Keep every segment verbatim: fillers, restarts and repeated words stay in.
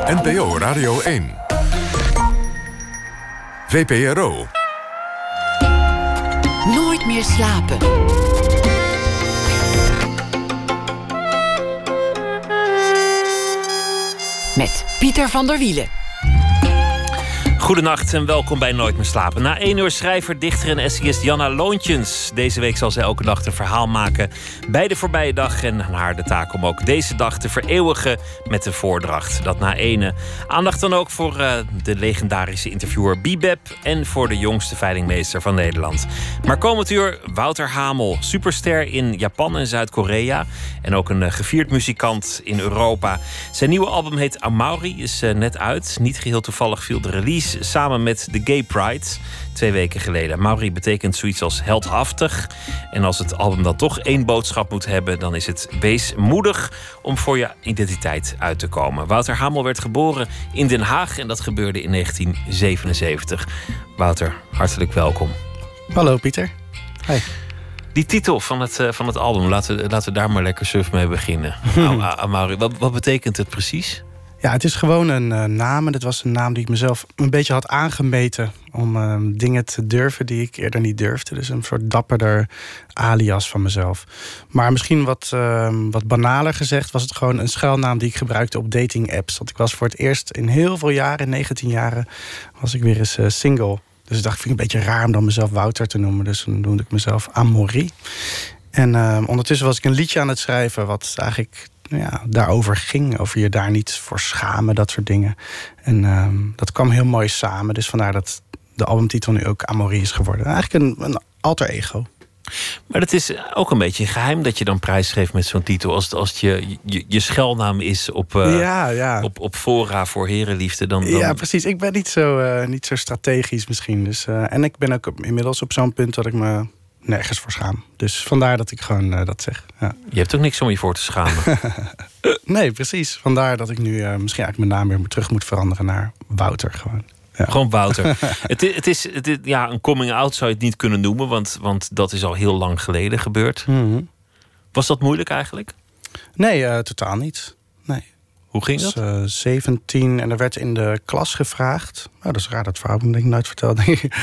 N P O Radio één. V P R O. Nooit meer slapen. Met Pieter van der Wielen. Goedenacht en welkom bij Nooit meer slapen. Na één uur schrijver, dichter en essayist Janna Loontjens. Deze week zal zij elke dag een verhaal maken bij de voorbije dag. En aan haar de taak om ook deze dag te vereeuwigen met de voordracht. Dat na ene. Aandacht dan ook voor uh, de legendarische interviewer Bibeb en voor de jongste veilingmeester van Nederland. Maar komend uur Wouter Hamel, superster in Japan en Zuid-Korea. En ook een uh, gevierd muzikant in Europa. Zijn nieuwe album heet Amauri, is uh, net uit. Niet geheel toevallig viel de release samen met de Gay Pride twee weken geleden. Mauri betekent zoiets als heldhaftig. En als het album dan toch één boodschap moet hebben, dan is het: wees moedig om voor je identiteit uit te komen. Wouter Hamel werd geboren in Den Haag en dat gebeurde in negentien zevenenzeventig. Wouter, hartelijk welkom. Hallo Pieter. Hi. Die titel van het, uh, van het album, laten we, laten we daar maar lekker suf mee beginnen. Amauri, wat, wat betekent het precies? Ja, het is gewoon een uh, naam. En dat was een naam die ik mezelf een beetje had aangemeten om uh, dingen te durven die ik eerder niet durfde. Dus een soort dapperder alias van mezelf. Maar misschien wat, uh, wat banaler gezegd was het gewoon een schuilnaam die ik gebruikte op dating apps. Want ik was voor het eerst in heel veel jaren, negentien jaren, was ik weer eens uh, single. Dus ik dacht, ik vind het een beetje raar om dan mezelf Wouter te noemen. Dus dan noemde ik mezelf Amaury. En uh, ondertussen was ik een liedje aan het schrijven wat eigenlijk ja, daarover ging. Over je daar niet voor schamen, dat soort dingen. En uh, dat kwam heel mooi samen. Dus vandaar dat de albumtitel nu ook Amaury is geworden. Eigenlijk een, een alter ego. Maar het is ook een beetje geheim dat je dan prijsgeeft met zo'n titel. Als het, als het je, je, je schuilnaam is op, uh, ja, ja. op, op fora voor herenliefde. Dan, dan... Ja, precies. Ik ben niet zo, uh, niet zo strategisch misschien. Dus, uh, en ik ben ook inmiddels op zo'n punt dat ik me nergens voor schaam. Dus vandaar dat ik gewoon uh, dat zeg. Ja. Je hebt ook niks om je voor te schamen. Nee, precies. Vandaar dat ik nu uh, misschien eigenlijk mijn naam weer terug moet veranderen naar Wouter gewoon. Ja. Gewoon Wouter. het is, het is, het is ja, een coming-out zou je het niet kunnen noemen, want, want dat is al heel lang geleden gebeurd. Mm-hmm. Was dat moeilijk eigenlijk? Nee, uh, totaal niet. Nee. Hoe ging dat? dat? Uh, zeventien en er werd in de klas gevraagd. Oh, dat is raar, dat verhaal heb ik denk ik nooit verteld.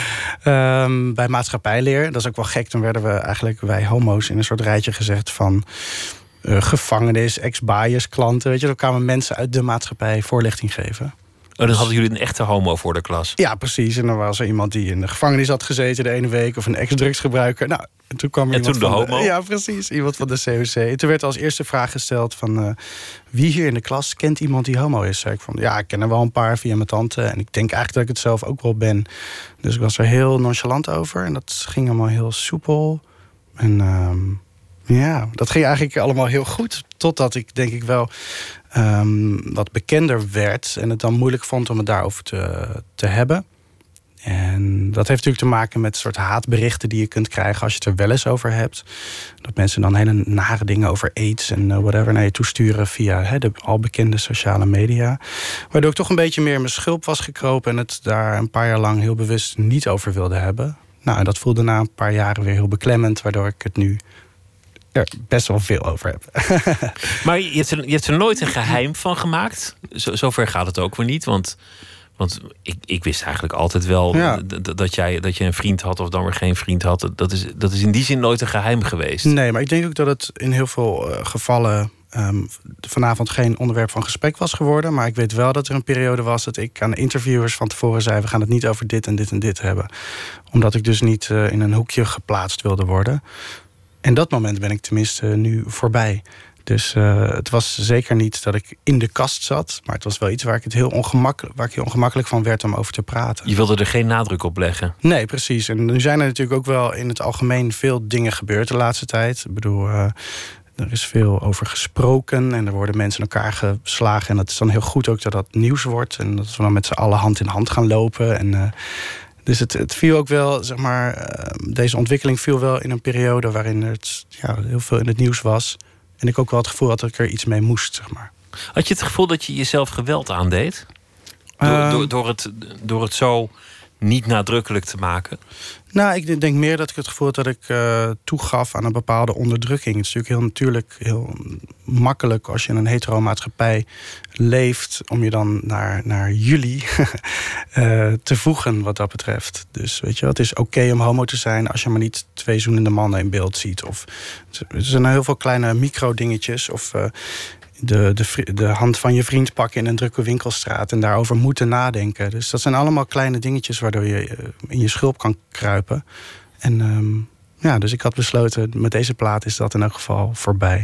um, bij maatschappijleer, dat is ook wel gek. Dan werden we eigenlijk, wij homo's, in een soort rijtje gezegd van uh, gevangenis, ex-bias, klanten. Weet je, dan kwamen mensen uit de maatschappij voorlichting geven. Oh, dan hadden jullie een echte homo voor de klas? Ja, precies. En dan was er iemand die in de gevangenis had gezeten de ene week, of een ex-drugsgebruiker. Nou, en toen kwam er en iemand toen de van homo? De, ja, precies. Iemand van de C O C. En toen werd als eerste vraag gesteld van Uh, wie hier in de klas kent iemand die homo is? Zei ik van, ja, ik ken er wel een paar via mijn tante. En ik denk eigenlijk dat ik het zelf ook wel ben. Dus ik was er heel nonchalant over. En dat ging allemaal heel soepel. En um, ja, dat ging eigenlijk allemaal heel goed. Totdat ik denk ik wel um, wat bekender werd. En het dan moeilijk vond om het daarover te, te hebben. En dat heeft natuurlijk te maken met soort haatberichten die je kunt krijgen als je het er wel eens over hebt. Dat mensen dan hele nare dingen over AIDS en uh, whatever naar je toesturen via he, de al bekende sociale media. Waardoor ik toch een beetje meer in mijn schulp was gekropen en het daar een paar jaar lang heel bewust niet over wilde hebben. Nou, en dat voelde na een paar jaren weer heel beklemmend, waardoor ik het nu er best wel veel over heb. Maar je hebt, er, je hebt er nooit een geheim van gemaakt? Zo, zover gaat het ook weer niet, want Want ik, ik wist eigenlijk altijd wel ja. d- dat, jij, dat je een vriend had of dan weer geen vriend had. Dat is, dat is in die zin nooit een geheim geweest. Nee, maar ik denk ook dat het in heel veel uh, gevallen um, vanavond geen onderwerp van gesprek was geworden. Maar ik weet wel dat er een periode was dat ik aan de interviewers van tevoren zei: we gaan het niet over dit en dit en dit hebben. Omdat ik dus niet uh, in een hoekje geplaatst wilde worden. En dat moment ben ik tenminste nu voorbij. Dus uh, het was zeker niet dat ik in de kast zat. Maar het was wel iets waar ik het heel ongemakkelijk, waar ik heel ongemakkelijk van werd om over te praten. Je wilde er geen nadruk op leggen? Nee, precies. En nu zijn er natuurlijk ook wel in het algemeen veel dingen gebeurd de laatste tijd. Ik bedoel, uh, er is veel over gesproken en er worden mensen elkaar geslagen. En dat is dan heel goed ook dat dat nieuws wordt. En dat we dan met z'n allen hand in hand gaan lopen. En Uh, Dus het, het viel ook wel, zeg maar, uh, deze ontwikkeling viel wel in een periode waarin het ja, heel veel in het nieuws was. En ik ook wel het gevoel had dat ik er iets mee moest, zeg maar. Had je het gevoel dat je jezelf geweld aandeed? Door, Uh, door, door, het, door het zo niet nadrukkelijk te maken? Nou, ik denk meer dat ik het gevoel had dat ik uh, toegaf aan een bepaalde onderdrukking. Het is natuurlijk heel natuurlijk, heel makkelijk als je in een hetero-maatschappij leeft, om je dan naar, naar jullie uh, te voegen wat dat betreft. Dus weet je, het is oké okay om homo te zijn als je maar niet twee zoenende mannen in beeld ziet. Of, er zijn heel veel kleine micro-dingetjes. Of uh, de, de, de hand van je vriend pakken in een drukke winkelstraat en daarover moeten nadenken. Dus dat zijn allemaal kleine dingetjes waardoor je in je schulp kan kruipen. En um, ja, dus ik had besloten, met deze plaat is dat in elk geval voorbij.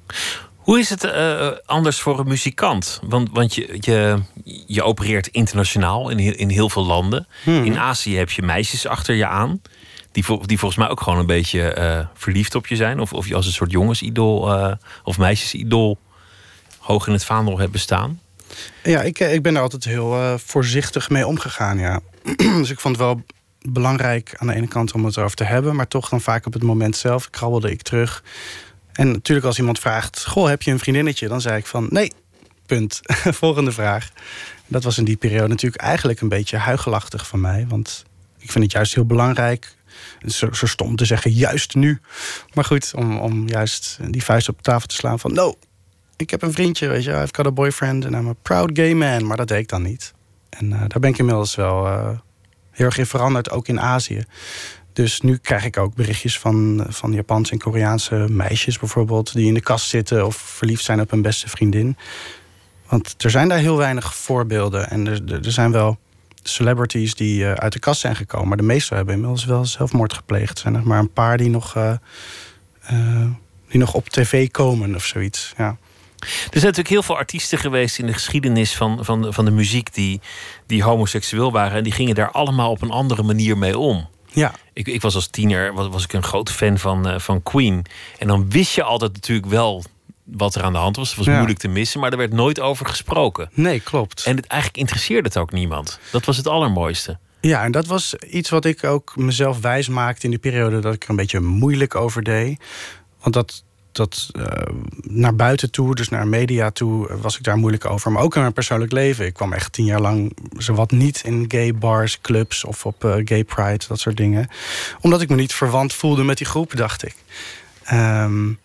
Hoe is het uh, anders voor een muzikant? Want, want je, je, je opereert internationaal in, in heel veel landen. Hmm. In Azië heb je meisjes achter je aan, die, die volgens mij ook gewoon een beetje uh, verliefd op je zijn. Of, of je als een soort jongensidool uh, of meisjesidool hoog in het vaandel hebben staan. Ja, ik, ik ben er altijd heel uh, voorzichtig mee omgegaan, ja. Dus ik vond het wel belangrijk aan de ene kant om het erover te hebben, maar toch dan vaak op het moment zelf krabbelde ik terug. En natuurlijk als iemand vraagt, goh, heb je een vriendinnetje? Dan zei ik van, nee, punt. Volgende vraag. Dat was in die periode natuurlijk eigenlijk een beetje huichelachtig van mij. Want ik vind het juist heel belangrijk, zo, zo stom te zeggen, juist nu. Maar goed, om, om juist die vuist op tafel te slaan van, no, ik heb een vriendje, weet je, I've got a boyfriend and I'm a proud gay man. Maar dat deed ik dan niet. En uh, daar ben ik inmiddels wel uh, heel erg in veranderd, ook in Azië. Dus nu krijg ik ook berichtjes van, van Japanse en Koreaanse meisjes bijvoorbeeld, die in de kast zitten of verliefd zijn op hun beste vriendin. Want er zijn daar heel weinig voorbeelden. En er, er zijn wel celebrities die uh, uit de kast zijn gekomen, maar de meeste hebben inmiddels wel zelfmoord gepleegd. Er zijn er maar een paar die nog, uh, uh, die nog op tv komen of zoiets, ja. Er zijn natuurlijk heel veel artiesten geweest in de geschiedenis van, van, van de muziek die, die homoseksueel waren. En die gingen daar allemaal op een andere manier mee om. Ja. Ik, ik was als tiener was, was ik een groot fan van, uh, van Queen. En dan wist je altijd natuurlijk wel wat er aan de hand was. Het was ja. moeilijk te missen, maar er werd nooit over gesproken. Nee, klopt. En het, eigenlijk interesseerde het ook niemand. Dat was het allermooiste. Ja, en dat was iets wat ik ook mezelf wijs maakte in die periode dat ik er een beetje moeilijk over deed. Want dat... dat uh, naar buiten toe, dus naar media toe, was ik daar moeilijk over. Maar ook in mijn persoonlijk leven. Ik kwam echt tien jaar lang zowat niet in gay bars, clubs of op uh, gay pride, dat soort dingen. Omdat ik me niet verwant voelde met die groep, dacht ik. Um,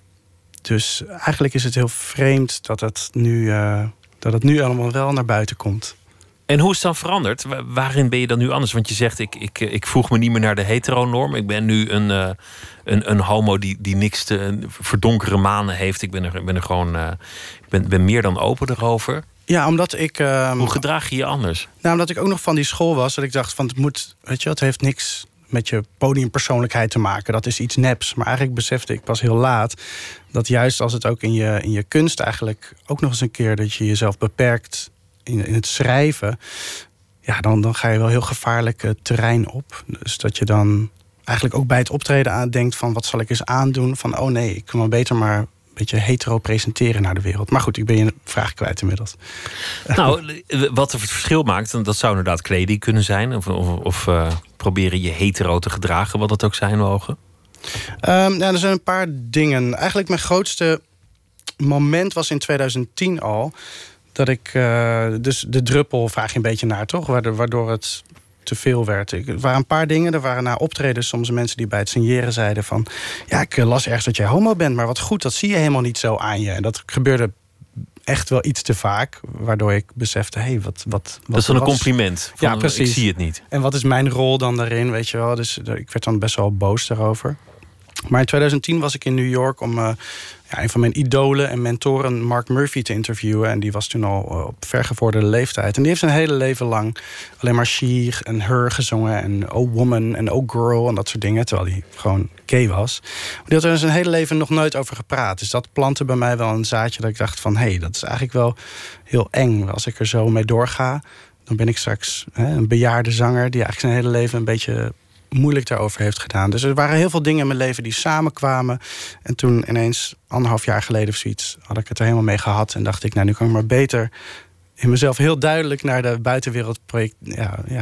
dus eigenlijk is het heel vreemd dat het nu, uh, dat het nu allemaal wel naar buiten komt. En hoe is het dan veranderd? Waarin ben je dan nu anders? Want je zegt, ik, ik, ik voeg me niet meer naar de heteronorm. Ik ben nu een, uh, een, een homo die, die niks te verdonkere manen heeft. Ik ben er, ben er gewoon uh, ik ben, ben meer dan open erover. Ja, omdat ik... Uh, hoe gedraag je je anders? Nou, omdat ik ook nog van die school was. Dat ik dacht van, het moet, weet je, het heeft niks met je podiumpersoonlijkheid te maken. Dat is iets neps. Maar eigenlijk besefte ik pas heel laat dat juist als het ook in je, in je kunst eigenlijk ook nog eens een keer dat je jezelf beperkt In, in het schrijven, ja, dan, dan ga je wel heel gevaarlijk uh, terrein op. Dus dat je dan eigenlijk ook bij het optreden aan denkt van, wat zal ik eens aandoen? Van, oh nee, ik kan me beter maar een beetje hetero presenteren naar de wereld. Maar goed, ik ben je vraag kwijt inmiddels. Nou, wat het verschil maakt, dat zou inderdaad kleding kunnen zijn. Of, of, of uh, proberen je hetero te gedragen, wat dat ook zijn mogen. Um, ja, er zijn een paar dingen. Eigenlijk mijn grootste moment was in tweeduizend tien al. Dat ik, uh, dus de druppel vraag je een beetje naar, toch? Waardoor, waardoor het te veel werd. Ik, er waren een paar dingen. Er waren na optredens soms mensen die bij het signeren zeiden van, ja, ik las ergens dat jij homo bent, maar wat goed, dat zie je helemaal niet zo aan je. En dat gebeurde echt wel iets te vaak, waardoor ik besefte, hé, hey, wat, wat, wat... Dat is dan een compliment. Van, ja, precies. Ik zie het niet. En wat is mijn rol dan daarin, weet je wel? Dus ik werd dan best wel boos daarover. Maar in tweeduizend tien was ik in New York om uh, ja, een van mijn idolen en mentoren, Mark Murphy, te interviewen. En die was toen al uh, op vergevorderde leeftijd. En die heeft zijn hele leven lang alleen maar she en her gezongen. En oh woman en oh girl en dat soort dingen. Terwijl hij gewoon gay was. Maar die had er zijn hele leven nog nooit over gepraat. Dus dat plantte bij mij wel een zaadje dat ik dacht van, hé, hey, dat is eigenlijk wel heel eng. Als ik er zo mee doorga, dan ben ik straks hè, een bejaarde zanger die eigenlijk zijn hele leven een beetje moeilijk daarover heeft gedaan. Dus er waren heel veel dingen in mijn leven die samenkwamen. En toen ineens, anderhalf jaar geleden of zoiets, had ik het er helemaal mee gehad. En dacht ik, nou, nu kan ik maar beter in mezelf heel duidelijk naar de buitenwereld project, ja, ja,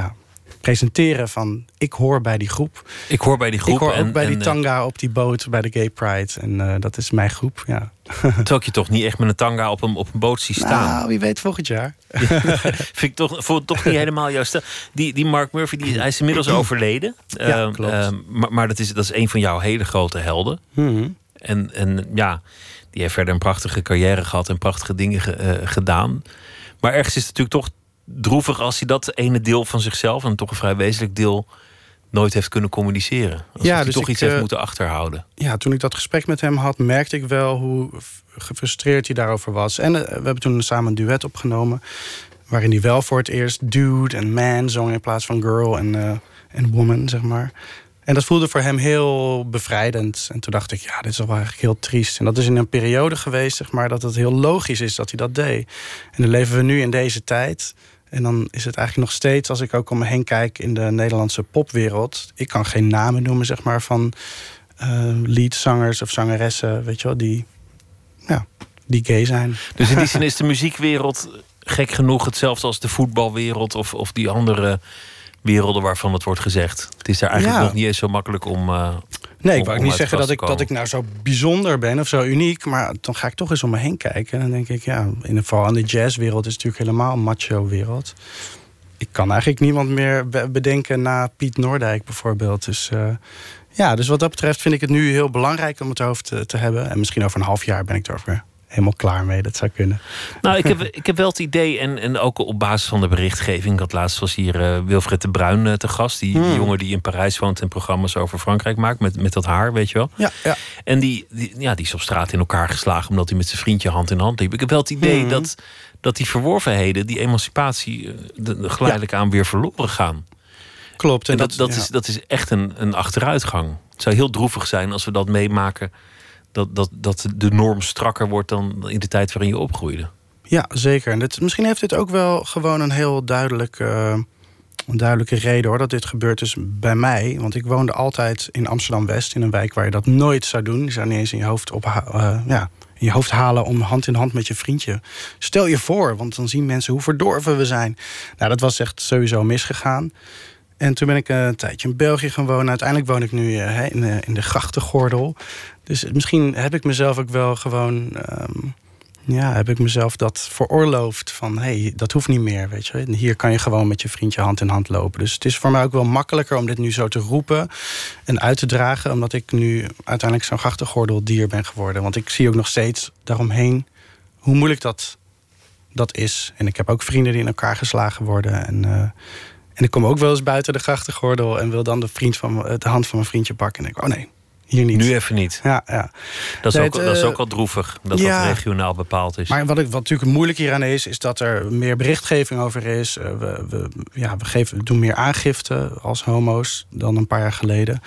presenteren van ik hoor bij die groep. Ik hoor bij die groep. Ik hoor en, ook bij en, die tanga op die boot bij de Gay Pride. En uh, dat is mijn groep, ja. Terwijl ik je toch niet echt met een tanga op een, op een boot zie staan. Nou, wie weet volgend jaar. Vind ik toch, voor, toch niet helemaal juist. Die, die Mark Murphy, die, hij is inmiddels overleden. Ja, uh, klopt. Uh, maar maar dat, is, dat is een van jouw hele grote helden. Mm-hmm. En, en ja, die heeft verder een prachtige carrière gehad en prachtige dingen ge, uh, gedaan. Maar ergens is het natuurlijk toch droevig als hij dat ene deel van zichzelf, en toch een vrij wezenlijk deel, nooit heeft kunnen communiceren. Alsof Ja, hij dus toch ik, iets heeft uh, moeten achterhouden. Ja, toen ik dat gesprek met hem had, merkte ik wel hoe gefrustreerd hij daarover was. En uh, we hebben toen samen een duet opgenomen, waarin hij wel voor het eerst dude en man zong in plaats van girl en, uh, en woman, zeg maar. En dat voelde voor hem heel bevrijdend. En toen dacht ik, ja, dit is wel eigenlijk heel triest. En dat is in een periode geweest, zeg maar, dat het heel logisch is dat hij dat deed. En dan leven we nu in deze tijd. En dan is het eigenlijk nog steeds, als ik ook om me heen kijk in de Nederlandse popwereld, ik kan geen namen noemen, zeg maar, van uh, leadzangers of zangeressen, weet je wel, die, ja, die gay zijn. Dus in die zin is de muziekwereld gek genoeg hetzelfde als de voetbalwereld of, of die andere werelden waarvan het wordt gezegd. Het is daar eigenlijk Ja. nog niet eens zo makkelijk om. Uh, Nee, ik om, wou om niet uit zeggen de dat kast ik, te dat ik nou zo bijzonder ben of zo uniek. Maar dan ga ik toch eens om me heen kijken. En dan denk ik, ja, in de, vooral in de jazzwereld is het natuurlijk helemaal een macho-wereld. Ik kan eigenlijk niemand meer be- bedenken na Piet Noordijk bijvoorbeeld. Dus uh, ja, dus wat dat betreft vind ik het nu heel belangrijk om het hoofd te, te hebben. En misschien over een half jaar ben ik er over helemaal klaar mee. Dat zou kunnen. Nou, ik heb, ik heb wel het idee, en, en ook op basis van de berichtgeving. Dat laatst was hier uh, Wilfred de Bruin uh, te gast. Die, Hmm. die jongen die in Parijs woont en programma's over Frankrijk maakt. Met, met dat haar, weet je wel. Ja, ja. En die, die, ja, die is op straat in elkaar geslagen omdat hij met zijn vriendje hand in hand liep. Ik heb wel het idee Hmm. dat, dat die verworvenheden, die emancipatie, uh, de, de geleidelijk aan weer verloren gaan. Klopt. En En dat, dat, dat, ja. is, dat is echt een, een achteruitgang. Het zou heel droevig zijn als we dat meemaken. Dat, dat, dat de norm strakker wordt dan in de tijd waarin je opgroeide. Ja, zeker. En dit, misschien heeft dit ook wel gewoon een heel duidelijk, uh, een duidelijke reden hoor, dat dit gebeurt is bij mij. Want ik woonde altijd in Amsterdam-West, in een wijk waar je dat nooit zou doen. Je zou niet eens in je hoofd, op, uh, ja, in je hoofd halen om hand in hand met je vriendje. Stel je voor, want dan zien mensen hoe verdorven we zijn. Nou, dat was echt sowieso misgegaan. En toen ben ik een tijdje in België gaan wonen. Uiteindelijk woon ik nu uh, in, de, in de grachtengordel. Dus misschien heb ik mezelf ook wel gewoon, Um, ja, heb ik mezelf dat veroorloofd van, hé, hey, dat hoeft niet meer, weet je. Hier kan je gewoon met je vriendje hand in hand lopen. Dus het is voor mij ook wel makkelijker om dit nu zo te roepen en uit te dragen, omdat ik nu uiteindelijk zo'n grachtengordeldier ben geworden. Want ik zie ook nog steeds daaromheen hoe moeilijk dat, dat is. En ik heb ook vrienden die in elkaar geslagen worden. En, uh, en ik kom ook wel eens buiten de grachtengordel en wil dan de, vriend van, de hand van mijn vriendje pakken. En denk ik, oh nee, hier niet. Nu even niet. Ja, ja. Dat is, Nee, ook, het, dat is uh, ook al droevig, dat ja. dat regionaal bepaald is. Maar wat, ik, wat natuurlijk moeilijk hieraan is, is dat er meer berichtgeving over is. Uh, we, we, ja, we, geven, we doen meer aangifte als homo's dan een paar jaar geleden.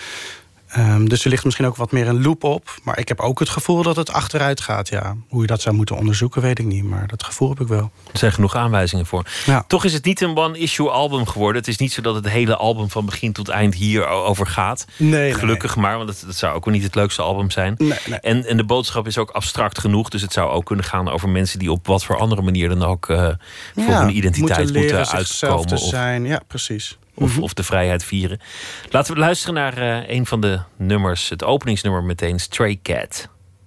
Um, dus er ligt misschien ook wat meer een loop op. Maar ik heb ook het gevoel dat het achteruit gaat. Ja. Hoe je dat zou moeten onderzoeken, weet ik niet. Maar dat gevoel heb ik wel. Er zijn genoeg aanwijzingen voor. Ja. Toch is het niet een one-issue album geworden. Het is niet zo dat het hele album van begin tot eind hierover gaat. Nee, nee, Gelukkig maar, want dat, dat zou ook wel niet het leukste album zijn. Nee, nee. En, en de boodschap is ook abstract genoeg. Dus het zou ook kunnen gaan over mensen die op wat voor andere manier dan ook uh, voor Ja, hun identiteit moeten, leren moeten zichzelf uitkomen. te Of, zijn. Ja, precies. of, of de vrijheid vieren. Laten we luisteren naar uh, een van de nummers. Het openingsnummer meteen, Stray Cat.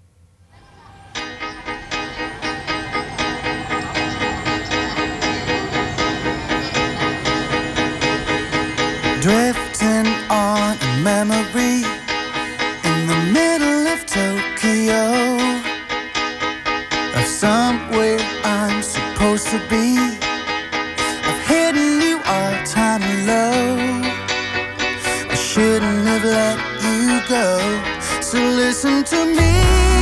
Drifting on a memory in the middle of Tokyo, of somewhere I'm supposed to be, of hidden you all time low. I shouldn't have let you go, so listen to me.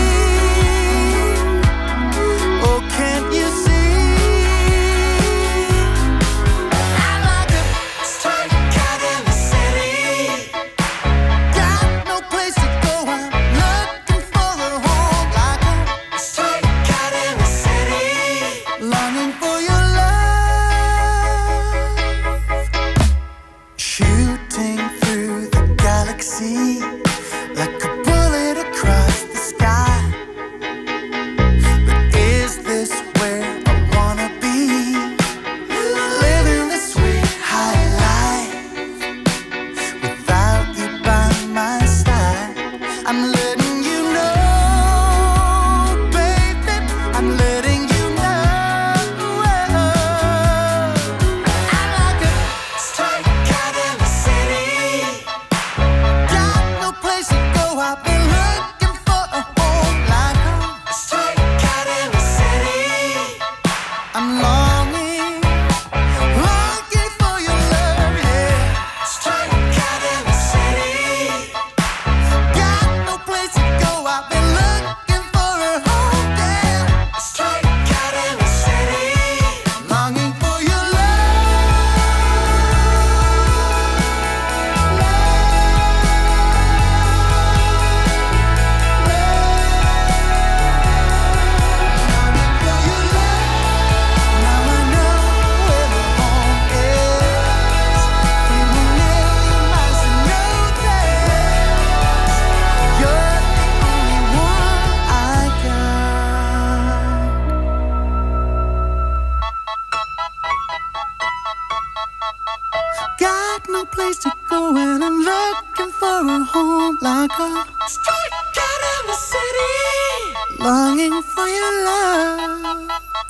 Oh, can't you see? Like a bullet across the sky, got no place to go and I'm looking for a home like a strikeout in the city, longing for your love.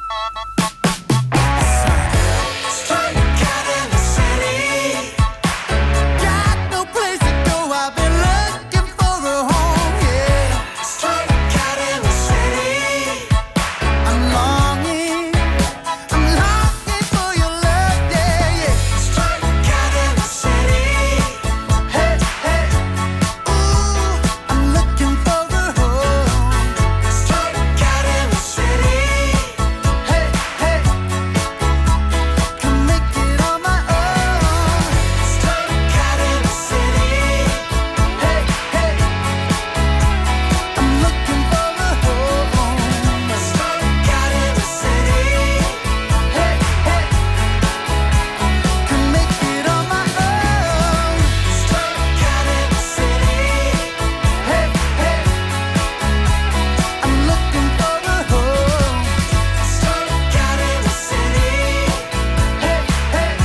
Strikeout in the city, got no place to go. I've been looking for a home, yeah. Strikeout in the city, I'm longing, I'm longing for your love, yeah, yeah. Strikeout in the city, hey, hey, ooh, I'm looking for a home. Strikeout in the city, hey, hey, can make it on my own. Strikeout in the city, hey, hey, I'm looking for a home. Strikeout in the city, hey, hey, can make it on my own. Strikeout in the city, hey, hey, I'm looking for a home. Strikeout in the city, hey, hey.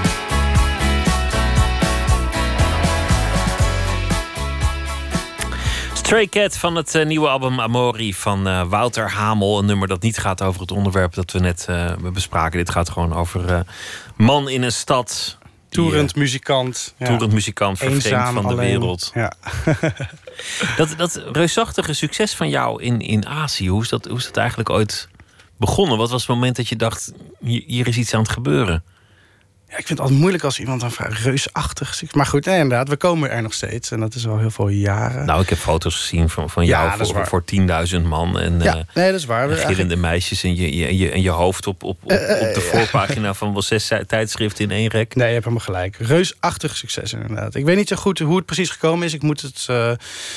Stray Cat van het eh, nieuwe album Amori van eh, Wouter Hamel. Een nummer dat niet gaat over het onderwerp dat we net eh, bespraken. Dit gaat gewoon over eh, man in een stad. die, Toerend eh, muzikant. Ja. Toerend muzikant, vervreemd Eenzaam, van de alleen. wereld. Ja. Dat, dat reusachtige succes van jou in, in Azië, hoe is, dat, hoe is dat eigenlijk ooit begonnen? Wat was het moment dat je dacht, hier, hier is iets aan het gebeuren? Ja, ik vind het altijd moeilijk als iemand dan vraagt, reusachtig. Maar goed, nee, inderdaad, we komen er nog steeds. En dat is al heel veel jaren. Nou, ik heb foto's gezien van, van Ja, jou dat is voor, waar. voor tienduizend man. En, Ja, eh, nee, dat is waar. We en gillende meisjes en je, je, je, en je hoofd op, op, op, Eh, eh, op de voorpagina van wel zes tijdschriften in één rek. Nee, je hebt helemaal gelijk. Reusachtig succes inderdaad. Ik weet niet zo goed hoe het precies gekomen is. Ik moet het, uh, uh,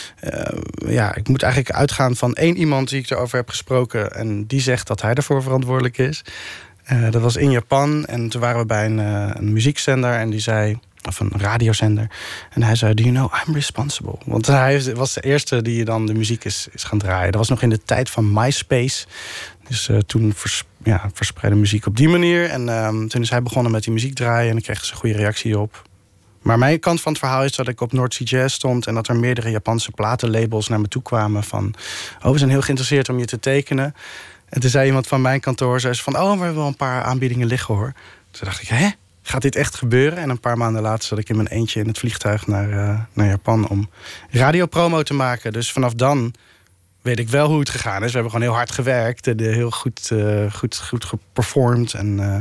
ja, ik moet eigenlijk uitgaan van één iemand die ik erover heb gesproken. En die zegt dat hij ervoor verantwoordelijk is. Uh, dat was in Japan. En toen waren we bij een, uh, een muziekzender. En die zei, of een radiozender. En hij zei, do you know, I'm responsible. Want hij was de eerste die dan de muziek is, is gaan draaien. Dat was nog in de tijd van MySpace. Dus uh, toen vers, ja, verspreidde muziek op die manier. En um, toen is hij begonnen met die muziek draaien. En dan kreeg ze een goede reactie op. Maar mijn kant van het verhaal is dat ik op North Sea Jazz stond. En dat er meerdere Japanse platenlabels naar me toe kwamen. Van, oh, we zijn heel geïnteresseerd om je te tekenen. En toen zei iemand van mijn kantoor, zei ze van, oh, we hebben wel een paar aanbiedingen liggen hoor. Toen dacht ik, hè? Gaat dit echt gebeuren? En een paar maanden later zat ik in mijn eentje in het vliegtuig naar, uh, naar Japan om radiopromo te maken. Dus vanaf dan weet ik wel hoe het gegaan is. We hebben gewoon heel hard gewerkt en heel goed, uh, goed, goed geperformed. En uh,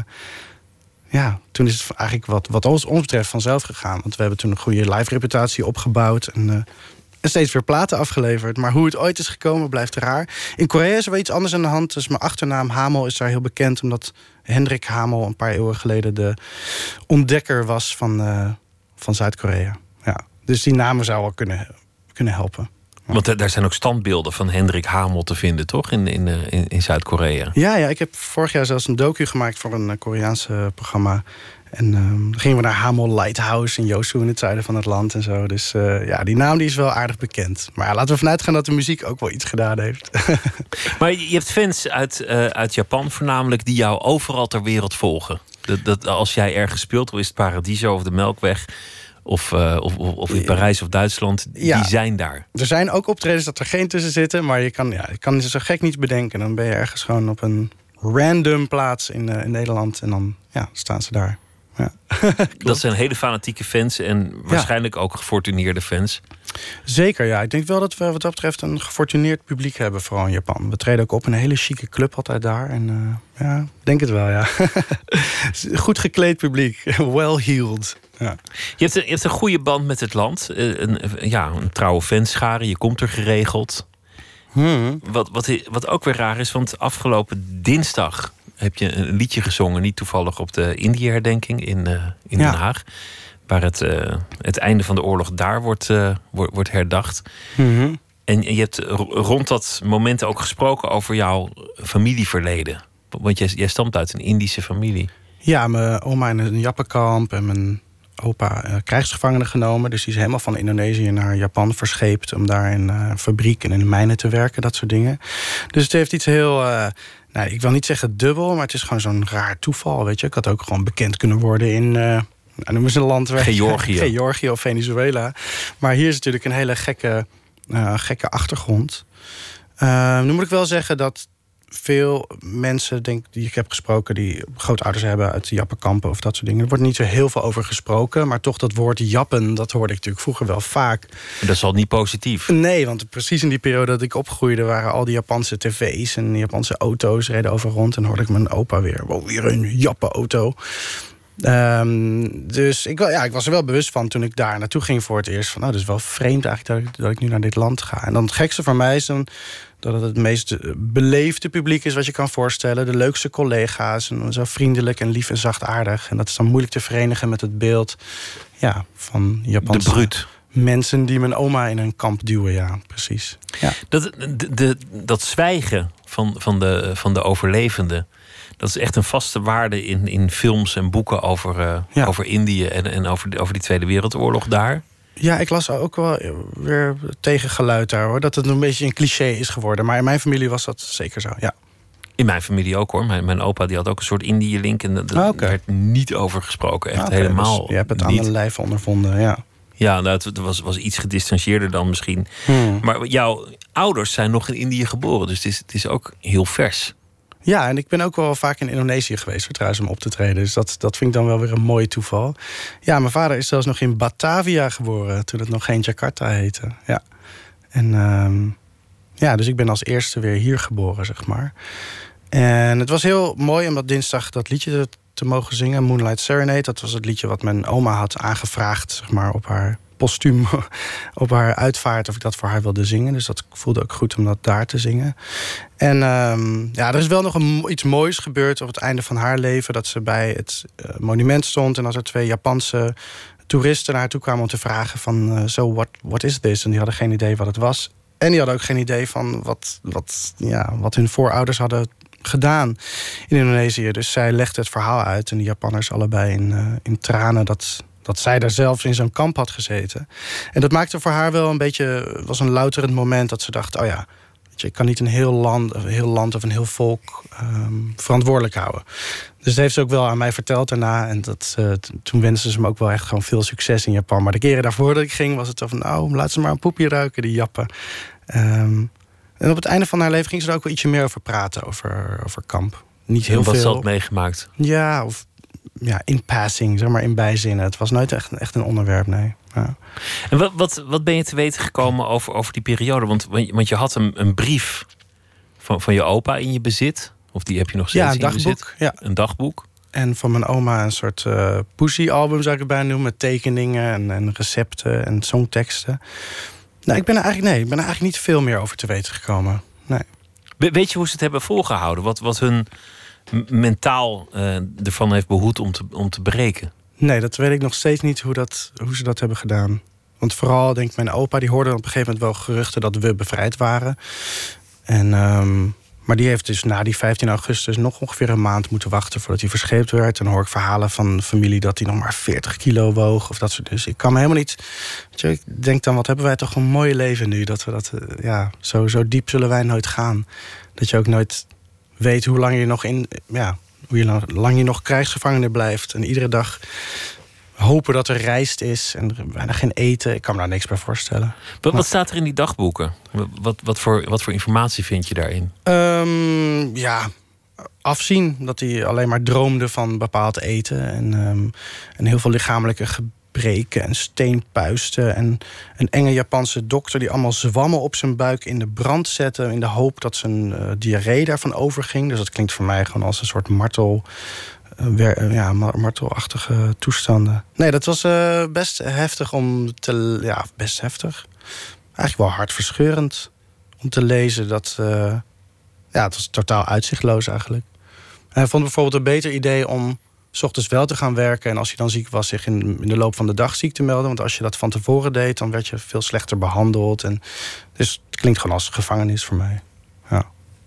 ja, toen is het eigenlijk wat, wat ons, ons betreft vanzelf gegaan. Want we hebben toen een goede live reputatie opgebouwd. En, uh, en steeds weer platen afgeleverd. Maar hoe het ooit is gekomen blijft raar. In Korea is er wel iets anders aan de hand. Dus mijn achternaam Hamel is daar heel bekend. Omdat Hendrik Hamel een paar eeuwen geleden de ontdekker was van, uh, van Zuid-Korea. Ja. Dus die namen zou wel kunnen, kunnen helpen. Want uh, daar zijn ook standbeelden van Hendrik Hamel te vinden, toch? In, in, uh, in, in Zuid-Korea. Ja, ja, ik heb vorig jaar zelfs een docu gemaakt voor een uh, Koreaanse programma. En uh, dan gingen we naar Hamel Lighthouse in Yosu in het zuiden van het land en zo. Dus uh, ja, die naam die is wel aardig bekend. Maar ja, laten we vanuit gaan dat de muziek ook wel iets gedaan heeft. Maar je hebt fans uit, uh, uit Japan voornamelijk die jou overal ter wereld volgen. Dat, dat als jij ergens speelt, of is het Paradiso of de Melkweg, Of, uh, of, of in Parijs of Duitsland, ja, die zijn daar. Er zijn ook optredens dat er geen tussen zitten. Maar je kan, ja, je kan zo gek niet bedenken. Dan ben je ergens gewoon op een random plaats in, uh, in Nederland. En dan ja, staan ze daar. Ja. Dat zijn hele fanatieke fans en waarschijnlijk ja. ook gefortuneerde fans. Zeker, ja. Ik denk wel dat we wat dat betreft een gefortuneerd publiek hebben, vooral in Japan. We treden ook op in een hele chique club altijd daar. En uh, ja, denk het wel, ja. Goed gekleed publiek. Well heeled. Ja. Je hebt, een, je hebt een goede band met het land. Een, ja, een trouwe fanschare. Je komt er geregeld. Hmm. Wat, wat, wat ook weer raar is, want afgelopen dinsdag heb je een liedje gezongen, niet toevallig op de Indië-herdenking in, uh, in Den Haag. Ja. Waar het, uh, het einde van de oorlog daar wordt, uh, wordt, wordt herdacht. Mm-hmm. En je hebt rond dat moment ook gesproken over jouw familieverleden. Want jij, jij stamt uit een Indische familie. Ja, mijn oma in een jappenkamp en mijn opa uh, krijgsgevangenen genomen. Dus die is helemaal van Indonesië naar Japan verscheept om daar in uh, fabriek en in de mijnen te werken, dat soort dingen. Dus het heeft iets heel, uh, nou, ik wil niet zeggen dubbel, maar het is gewoon zo'n raar toeval, weet je. Ik had ook gewoon bekend kunnen worden in, uh, nou, noemen ze een land... Georgië. Georgië of Venezuela. Maar hier is natuurlijk een hele gekke, uh, gekke achtergrond. Uh, nu moet ik wel zeggen dat veel mensen, denk, die ik heb gesproken... die grootouders hebben uit de Jappenkampen of dat soort dingen... er wordt niet zo heel veel over gesproken. Maar toch dat woord Jappen, dat hoorde ik natuurlijk vroeger wel vaak. Dat is al niet positief. Nee, want precies in die periode dat ik opgroeide... waren al die Japanse tv's en Japanse auto's reden over rond. En hoorde ik mijn opa weer, wow, weer een Jappen-auto. Um, dus ik, ja, ik was er wel bewust van toen ik daar naartoe ging voor het eerst... van, nou, dat is wel vreemd eigenlijk dat ik, dat ik nu naar dit land ga. En dan het gekste voor mij is dan... dat het het meest beleefde publiek is wat je kan voorstellen. De leukste collega's. En zo vriendelijk en lief en zachtaardig. En dat is dan moeilijk te verenigen met het beeld ja, van Japanse... De bruut. Mensen die mijn oma in een kamp duwen, ja, precies. Ja. Dat, de, de, dat zwijgen van, van, de, van de overlevenden... dat is echt een vaste waarde in, in films en boeken over, uh, ja. over Indië... en, en over, over die Tweede Wereldoorlog daar... Ja, ik las ook wel weer tegengeluid daar, hoor. Dat het een beetje een cliché is geworden. Maar in mijn familie was dat zeker zo, ja. In mijn familie ook, hoor. Mijn, mijn opa die had ook een soort Indië-link... en daar oh, okay. werd niet over gesproken. Echt okay, helemaal dus je hebt het niet. aan de lijf ondervonden, ja. Ja, nou, het was, was iets gedistanceerder dan misschien. Hmm. Maar jouw ouders zijn nog in Indië geboren. Dus het is, het is ook heel vers. Ja, en ik ben ook wel vaak in Indonesië geweest... voor trouwens om op te treden. Dus dat, dat vind ik dan wel weer een mooi toeval. Ja, mijn vader is zelfs nog in Batavia geboren... toen het nog geen Jakarta heette. Ja. En um, ja, dus ik ben als eerste weer hier geboren, zeg maar. En het was heel mooi om dat dinsdag dat liedje te, te mogen zingen... Moonlight Serenade. Dat was het liedje wat mijn oma had aangevraagd... zeg maar, op haar postuum, op haar uitvaart... of ik dat voor haar wilde zingen. Dus dat voelde ook goed om dat daar te zingen. En um, ja, er is wel nog een, iets moois gebeurd op het einde van haar leven... dat ze bij het uh, monument stond... en dat er twee Japanse toeristen naar haar toe kwamen om te vragen... van, uh, so what, what is this? En die hadden geen idee wat het was. En die hadden ook geen idee van wat, wat, ja, wat hun voorouders hadden gedaan in Indonesië. Dus zij legde het verhaal uit... en de Japanners allebei in, uh, in tranen... dat dat zij daar zelf in zo'n kamp had gezeten. En dat maakte voor haar wel een beetje... was een louterend moment dat ze dacht... oh ja, weet je, ik kan niet een heel land, een heel land of een heel volk um, verantwoordelijk houden. Dus dat heeft ze ook wel aan mij verteld daarna. En dat, uh, t- toen wenste ze me ook wel echt gewoon veel succes in Japan. Maar de keren daarvoor dat ik ging was het zo van... nou, laat ze maar een poepje ruiken, die Jappen. Um, en op het einde van haar leven ging ze er ook wel ietsje meer over praten. Over, over kamp. Niet heel wat veel. Wat ze had meegemaakt. Ja, of... ja, in passing, zeg maar, in bijzinnen. Het was nooit echt, echt een onderwerp, nee. Ja. En wat, wat, wat ben je te weten gekomen over, over die periode? Want, want je had een, een brief van, van je opa in je bezit. Of die heb je nog steeds ja, een in je dagboek, bezit? Ja. Een dagboek. En van mijn oma een soort uh, poesie-album, zou ik het bijna noemen. Met tekeningen en, en recepten en songteksten. Nou, ik ben er eigenlijk, nee, ik ben er eigenlijk niet veel meer over te weten gekomen. Nee. Weet je hoe ze het hebben volgehouden? Wat, wat hun mentaal uh, ervan heeft behoed om te, om te breken? Nee, dat weet ik nog steeds niet hoe, dat, hoe ze dat hebben gedaan. Want vooral, denk ik, mijn opa... die hoorde op een gegeven moment wel geruchten dat we bevrijd waren. En, um, maar die heeft dus na die vijftien augustus... nog ongeveer een maand moeten wachten voordat hij verscheept werd. En dan hoor ik verhalen van familie dat hij nog maar veertig kilo woog. Of dat soort. Dus ik kan me helemaal niet... Weet je, ik denk dan, wat hebben wij toch een mooi leven nu. Dat we dat, uh, ja, zo, zo diep zullen wij nooit gaan. Dat je ook nooit weet hoe lang je nog in... Ja, hoe je lang, lang je nog krijgsgevangene blijft. En iedere dag hopen dat er rijst is en er bijna geen eten. Ik kan me daar niks bij voorstellen. Wat, wat staat er in die dagboeken? Wat, wat, voor, wat voor informatie vind je daarin? Um, ja, afzien. Dat hij alleen maar droomde van bepaald eten. En, um, en heel veel lichamelijke gebreken en steenpuisten. En een enge Japanse dokter die allemaal zwammen op zijn buik in de brand zette... in de hoop dat zijn uh, diarree daarvan overging. Dus dat klinkt voor mij gewoon als een soort martel... Uh, ja, martelachtige toestanden. Nee, dat was uh, best heftig om te... Ja, best heftig. Eigenlijk wel hartverscheurend om te lezen. Dat, uh, ja, het was totaal uitzichtloos eigenlijk. En hij vond bijvoorbeeld een beter idee om 's ochtends wel te gaan werken... en als je dan ziek was, zich in, in de loop van de dag ziek te melden. Want als je dat van tevoren deed, dan werd je veel slechter behandeld. En, dus het klinkt gewoon als gevangenis voor mij. Ja.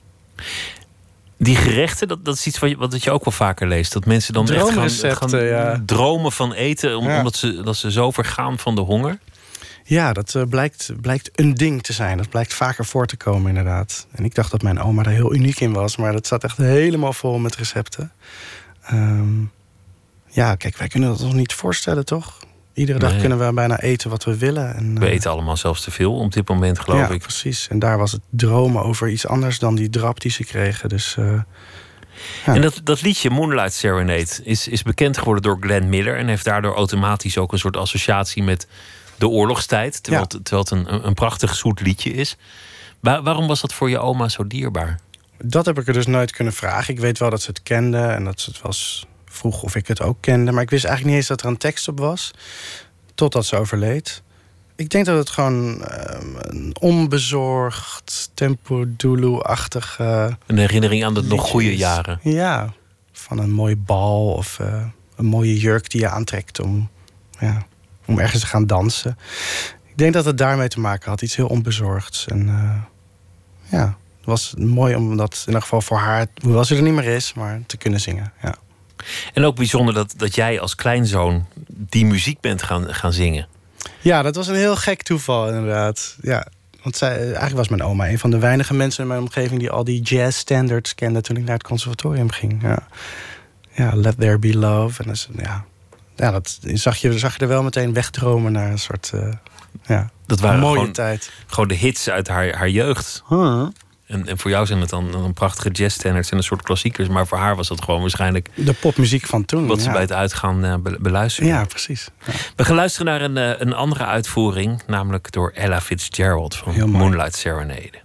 Die gerechten, dat, dat is iets wat je, wat je ook wel vaker leest. Dat mensen dan echt gaan, gaan ja. dromen van eten... Om, ja. omdat ze, dat ze zo vergaan van de honger. Ja, dat uh, blijkt, blijkt een ding te zijn. Dat blijkt vaker voor te komen, inderdaad. En ik dacht dat mijn oma daar heel uniek in was. Maar dat staat echt helemaal vol met recepten. Um, Ja, kijk, wij kunnen dat ons niet voorstellen, toch? Iedere dag Nee. kunnen we bijna eten wat we willen. En, We uh, eten allemaal zelfs te veel op dit moment, geloof ja, ik. precies. En daar was het dromen over iets anders dan die drap die ze kregen. Dus, uh, ja. En dat, dat liedje Moonlight Serenade is, is bekend geworden door Glenn Miller en heeft daardoor automatisch ook een soort associatie met de oorlogstijd. Terwijl, Ja. het, terwijl het een, een prachtig zoet liedje is. Waar, waarom was dat voor je oma zo dierbaar? Dat heb ik er dus nooit kunnen vragen. Ik weet wel dat ze het kende en dat ze het was vroeg of ik het ook kende. Maar ik wist eigenlijk niet eens dat er een tekst op was. Totdat ze overleed. Ik denk dat het gewoon um, een onbezorgd, Tempo Dulu-achtig... Uh, Een herinnering aan de nog liedje goede is. jaren. Ja, van een mooi bal of uh, een mooie jurk die je aantrekt om, ja, om ergens te gaan dansen. Ik denk dat het daarmee te maken had. Iets heel onbezorgds. En uh, ja, het was mooi om dat in ieder geval voor haar, hoewel ze er niet meer is, maar te kunnen zingen. Ja. En ook bijzonder dat, dat jij als kleinzoon die muziek bent gaan, gaan zingen. Ja, dat was een heel gek toeval inderdaad. Ja, want zij, eigenlijk was mijn oma een van de weinige mensen in mijn omgeving die al die jazz standards kende toen ik naar het conservatorium ging. Ja, ja, Let There Be Love. En dus, ja, ja, dat zag je, zag je er wel meteen wegdromen naar een soort uh, ja, Dat waren mooie gewoon, tijd. gewoon de hits uit haar, haar jeugd. Huh. En, en voor jou zijn het dan, dan prachtige jazzstandards en een soort klassiekers. Maar voor haar was dat gewoon waarschijnlijk De popmuziek van toen. wat ze ja. bij het uitgaan uh, be- beluisterde. Ja, precies. Ja. We gaan luisteren naar een, uh, een andere uitvoering. Namelijk door Ella Fitzgerald van Heel mooi. Moonlight Serenade.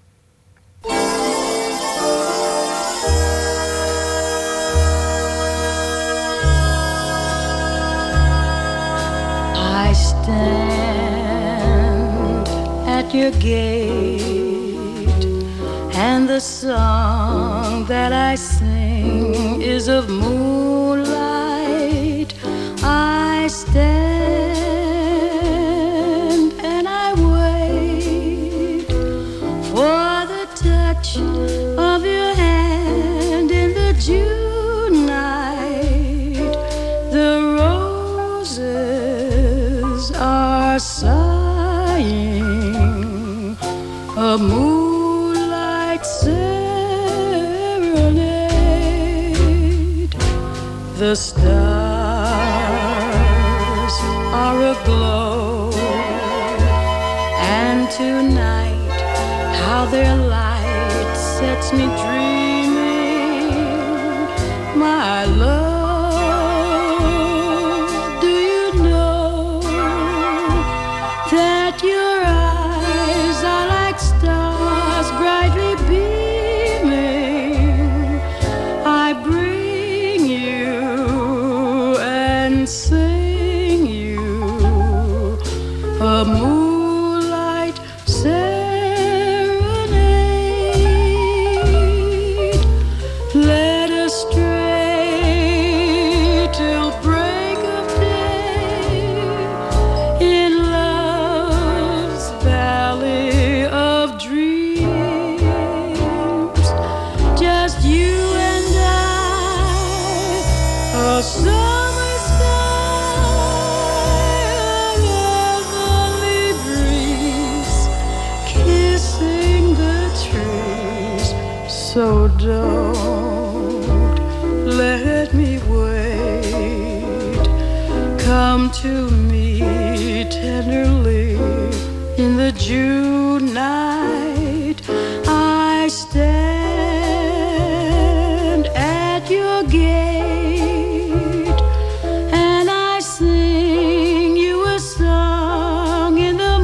I stand at your gate, and the song that I sing is of moonlight. I stand and I wait for the touch of your hand in the June night. The roses are sighing a moonlight serenade. The stars are aglow, and tonight how their light sets me dreaming. My love, do you know that your eyes are like stars brightly beaming? I bring you and sing you a moonlight serenade. Let us stray till break of day in love's valley of dreams. Just you and I, a summer sky, a heavenly breeze, kissing the trees. So don't let me wait. Come to me tenderly in the June night. I stand at your gate, and I sing you a song in the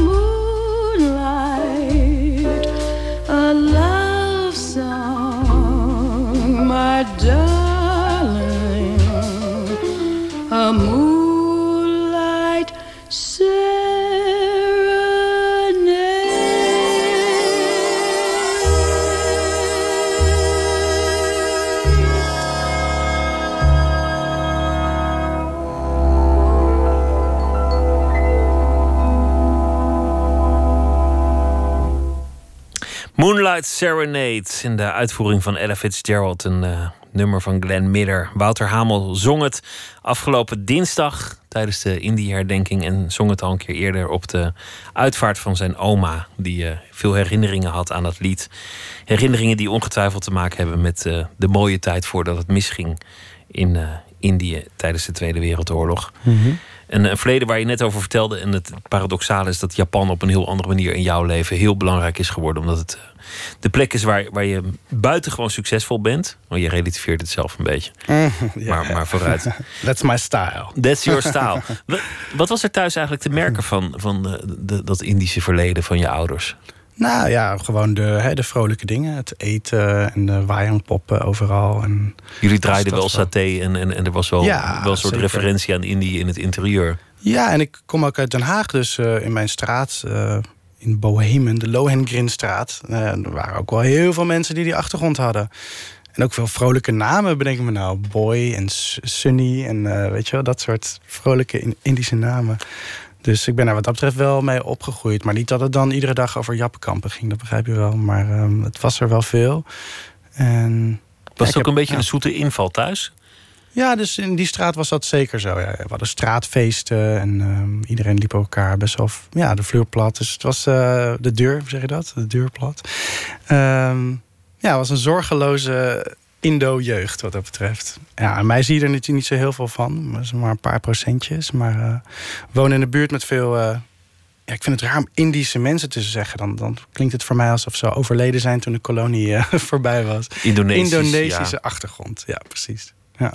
moonlight, a love song, my darling, a moonlight Moonlight Serenade in de uitvoering van Ella Fitzgerald. Een uh, nummer van Glenn Miller. Wouter Hamel zong het afgelopen dinsdag tijdens de Indie-herdenking. En zong het al een keer eerder op de uitvaart van zijn oma. Die uh, veel herinneringen had aan dat lied. Herinneringen die ongetwijfeld te maken hebben met uh, de mooie tijd voordat het misging in, uh, Indië tijdens de Tweede Wereldoorlog. Mm-hmm. En een verleden waar je net over vertelde. En het paradoxale is dat Japan op een heel andere manier in jouw leven heel belangrijk is geworden. Omdat het de plek is waar, waar je buitengewoon succesvol bent. Oh, je relativeert het zelf een beetje. Mm, ja, maar, maar vooruit. That's my style. That's your style. Wat, wat was er thuis eigenlijk te merken van, van de, de, dat Indische verleden van je ouders? Nou ja, gewoon de, hè, de vrolijke dingen. Het eten en de wayangpoppen overal. En Jullie draaiden dat wel wel. saté en, en, en er was wel, Ja, wel een soort zeker. referentie aan Indië in het interieur. Ja, en ik kom ook uit Den Haag, dus uh, in mijn straat, uh, in Bohemen, de Lohengrinstraat. Uh, er waren ook wel heel veel mensen die die achtergrond hadden. En ook veel vrolijke namen, bedenk ik me nou. Boy en Sunny en uh, weet je wel, dat soort vrolijke Indische namen. Dus ik ben daar wat dat betreft wel mee opgegroeid. Maar niet dat het dan iedere dag over jappenkampen ging, dat begrijp je wel. Maar um, het was er wel veel. En, Was ja, het ook heb, een beetje ja. een zoete inval thuis? Ja, dus in die straat was dat zeker zo. Ja. We hadden straatfeesten en um, iedereen liep elkaar best wel... Ja, de vloer plat. Dus het was uh, de deur, hoe zeg je dat? De deur plat. Um, ja, het was een zorgeloze Indo-jeugd wat dat betreft. Ja, en mij zie je er natuurlijk niet zo heel veel van. Maar, maar een paar procentjes. Maar uh, wonen in de buurt met veel... Uh, ja, ik vind het raar om Indische mensen te zeggen. Dan, dan klinkt het voor mij alsof ze overleden zijn toen de kolonie uh, voorbij was. Indonesisch, Indonesische ja. achtergrond, ja, precies. Ja.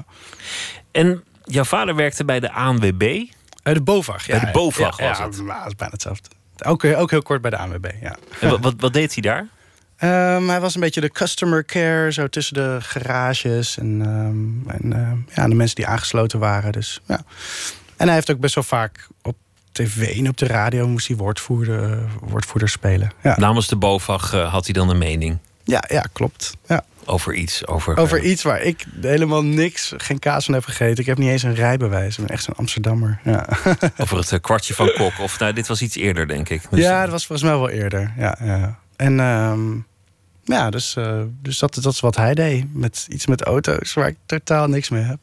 En jouw vader werkte bij de A N W B. Uh, de BOVAG, ja. Bij de BOVAG ja, was ja, het. Ja, dat is bijna hetzelfde. Ook, ook heel kort bij de A N W B, ja. En wat, wat, wat deed hij daar? Um, hij was een beetje de customer care, zo tussen de garages en, um, en uh, ja, de mensen die aangesloten waren. Dus, ja. En hij heeft ook best wel vaak op tv en op de radio moest hij woordvoerder, woordvoerder spelen. Ja. Namens de BOVAG uh, had hij dan een mening Ja, ja, klopt. Ja. over iets. Over, Over uh, iets waar ik helemaal niks, geen kaas van heb gegeten. Ik heb niet eens een rijbewijs. Ik ben echt zo'n Amsterdammer. Ja, over het uh, kwartje van Kok. Of nou, dit was iets eerder, denk ik. Dus, ja dat was volgens mij wel eerder. Ja, ja. En um, ja, dus, uh, dus dat, dat is wat hij deed. Met iets met auto's waar ik totaal niks mee heb.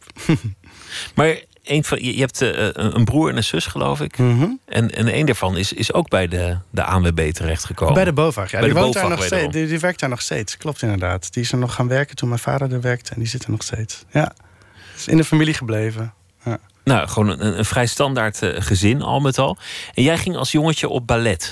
Maar een van, je je hebt uh, een broer en een zus, geloof ik. Mm-hmm. En, en een daarvan is, is ook bij de, de A N W B terechtgekomen. Bij de BOVAG, ja. Bij Die, de woont BOVAG daar nog wederom. steeds, die, die werkt daar nog steeds, klopt inderdaad. Die is er nog gaan werken toen mijn vader er werkte. En die zit er nog steeds. Ja, is in de familie gebleven. Ja. Nou, gewoon een, een vrij standaard uh, gezin, al met al. En jij ging als jongetje op ballet.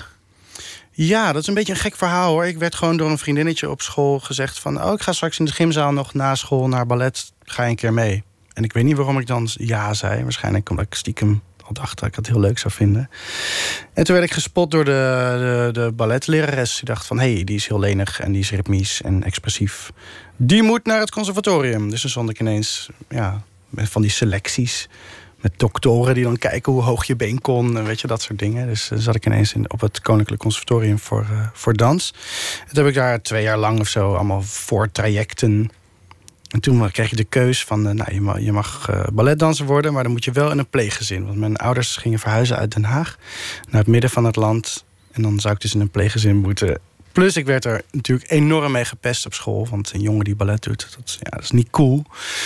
Ja, dat is een beetje een gek verhaal hoor. Ik werd gewoon door een vriendinnetje op school gezegd van... oh, ik ga straks in de gymzaal nog na school naar ballet. Ga je een keer mee? En ik weet niet waarom ik dan ja zei. Waarschijnlijk omdat ik stiekem al dacht dat ik het heel leuk zou vinden. En toen werd ik gespot door de, de, de balletlerares. Die dacht van, hé, hey, die is heel lenig en die is ritmisch en expressief. Die moet naar het conservatorium. Dus dan stond ik ineens ja, met van die selecties... met doktoren die dan kijken hoe hoog je been kon. En weet je, dat soort dingen. Dus uh, zat ik ineens in, op het Koninklijk Conservatorium voor, uh, voor dans. En toen heb ik daar twee jaar lang of zo allemaal voortrajecten. En toen kreeg je de keus van... Uh, nou, je mag, je mag uh, balletdanser worden, maar dan moet je wel in een pleeggezin. Want mijn ouders gingen verhuizen uit Den Haag naar het midden van het land. En dan zou ik dus in een pleeggezin moeten... Plus, ik werd er natuurlijk enorm mee gepest op school. Want een jongen die ballet doet, dat, ja, dat is niet cool.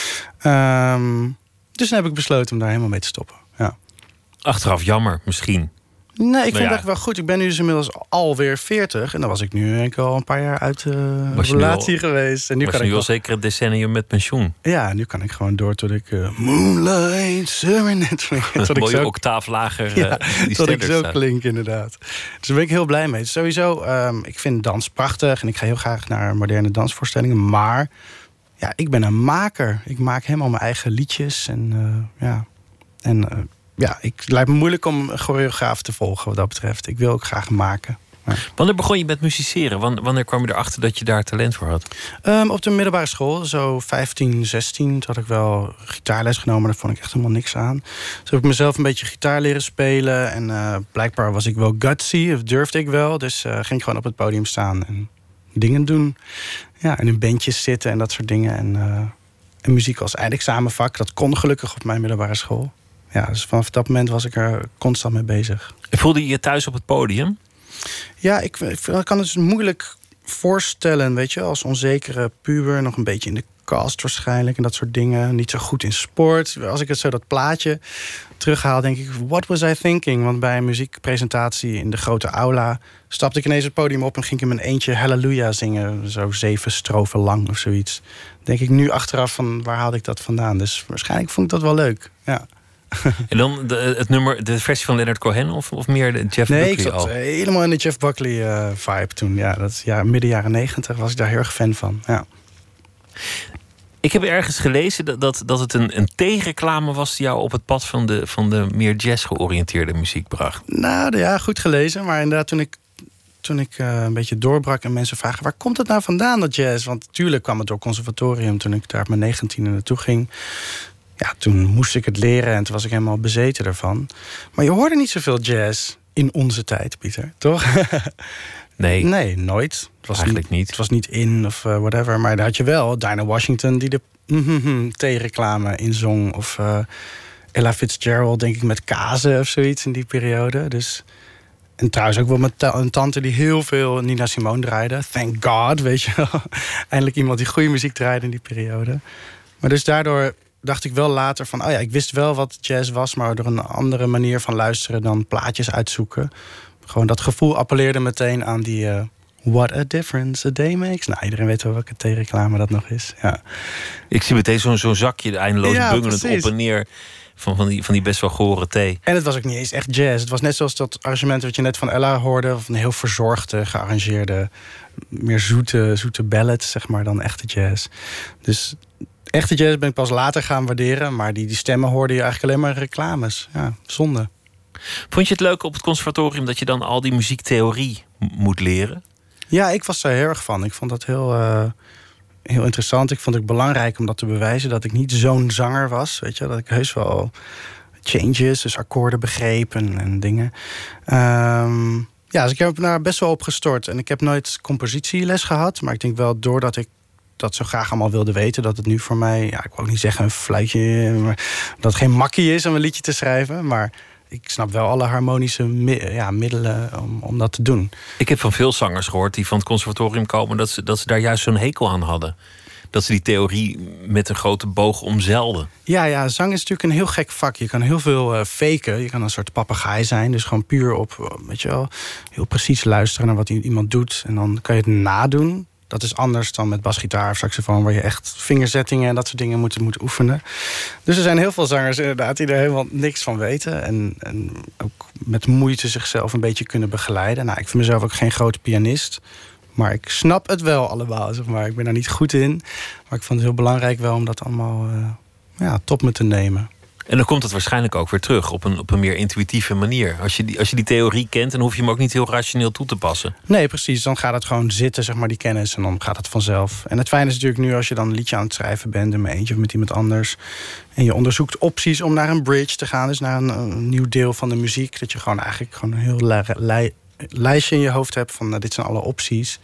Um, Dus dan heb ik besloten om daar helemaal mee te stoppen. Ja. Achteraf jammer, misschien. Nee, ik Nou vind ja. het echt wel goed. Ik ben nu dus inmiddels alweer veertig. En dan was ik nu denk ik al een paar jaar uit de Was je nu relatie al- geweest. En nu Was kan je nu ik al wel, zeker een decennium met pensioen. ja, nu kan ik gewoon door tot ik... Uh, Moonlight, Serenade. Tot ik Mooie zo, octaaf lager. ja, uh, die tot ik standaard zo staat. klink, inderdaad. Dus daar ben ik heel blij mee. Dus sowieso, um, ik vind dans prachtig. En ik ga heel graag naar moderne dansvoorstellingen. Maar ja, ik ben een maker. Ik maak helemaal mijn eigen liedjes. En uh, ja... En uh, ja, ik, het lijkt me moeilijk om een choreograaf te volgen wat dat betreft. Ik wil ook graag maken. Ja. Wanneer begon je met musiceren? Wanneer, wanneer kwam je erachter dat je daar talent voor had? Um, op de middelbare school, zo vijftien, zestien, toen had ik wel gitaarles genomen. Daar vond ik echt helemaal niks aan. Dus heb ik mezelf een beetje gitaar leren spelen. En uh, blijkbaar was ik wel gutsy, of durfde ik wel. Dus uh, ging ik gewoon op het podium staan en dingen doen. Ja, en in bandjes zitten en dat soort dingen. En, uh, en muziek als eindexamenvak. Dat kon gelukkig op mijn middelbare school. Ja, dus vanaf dat moment was ik er constant mee bezig. Voelde je je thuis op het podium? Ja, ik, ik kan het dus moeilijk voorstellen, weet je, als onzekere puber, nog een beetje in de outcast waarschijnlijk en dat soort dingen. Niet zo goed in sport. Als ik het zo dat plaatje terughaal, denk ik, what was I thinking? Want bij een muziekpresentatie in de grote aula stapte ik ineens het podium op en ging ik in mijn eentje Halleluja zingen. Zo zeven strofen lang of zoiets. Denk ik nu achteraf van, waar haalde ik dat vandaan? Dus waarschijnlijk vond ik dat wel leuk, ja. En dan de, het nummer, de versie van Leonard Cohen of, of meer de Jeff nee, Buckley al? Nee, ik zat helemaal in de Jeff Buckley uh, vibe toen. Ja, dat is, ja, midden jaren negentig was ik daar heel erg fan van. Ja. Ik heb ergens gelezen dat, dat, dat het een, een theereclame was die jou op het pad van de, van de meer jazz-georiënteerde muziek bracht. Nou ja, goed gelezen. Maar inderdaad, toen ik, toen ik uh, een beetje doorbrak en mensen vragen, waar komt het nou vandaan, dat jazz? Want natuurlijk kwam het door conservatorium toen ik daar op mijn negentiende naartoe ging. Ja, toen moest ik het leren en toen was ik helemaal bezeten ervan. Maar je hoorde niet zoveel jazz in onze tijd, Pieter, toch? Nee. Nee, nooit. Het was eigenlijk niet. Het was niet in of uh, whatever. Maar daar had je wel Dinah Washington die de mm-hmm, theereclame inzong. Of uh, Ella Fitzgerald, denk ik, met kazen of zoiets in die periode. Dus... En trouwens ook wel met ta- een tante die heel veel Nina Simone draaide. Thank God, weet je wel. Eindelijk iemand die goede muziek draaide in die periode. Maar dus daardoor dacht ik wel later van, oh ja, ik wist wel wat jazz was, maar door een andere manier van luisteren dan plaatjes uitzoeken. Gewoon dat gevoel appelleerde meteen aan die uh, what a difference a day makes. Nou, iedereen weet wel welke theereclame dat nog is. Ja. Ik zie meteen zo'n, zo'n zakje eindeloos ja, bungelend precies. op en neer van, van, die, van die best wel gore thee. En het was ook niet eens echt jazz. Het was net zoals dat arrangement wat je net van Ella hoorde. Of een heel verzorgde, gearrangeerde, meer zoete, zoete ballad, zeg maar, dan echte jazz. Dus echte jazz ben ik pas later gaan waarderen. Maar die, die stemmen hoorde je eigenlijk alleen maar in reclames. Ja, zonde. Vond je het leuk op het conservatorium dat je dan al die muziektheorie m- moet leren? Ja, ik was daar heel erg van. Ik vond dat heel, uh, heel interessant. Ik vond het belangrijk om dat te bewijzen. Dat ik niet zo'n zanger was. Weet je, dat ik heus wel changes, dus akkoorden begreep en, en dingen. Um, ja, dus ik heb daar best wel op gestort. En ik heb nooit compositieles gehad. Maar ik denk wel doordat ik dat zo graag allemaal wilde weten, dat het nu voor mij, ja, ik wil ook niet zeggen een fluitje, maar dat het geen makkie is om een liedje te schrijven. Maar ik snap wel alle harmonische mi- ja, middelen om, om dat te doen. Ik heb van veel zangers gehoord die van het conservatorium komen, dat ze, dat ze daar juist zo'n hekel aan hadden. Dat ze die theorie met een grote boog omzeilden. Ja, ja, zang is natuurlijk een heel gek vak. Je kan heel veel uh, faken. Je kan een soort papegaai zijn. Dus gewoon puur op, weet je wel, heel precies luisteren naar wat iemand doet. En dan kan je het nadoen. Dat is anders dan met basgitaar of saxofoon, waar je echt vingerzettingen en dat soort dingen moet, moet oefenen. Dus er zijn heel veel zangers inderdaad die er helemaal niks van weten. En, en ook met moeite zichzelf een beetje kunnen begeleiden. Nou, ik vind mezelf ook geen grote pianist. Maar ik snap het wel allemaal, zeg maar. Ik ben daar niet goed in. Maar ik vond het heel belangrijk wel om dat allemaal uh, ja, tot me te nemen. En dan komt het waarschijnlijk ook weer terug op een, op een meer intuïtieve manier. Als je, die, als je die theorie kent, dan hoef je hem ook niet heel rationeel toe te passen. Nee, precies. Dan gaat het gewoon zitten, zeg maar, die kennis. En dan gaat het vanzelf. En het fijne is natuurlijk nu als je dan een liedje aan het schrijven bent, in mijn eentje of met iemand anders. En je onderzoekt opties om naar een bridge te gaan. Dus naar een, een nieuw deel van de muziek. Dat je gewoon eigenlijk gewoon een heel li- li- lijstje in je hoofd hebt van nou, dit zijn alle opties.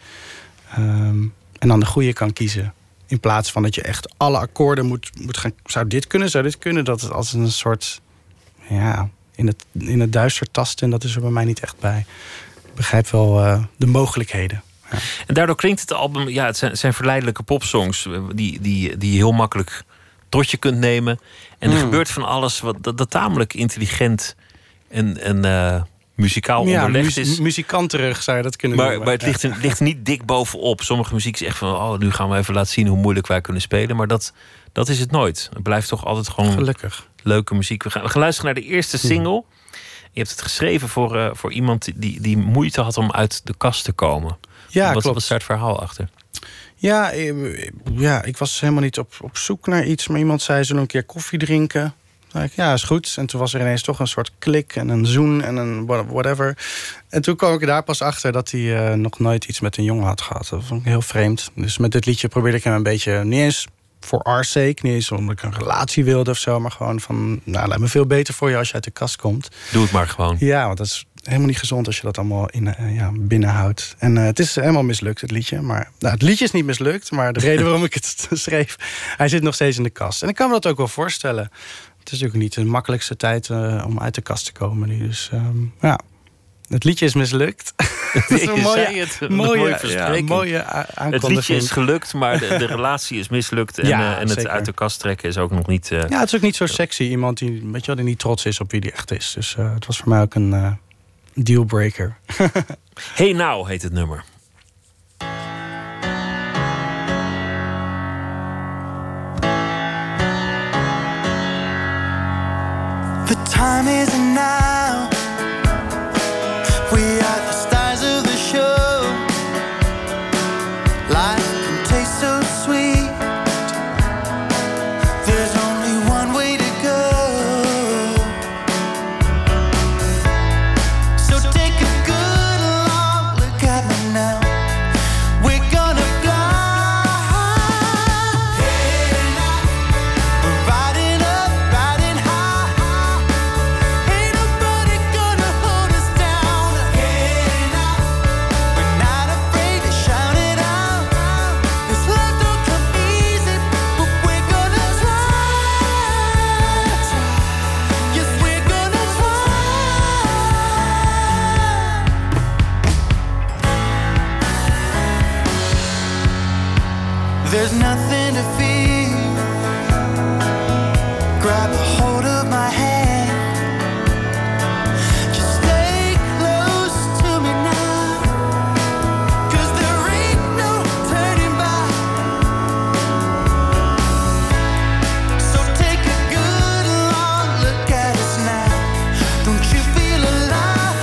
Um, en dan de goede kan kiezen. In plaats van dat je echt alle akkoorden moet, moet gaan. Zou dit kunnen? Zou dit kunnen? Dat het als een soort, ja, in het, in het duister tasten. En dat is er bij mij niet echt bij. Ik begrijp wel uh, de mogelijkheden. Ja. En daardoor klinkt het album, ja, het zijn, het zijn verleidelijke popsongs die, die, die je heel makkelijk tot je kunt nemen. En er Mm. gebeurt van alles wat dat, dat tamelijk intelligent en, en uh, muzikaal Ja, onderlegd mu- is. muzikanterig zou je dat kunnen Maar, noemen. maar het ligt er, ligt er niet dik bovenop. Sommige muziek is echt van, oh, nu gaan we even laten zien hoe moeilijk wij kunnen spelen. Maar dat, dat is het nooit. Het blijft toch altijd gewoon Gelukkig. leuke muziek. We gaan, we gaan luisteren naar de eerste single. Je hebt het geschreven voor, uh, voor iemand die, die moeite had om uit de kast te komen. Ja, wat, klopt. wat is daar het verhaal achter? Ja, eh, ja, ik was helemaal niet op, op zoek naar iets. Maar iemand zei, zullen we een keer koffie drinken? Toen zei ik, ja, is goed. En toen was er ineens toch een soort klik en een zoen en een whatever. En toen kwam ik daar pas achter dat hij uh, nog nooit iets met een jongen had gehad. Dat vond ik heel vreemd. Dus met dit liedje probeerde ik hem een beetje, niet eens voor our sake, niet eens omdat ik een relatie wilde of zo, maar gewoon van, nou, lijkt me veel beter voor je als je uit de kast komt. Doe het maar gewoon. Ja, want dat is helemaal niet gezond als je dat allemaal in, uh, ja, binnenhoudt. En uh, het is helemaal mislukt, het liedje. Maar nou, het liedje is niet mislukt, maar de reden waarom ik het schreef, hij zit nog steeds in de kast. En ik kan me dat ook wel voorstellen. Het is natuurlijk niet de makkelijkste tijd uh, om uit de kast te komen nu. Dus um, ja, het liedje is mislukt. Dat is een Je mooie, zei het, een mooie, mooie ja, verspreking. mooie a- aankondiging. Het liedje is gelukt, maar de, de relatie is mislukt. En, Ja, uh, en het zeker. uit de kast trekken is ook nog niet... Uh, Ja, het is ook niet zo sexy. Iemand die, weet je wel, die niet trots is op wie die echt is. Dus uh, het was voor mij ook een uh, dealbreaker. Hey Now heet het nummer. The time is now. We are the stars of the show. Life can taste so sweet. There's only one way to go. So take a good long look at me now. We're gonna fly. Hey now, we're riding up, riding high. Ain't nobody gonna hold us down. Hey now, we're not afraid to shout it out. This life don't come easy, but we're gonna try. Yes, we're gonna try. There's nothing to fear. Grab a hold of my hand. Just stay close to me now. 'Cause there ain't no turning back. So take a good long look at us now. Don't you feel alive?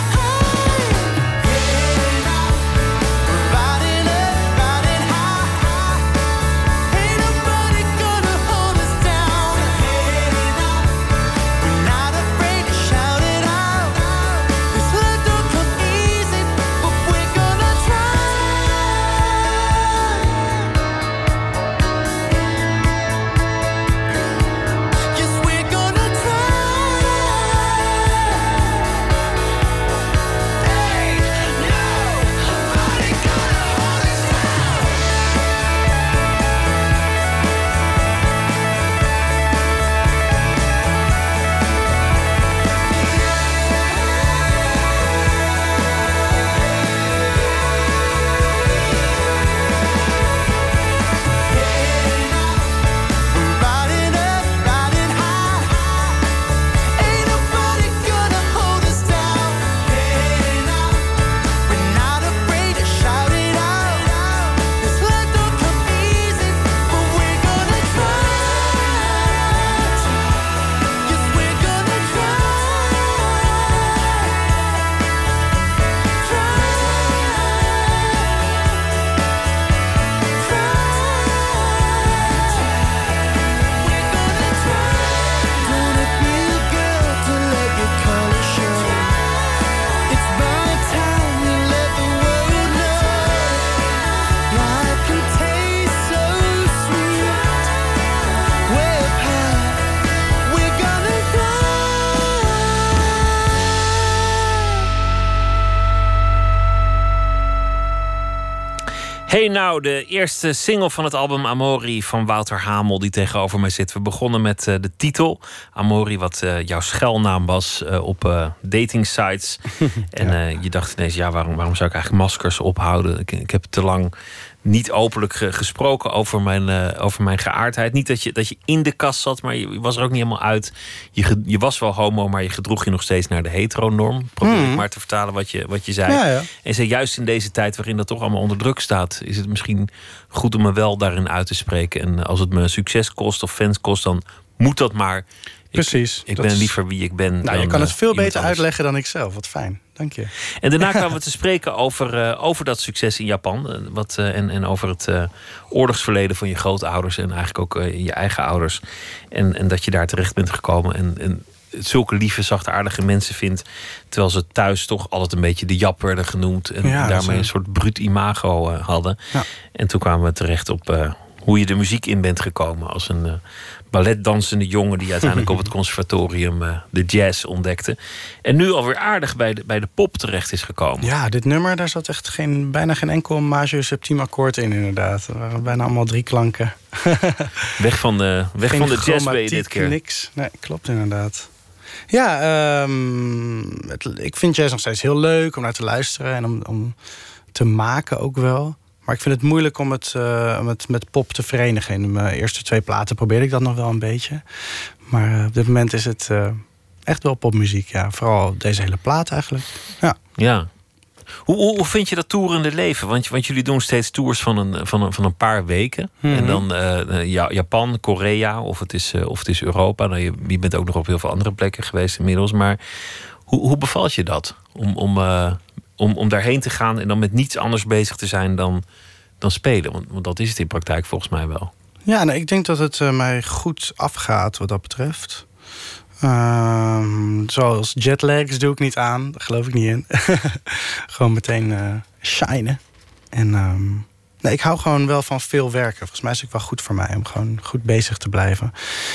Hey now, we're riding up, riding high. Ain't nobody gonna hold us down. Hey now, we're not afraid to shout it out. This life don't come easy, but we're gonna try. Yes, we're gonna try. Hey, nobody gonna hold us down. We're riding up, riding high. Ain't nobody gonna hold us down. Hey now, we're not afraid to shout it out. This life don't come easy, but we're gonna try. Yes, we're gonna try. Don't it feel good to let your color show? It's my time to let the world know. Life can taste so sweet. Way up high, we're gonna fly. Hey Now, de eerste single van het album Amori van Wouter Hamel, die tegenover mij zit. We begonnen met uh, de titel Amori, wat uh, jouw schuilnaam was uh, op uh, datingsites. En uh, je dacht ineens, ja, waarom, waarom zou ik eigenlijk maskers ophouden? Ik, ik heb te lang niet openlijk ge- gesproken over mijn, uh, over mijn geaardheid. Niet dat je, dat je in de kast zat, maar je, je was er ook niet helemaal uit. Je, ge- je was wel homo, maar je gedroeg je nog steeds naar de heteronorm. Probeer ik maar te vertalen wat je, wat je zei. Ja, ja. En zei, juist in deze tijd waarin dat toch allemaal onder druk staat, is het misschien goed om me wel daarin uit te spreken. En als het me succes kost of fans kost, dan moet dat maar. Precies. Ik Dat ben is- liever wie ik ben. Nou, dan, je kan het uh, veel iemand beter anders. uitleggen dan ik zelf. Wat fijn. Dank je. En daarna kwamen we te spreken over, uh, over dat succes in Japan. Uh, wat, uh, en, en over het uh, oorlogsverleden van je grootouders. En eigenlijk ook uh, je eigen ouders. En, en dat je daar terecht bent gekomen. En, en zulke lieve, zachtaardige mensen vindt. Terwijl ze thuis toch altijd een beetje de Jap werden genoemd. En Ja, daarmee zo. een soort bruut imago uh, hadden. Ja. En toen kwamen we terecht op uh, hoe je de muziek in bent gekomen. Als een uh, balletdansende jongen die uiteindelijk op het conservatorium uh, de jazz ontdekte. En nu alweer aardig bij de, bij de pop terecht is gekomen. Ja, dit nummer, daar zat echt geen, bijna geen enkel majeur septiem akkoord in, inderdaad. Er waren bijna allemaal drie klanken. Weg van de, weg Geen van de jazz ben je dit chromatiek, keer. Niks. Nee, klopt inderdaad. Ja, um, het, ik vind jazz nog steeds heel leuk om naar te luisteren en om, om te maken ook wel. Maar ik vind het moeilijk om het, uh, om het met pop te verenigen. In mijn eerste twee platen probeerde ik dat nog wel een beetje. Maar uh, op dit moment is het uh, echt wel popmuziek. Ja. Vooral deze hele plaat eigenlijk. Ja. Ja. Hoe, hoe, hoe vind je dat toerende leven? Want, want jullie doen steeds tours van een, van een, van een paar weken. Mm-hmm. En dan uh, Japan, Korea of het is, uh, of het is Europa. Nou, je, je bent ook nog op heel veel andere plekken geweest inmiddels. Maar hoe, hoe bevalt je dat? Om, om, uh, om, om daarheen te gaan en dan met niets anders bezig te zijn dan, dan spelen. Want, want dat is het in praktijk volgens mij wel. Ja, nou, ik denk dat het uh, mij goed afgaat wat dat betreft. Uh, zoals jetlags doe ik niet aan. Daar geloof ik niet in. Gewoon meteen uh, shinen. En um, nee, ik hou gewoon wel van veel werken. Volgens mij is het ook wel goed voor mij om gewoon goed bezig te blijven.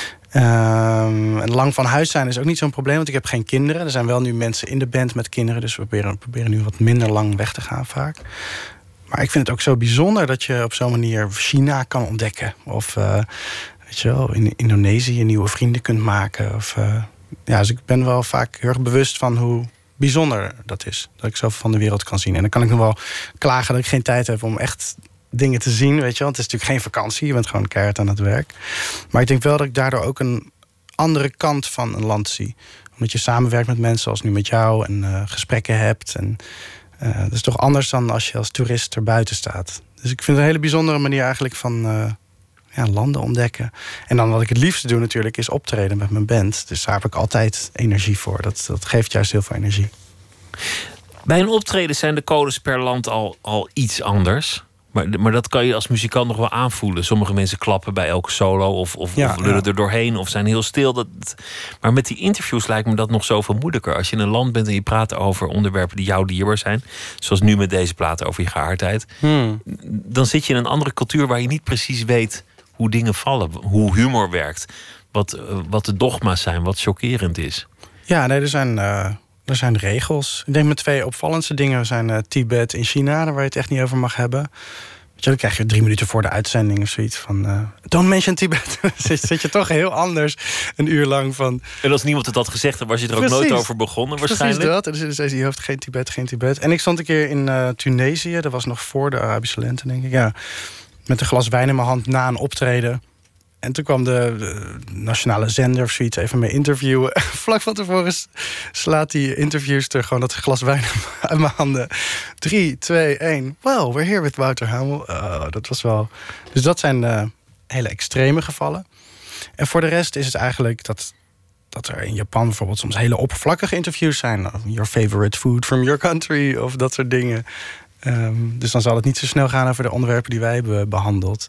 Um, en lang van huis zijn is ook niet zo'n probleem, want ik heb geen kinderen. Er zijn wel nu mensen in de band met kinderen, dus we proberen, proberen nu wat minder lang weg te gaan vaak. Maar ik vind het ook zo bijzonder dat je op zo'n manier China kan ontdekken. Of uh, weet je wel, in Indonesië nieuwe vrienden kunt maken. Of, uh, ja, dus ik ben wel vaak heel erg bewust van hoe bijzonder dat is. Dat ik zoveel van de wereld kan zien. En dan kan ik nog wel klagen dat ik geen tijd heb om echt dingen te zien, weet je wel. Het is natuurlijk geen vakantie, je bent gewoon keihard aan het werk. Maar ik denk wel dat ik daardoor ook een andere kant van een land zie. Omdat je samenwerkt met mensen zoals nu met jou en uh, gesprekken hebt. En uh, dat is toch anders dan als je als toerist er buiten staat. Dus ik vind het een hele bijzondere manier eigenlijk van uh, ja, landen ontdekken. En dan wat ik het liefste doe natuurlijk is optreden met mijn band. Dus daar heb ik altijd energie voor. Dat, dat geeft juist heel veel energie. Bij een optreden zijn de codes per land al, al iets anders. Maar, maar dat kan je als muzikant nog wel aanvoelen. Sommige mensen klappen bij elke solo of, of, ja, of lullen ja. er doorheen of zijn heel stil. Dat, maar met die interviews lijkt me dat nog zoveel moeilijker. Als je in een land bent en je praat over onderwerpen die jou dierbaar zijn, zoals nu met deze plaat over je geaardheid, hmm. dan zit je in een andere cultuur waar je niet precies weet hoe dingen vallen, hoe humor werkt, wat, wat de dogma's zijn, wat chockerend is. Ja, nee, er zijn... Uh... Er zijn regels. Ik denk mijn twee opvallendste dingen zijn uh, Tibet en China, waar je het echt niet over mag hebben. Weet je, dan krijg je drie minuten voor de uitzending of zoiets van Uh, don't mention Tibet. Dan zit je toch heel anders een uur lang van. En als niemand het had gezegd, dan was je er ook Precies. nooit over begonnen waarschijnlijk. Precies dat. En dus zei hij, je hoeft geen Tibet, geen Tibet. En ik stond een keer in uh, Tunesië, dat was nog voor de Arabische lente, denk ik. Ja, met een glas wijn in mijn hand na een optreden. En toen kwam de, de nationale zender of zoiets even mee interviewen. Vlak van tevoren slaat die interviewster gewoon dat glas wijn uit mijn handen. Drie, twee, één. Well, we're here with Wouter Hamel. Oh, dat was wel. Dus dat zijn uh, hele extreme gevallen. En voor de rest is het eigenlijk dat, dat er in Japan bijvoorbeeld soms hele oppervlakkige interviews zijn. Your favorite food from your country of dat soort dingen. Um, dus dan zal het niet zo snel gaan over de onderwerpen die wij hebben behandeld.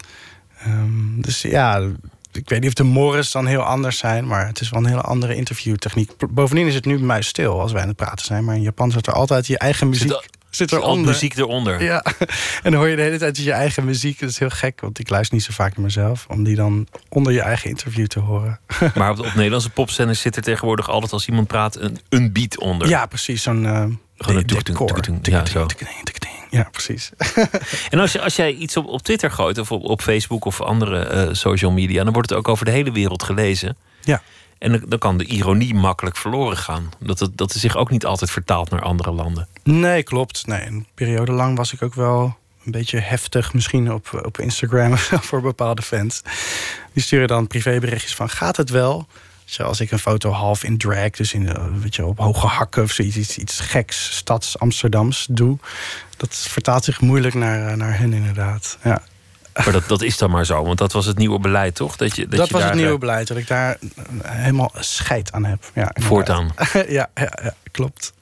Um, dus ja, ik weet niet of de mores dan heel anders zijn, maar het is wel een hele andere interviewtechniek. Bovendien is het nu muisstil als wij aan het praten zijn, maar in Japan zit er altijd je eigen muziek. Zit, zit eronder. muziek eronder. Ja, en dan hoor je de hele tijd je eigen muziek. Dat is heel gek, want ik luister niet zo vaak naar mezelf, om die dan onder je eigen interview te horen. Maar op, op Nederlandse popzenders zit er tegenwoordig altijd als iemand praat een, een beat onder. Ja, precies, zo'n uh, Gewoon een decor. Ja, zo. Ja, precies. En als, je, als jij iets op, op Twitter gooit of op, op Facebook of andere uh, social media, dan wordt het ook over de hele wereld gelezen. Ja. En dan, dan kan de ironie makkelijk verloren gaan. Dat het, dat het zich ook niet altijd vertaalt naar andere landen. Nee, klopt. Nee, een periode lang was ik ook wel een beetje heftig misschien op, op Instagram voor bepaalde fans. Die sturen dan privéberichtjes van, gaat het wel? Als ik een foto half in drag, dus in, weet je, op hoge hakken of zoiets, iets, iets geks, stads Amsterdams doe, dat vertaalt zich moeilijk naar, naar hen inderdaad. Ja. Maar dat, dat is dan maar zo, want dat was het nieuwe beleid, toch? Dat, je, dat, dat je was daar, het nieuwe beleid, dat ik daar helemaal scheid aan heb. Ja, voortaan. ja, ja, ja, klopt.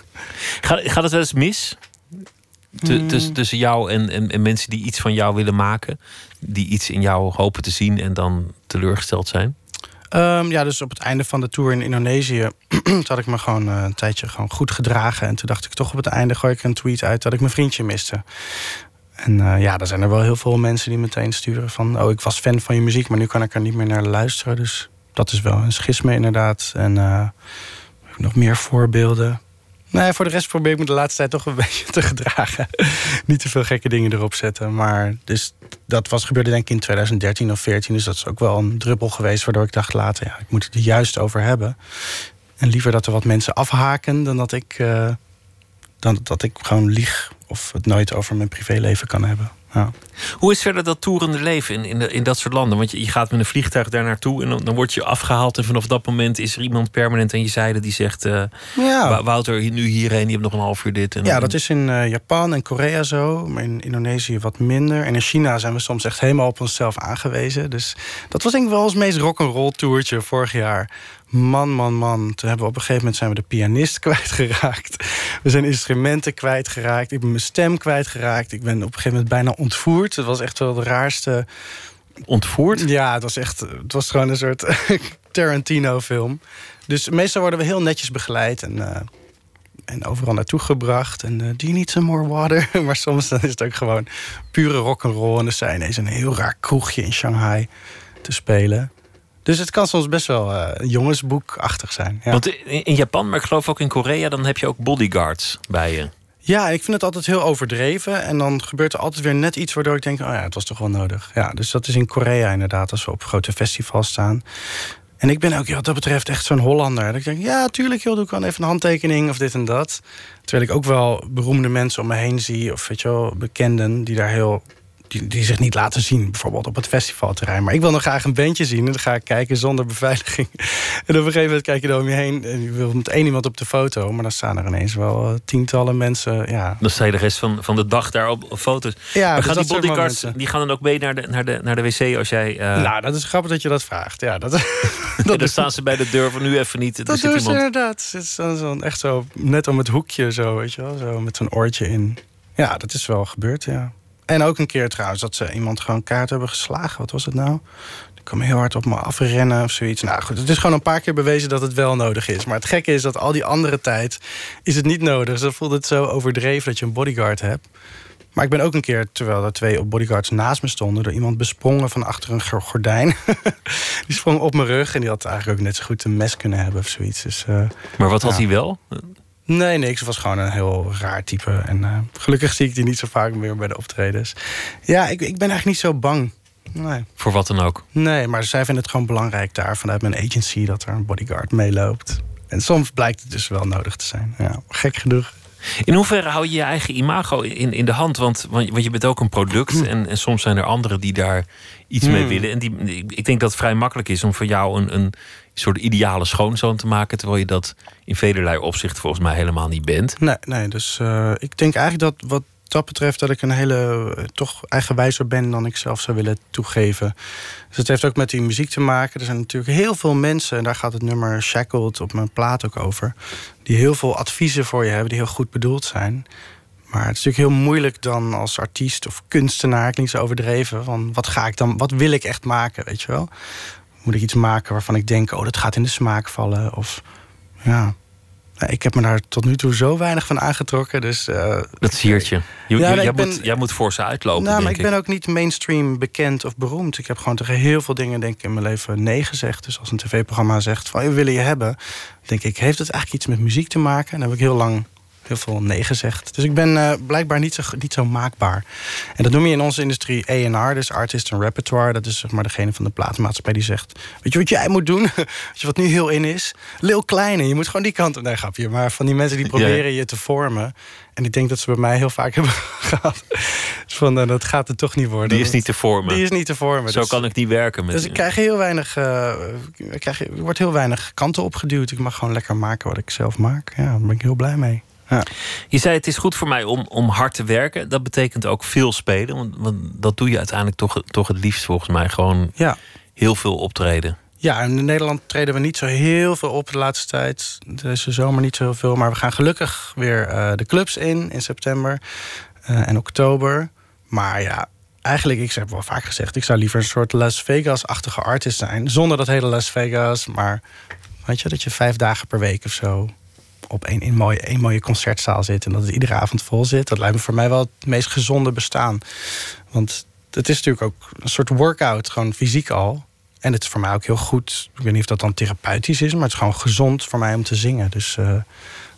Gaat, gaat het wel eens mis? T- tussen, tussen jou en, en, en mensen die iets van jou willen maken, die iets in jou hopen te zien en dan teleurgesteld zijn? Um, ja, dus op het einde van de tour in Indonesië had ik me gewoon uh, een tijdje gewoon goed gedragen. En toen dacht ik toch op het einde gooi ik een tweet uit dat ik mijn vriendje miste. En uh, ja, er zijn er wel heel veel mensen die meteen sturen van, oh, ik was fan van je muziek, maar nu kan ik er niet meer naar luisteren. Dus dat is wel een schisme inderdaad. En uh, nog meer voorbeelden. Nee, voor de rest probeer ik me de laatste tijd toch een beetje te gedragen. Niet te veel gekke dingen erop zetten. Maar dus dat was gebeurde denk ik in twintig dertien of veertien. Dus dat is ook wel een druppel geweest waardoor ik dacht later, ja, ik moet het er juist over hebben. En liever dat er wat mensen afhaken dan dat ik, uh, dan dat ik gewoon lieg of het nooit over mijn privéleven kan hebben. Ja. Hoe is verder dat toerende leven in, in, de, in dat soort landen? Want je, je gaat met een vliegtuig daar naartoe en dan, dan word je afgehaald. En vanaf dat moment is er iemand permanent aan je zijde die zegt... Uh, ja. Wouter, nu hierheen, je hebt nog een half uur dit. En, ja, dat is in uh, Japan en Korea zo. Maar in Indonesië wat minder. En in China zijn we soms echt helemaal op onszelf aangewezen. Dus dat was denk ik wel ons meest rock'n'roll toertje vorig jaar. Man, man, man. Toen hebben we op een gegeven moment zijn we de pianist kwijtgeraakt. We zijn instrumenten kwijtgeraakt. Ik ben mijn stem kwijtgeraakt. Ik ben op een gegeven moment bijna ontvoerd. Het was echt wel de raarste... Ontvoerd? Ja, het was echt... Het was gewoon een soort Tarantino-film. Dus meestal worden we heel netjes begeleid en, uh, en overal naartoe gebracht. En uh, do you need some more water? Maar soms dan is het ook gewoon pure rock'n'roll. En er zijn ineens een heel raar kroegje in Shanghai te spelen. Dus het kan soms best wel uh, jongensboekachtig zijn. Ja. Want in Japan, maar ik geloof ook in Korea... dan heb je ook bodyguards bij je. Ja, ik vind het altijd heel overdreven. En dan gebeurt er altijd weer net iets waardoor ik denk... oh ja, het was toch wel nodig. Ja, dus dat is in Korea inderdaad, als we op grote festivals staan. En ik ben ook wat dat betreft echt zo'n Hollander. Dat ik denk, ja, tuurlijk, joh, doe ik wel even een handtekening of dit en dat. Terwijl ik ook wel beroemde mensen om me heen zie... of weet je wel, bekenden die daar heel... Die, die zich niet laten zien, bijvoorbeeld op het festivalterrein. Maar ik wil nog graag een bandje zien en dan ga ik kijken zonder beveiliging. En op een gegeven moment kijk je er om je heen... en je wil met één iemand op de foto... maar dan staan er ineens wel uh, tientallen mensen. Ja. Dan sta je de rest van, van de dag daar op, op foto's. Ja, maar dus gaan die bodyguards, momenten. die gaan dan ook mee naar de, naar de, naar de wc als jij... Uh... Nou, dat is grappig dat je dat vraagt. Ja, dat, dat dan staan ze bij de deur van nu even niet. Dat er zit doen ze iemand... inderdaad. Het is zo, zo, echt zo, net om het hoekje zo, weet je wel. Zo, met zo'n oortje in. Ja, dat is wel gebeurd, ja. En ook een keer trouwens dat ze iemand gewoon kaart hebben geslagen. Wat was het nou? Die kwam heel hard op me afrennen of zoiets. Nou goed, het is gewoon een paar keer bewezen dat het wel nodig is. Maar het gekke is dat al die andere tijd is het niet nodig. Dus dan voelt het zo overdreven dat je een bodyguard hebt. Maar ik ben ook een keer, terwijl er twee bodyguards naast me stonden... door iemand besprongen van achter een gordijn. Die sprong op mijn rug en die had eigenlijk ook net zo goed een mes kunnen hebben of zoiets. Dus, uh, maar wat had ja. hij wel? Nee, niks. Het was gewoon een heel raar type. En uh, gelukkig zie ik die niet zo vaak meer bij de optredens. Ja, ik, ik ben eigenlijk niet zo bang. Nee. Voor wat dan ook? Nee, maar zij vinden het gewoon belangrijk daar vanuit mijn agency... dat er een bodyguard meeloopt. En soms blijkt het dus wel nodig te zijn. Ja, gek genoeg. In hoeverre hou je je eigen imago in, in de hand? Want, want je bent ook een product en, en soms zijn er anderen die daar iets hmm. mee willen. En die, ik denk dat het vrij makkelijk is om voor jou een, een soort ideale schoonzoon te maken... terwijl je dat in velerlei opzicht volgens mij helemaal niet bent. Nee, nee dus uh, ik denk eigenlijk dat wat dat betreft... dat ik een hele uh, toch eigenwijzer ben dan ik zelf zou willen toegeven. Dus het heeft ook met die muziek te maken. Er zijn natuurlijk heel veel mensen... en daar gaat het nummer Shackled op mijn plaat ook over... die heel veel adviezen voor je hebben, die heel goed bedoeld zijn. Maar het is natuurlijk heel moeilijk dan als artiest of kunstenaar... klinkt zo overdreven, van wat ga ik dan, wat wil ik echt maken, weet je wel? Moet ik iets maken waarvan ik denk, oh, dat gaat in de smaak vallen? Of ja... Ik heb me daar tot nu toe zo weinig van aangetrokken. Dus, uh, dat siert je. je, ja, je jij, ben, moet, jij moet voor ze uitlopen, nou, maar denk ik. ben ook niet mainstream bekend of beroemd. Ik heb gewoon tegen heel veel dingen denk ik, in mijn leven nee gezegd. Dus als een tv-programma zegt van, we willen je hebben... denk ik, heeft het eigenlijk iets met muziek te maken? En dan heb ik heel lang heel veel nee gezegd. Dus ik ben uh, blijkbaar niet zo, niet zo maakbaar. En dat noem je in onze industrie A en R, dus Artist and Repertoire. Dat is zeg maar degene van de platenmaatschappij die zegt... weet je wat jij moet doen? Weet je wat nu heel in is? Lil Kleine, je moet gewoon die kant op. Nee, grapje. Maar van die mensen die proberen je te vormen. En ik denk dat ze bij mij heel vaak hebben gehad. Dus van, uh, dat gaat het toch niet worden. Die is niet te vormen. Die is niet te vormen. Zo dus, kan ik niet werken met Dus ik krijg heel weinig... Uh, ik, krijg, ik word heel weinig kanten opgeduwd. Ik mag gewoon lekker maken wat ik zelf maak. Ja, daar ben ik heel blij mee. Ja. Je zei, het is goed voor mij om, om hard te werken. Dat betekent ook veel spelen. Want, want dat doe je uiteindelijk toch, toch het liefst volgens mij. Gewoon ja. heel veel optreden. Ja, in Nederland treden we niet zo heel veel op de laatste tijd. Deze zomer niet zo heel veel. Maar we gaan gelukkig weer uh, de clubs in, in september uh, en oktober. Maar ja, eigenlijk, ik heb wel vaak gezegd... ik zou liever een soort Las Vegas-achtige artist zijn. Zonder dat hele Las Vegas. Maar weet je, dat je vijf dagen per week of zo... op één, één, mooie, één mooie concertzaal zit... en dat het iedere avond vol zit. Dat lijkt me voor mij wel het meest gezonde bestaan. Want het is natuurlijk ook een soort workout, gewoon fysiek al. En het is voor mij ook heel goed. Ik weet niet of dat dan therapeutisch is... maar het is gewoon gezond voor mij om te zingen. Dus uh,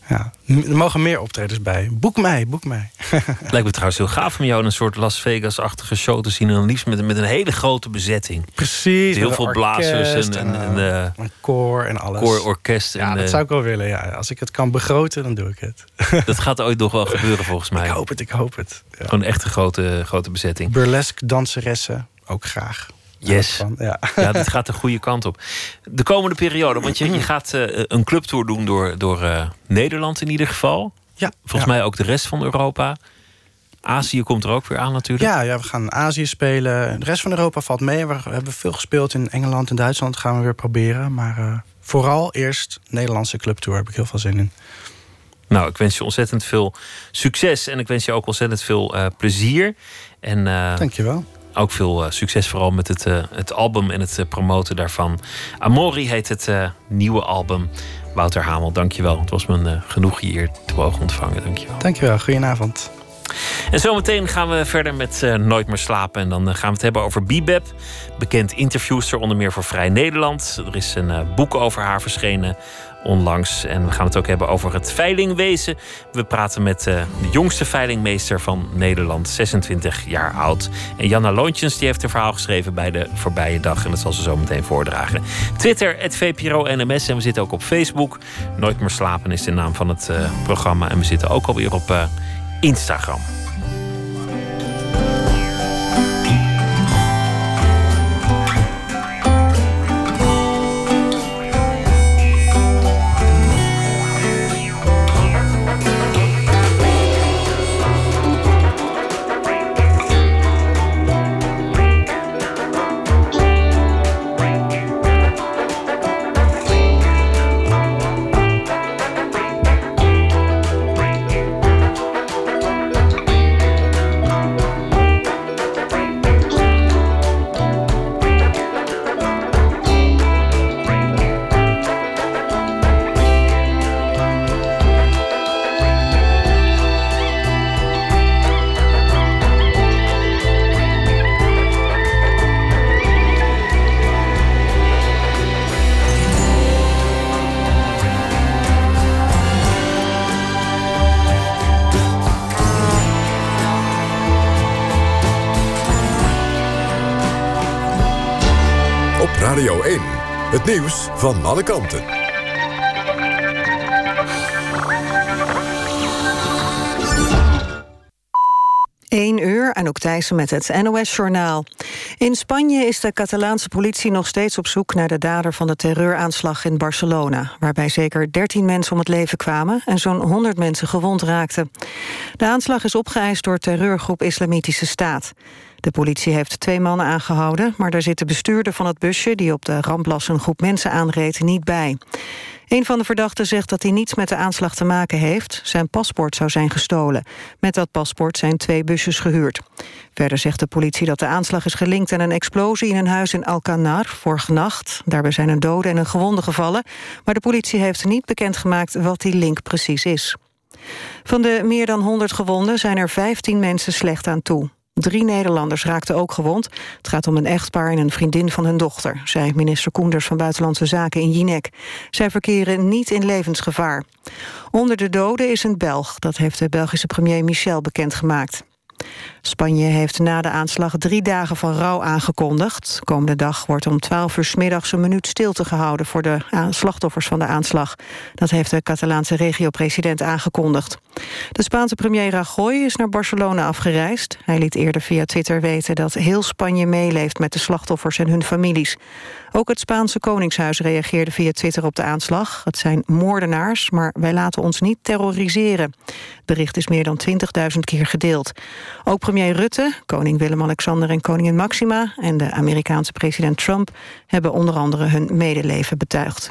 Ja, er mogen meer optredens bij. Boek mij, boek mij. Het lijkt me trouwens heel gaaf om jou in een soort Las Vegas-achtige show te zien. En dan liefst met, met een hele grote bezetting. Precies. Heel veel blazers en, en, en, uh, en koor en alles. Koor, orkest. Ja, en, dat uh, zou ik wel willen. Ja. Als ik het kan begroten, dan doe ik het. Dat gaat ooit nog wel gebeuren volgens mij. Ik hoop het, ik hoop het. Ja. Gewoon echt een grote, grote bezetting. Burlesque danseressen, ook graag. Yes. Ja. Ja, dit gaat de goede kant op. De komende periode, want je, je gaat uh, een clubtour doen door, door uh, Nederland in ieder geval. Ja. Volgens ja. mij ook de rest van Europa. Azië komt er ook weer aan natuurlijk. Ja, ja, we gaan Azië spelen. De rest van Europa valt mee. We hebben veel gespeeld in Engeland en Duitsland. Gaan we weer proberen. Maar uh, vooral eerst Nederlandse clubtour. Heb ik heel veel zin in. Nou, ik wens je ontzettend veel succes. En ik wens je ook ontzettend veel uh, plezier. En, uh, Dank je wel. Ook veel uh, succes vooral met het, uh, het album en het uh, promoten daarvan. Amori heet het uh, nieuwe album. Wouter Hamel, dank je wel. Het was me een uh, genoeg hier te mogen ontvangen. Dank je wel. Dank je wel. Goedenavond. En zometeen gaan we verder met uh, Nooit meer slapen. En dan uh, gaan we het hebben over Bibeb. Bekend interviewster, onder meer voor Vrij Nederland. Er is een uh, boek over haar verschenen onlangs. En we gaan het ook hebben over het veilingwezen. We praten met uh, de jongste veilingmeester van Nederland, zesentwintig jaar oud. En Janna Loontjens die heeft een verhaal geschreven bij de voorbije dag. En dat zal ze zo meteen voordragen. Twitter, het V P R O N M S. En we zitten ook op Facebook. Nooit meer slapen is de naam van het uh, programma. En we zitten ook alweer op uh, Instagram. Radio één. Het nieuws van alle kanten. één uur, Anouk Thijssen met het N O S-journaal. In Spanje is de Catalaanse politie nog steeds op zoek naar de dader van de terreuraanslag in Barcelona, waarbij zeker dertien mensen om het leven kwamen en zo'n honderd mensen gewond raakten. De aanslag is opgeëist door terreurgroep Islamitische Staat. De politie heeft twee mannen aangehouden, maar daar zit de bestuurder van het busje die op de ramplas een groep mensen aanreed niet bij. Een van de verdachten zegt dat hij niets met de aanslag te maken heeft. Zijn paspoort zou zijn gestolen. Met dat paspoort zijn twee busjes gehuurd. Verder zegt de politie dat de aanslag is gelinkt aan een explosie in een huis in Alcanar vorige nacht. Daarbij zijn een dode en een gewonde gevallen. Maar de politie heeft niet bekendgemaakt wat die link precies is. Van de meer dan honderd gewonden zijn er vijftien mensen slecht aan toe. Drie Nederlanders raakten ook gewond. Het gaat om een echtpaar en een vriendin van hun dochter, zei minister Koenders van Buitenlandse Zaken in Jinek. Zij verkeren niet in levensgevaar. Onder de doden is een Belg. Dat heeft de Belgische premier Michel bekendgemaakt. Spanje heeft na de aanslag drie dagen van rouw aangekondigd. Komende dag wordt om twaalf uur 's middags een minuut stilte gehouden voor de slachtoffers van de aanslag. Dat heeft de Catalaanse regio-president aangekondigd. De Spaanse premier Rajoy is naar Barcelona afgereisd. Hij liet eerder via Twitter weten dat heel Spanje meeleeft met de slachtoffers en hun families. Ook het Spaanse Koningshuis reageerde via Twitter op de aanslag. Het zijn moordenaars, maar wij laten ons niet terroriseren. Het bericht is meer dan twintigduizend keer gedeeld. Ook premier Rutte, koning Willem-Alexander en koningin Maxima en de Amerikaanse president Trump hebben onder andere hun medeleven betuigd.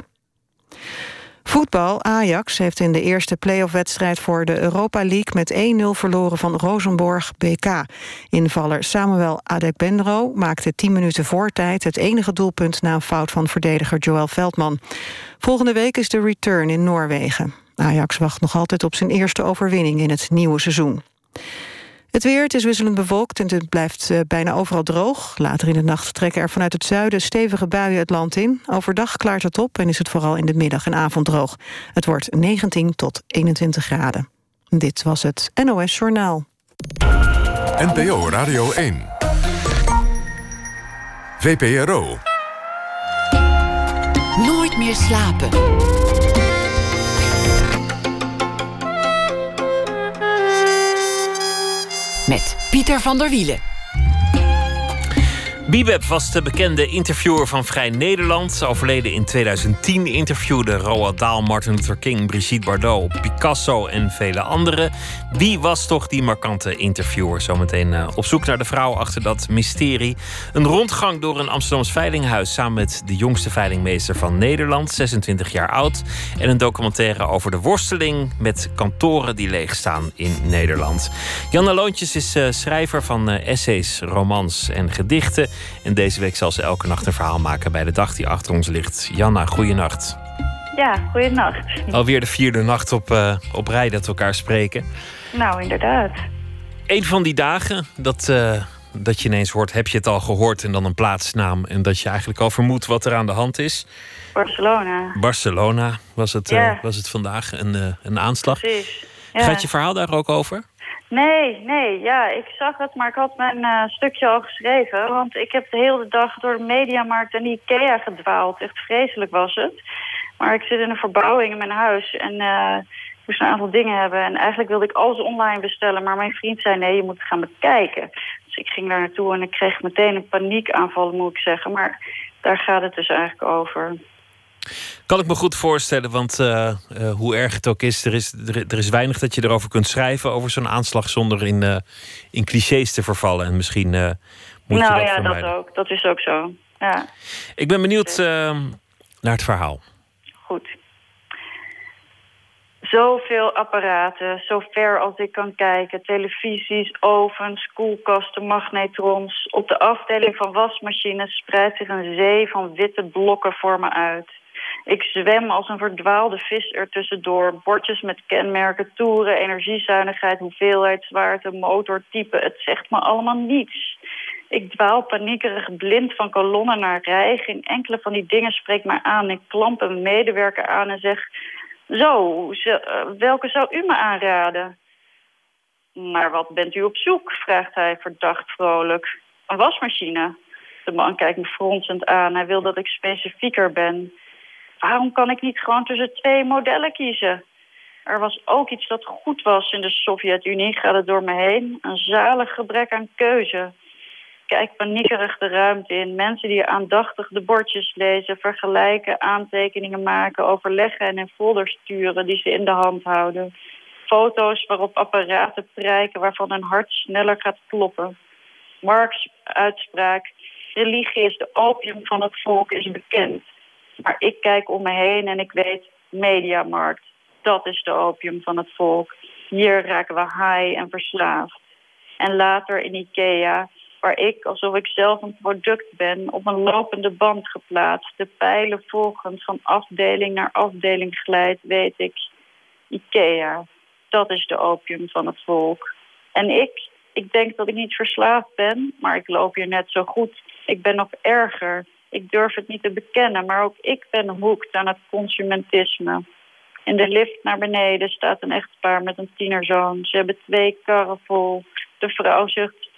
Voetbal. Ajax heeft in de eerste play-off-wedstrijd voor de Europa League met één nul verloren van Rosenborg B K. Invaller Samuel Adekbenro maakte tien minuten voor tijd het enige doelpunt na een fout van verdediger Joël Veldman. Volgende week is de return in Noorwegen. Ajax wacht nog altijd op zijn eerste overwinning in het nieuwe seizoen. Het weer, het is wisselend bewolkt en het blijft uh, bijna overal droog. Later in de nacht trekken er vanuit het zuiden stevige buien het land in. Overdag klaart het op en is het vooral in de middag en avond droog. Het wordt negentien tot eenentwintig graden. Dit was het N O S Journaal. N P O Radio één. V P R O. Nooit meer slapen. Met Pieter van der Wielen. Bibeb was de bekende interviewer van Vrij Nederland. Overleden in tweeduizend tien interviewde Roald Dahl, Martin Luther King, Brigitte Bardot, Picasso en vele anderen. Wie was toch die markante interviewer? Zometeen uh, op zoek naar de vrouw achter dat mysterie. Een rondgang door een Amsterdams veilinghuis samen met de jongste veilingmeester van Nederland, zesentwintig jaar oud. En een documentaire over de worsteling met kantoren die leegstaan in Nederland. Janna Loontjes is uh, schrijver van uh, essays, romans en gedichten. En deze week zal ze elke nacht een verhaal maken bij de dag die achter ons ligt. Janna, goeienacht. Ja, goeienacht. Alweer de vierde nacht op, uh, op rij dat we elkaar spreken. Nou, inderdaad. Een van die dagen dat, uh, dat je ineens hoort, heb je het al gehoord en dan een plaatsnaam. En dat je eigenlijk al vermoedt wat er aan de hand is. Barcelona. Barcelona was het, ja. uh, was het vandaag, een, uh, een aanslag. Precies. Ja. Gaat je verhaal daar ook over? Nee, nee, ja, ik zag het, maar ik had mijn uh, stukje al geschreven. Want ik heb de hele dag door de Mediamarkt en de Ikea gedwaald. Echt vreselijk was het. Maar ik zit in een verbouwing in mijn huis en uh, ik moest een aantal dingen hebben. En eigenlijk wilde ik alles online bestellen, maar mijn vriend zei nee, je moet het gaan bekijken. Dus ik ging daar naartoe en ik kreeg meteen een paniekaanval, moet ik zeggen. Maar daar gaat het dus eigenlijk over. Kan ik me goed voorstellen, want uh, uh, hoe erg het ook is, er is, er, er is weinig dat je erover kunt schrijven over zo'n aanslag zonder in, uh, in clichés te vervallen. En misschien uh, moet nou, je dat ja, vermijden. dat ook. Dat is ook zo. Ja. Ik ben benieuwd uh, naar het verhaal. Goed. Zoveel apparaten, zo ver als ik kan kijken. Televisies, ovens, koelkasten, magnetrons. Op de afdeling van wasmachines spreidt zich een zee van witte blokken voor me uit. Ik zwem als een verdwaalde vis ertussendoor. Bordjes met kenmerken, toeren, energiezuinigheid, hoeveelheid, zwaarte, motortype. Het zegt me allemaal niets. Ik dwaal paniekerig blind van kolonne naar rij. Geen enkele van die dingen spreekt mij aan. Ik klamp een medewerker aan en zeg... Zo, welke zou u me aanraden? Naar wat bent u op zoek? Vraagt hij verdacht vrolijk. Een wasmachine. De man kijkt me fronsend aan. Hij wil dat ik specifieker ben. Waarom kan ik niet gewoon tussen twee modellen kiezen? Er was ook iets dat goed was in de Sovjet-Unie, gaat het door me heen. Een zalig gebrek aan keuze. Kijk paniekerig de ruimte in. Mensen die aandachtig de bordjes lezen, vergelijken, aantekeningen maken, overleggen en in folders sturen die ze in de hand houden. Foto's waarop apparaten prijken waarvan hun hart sneller gaat kloppen. Marx' uitspraak, religie is de opium van het volk, is bekend. Maar ik kijk om me heen en ik weet, Mediamarkt, dat is de opium van het volk. Hier raken we high en verslaafd. En later in Ikea, waar ik, alsof ik zelf een product ben, op een lopende band geplaatst, de pijlen volgend van afdeling naar afdeling glijdt, weet ik, Ikea, dat is de opium van het volk. En ik, ik denk dat ik niet verslaafd ben, maar ik loop hier net zo goed. Ik ben nog erger. Ik durf het niet te bekennen, maar ook ik ben hoekt aan het consumentisme. In de lift naar beneden staat een echtpaar met een tienerzoon. Ze hebben twee karren vol. De vrouw zegt,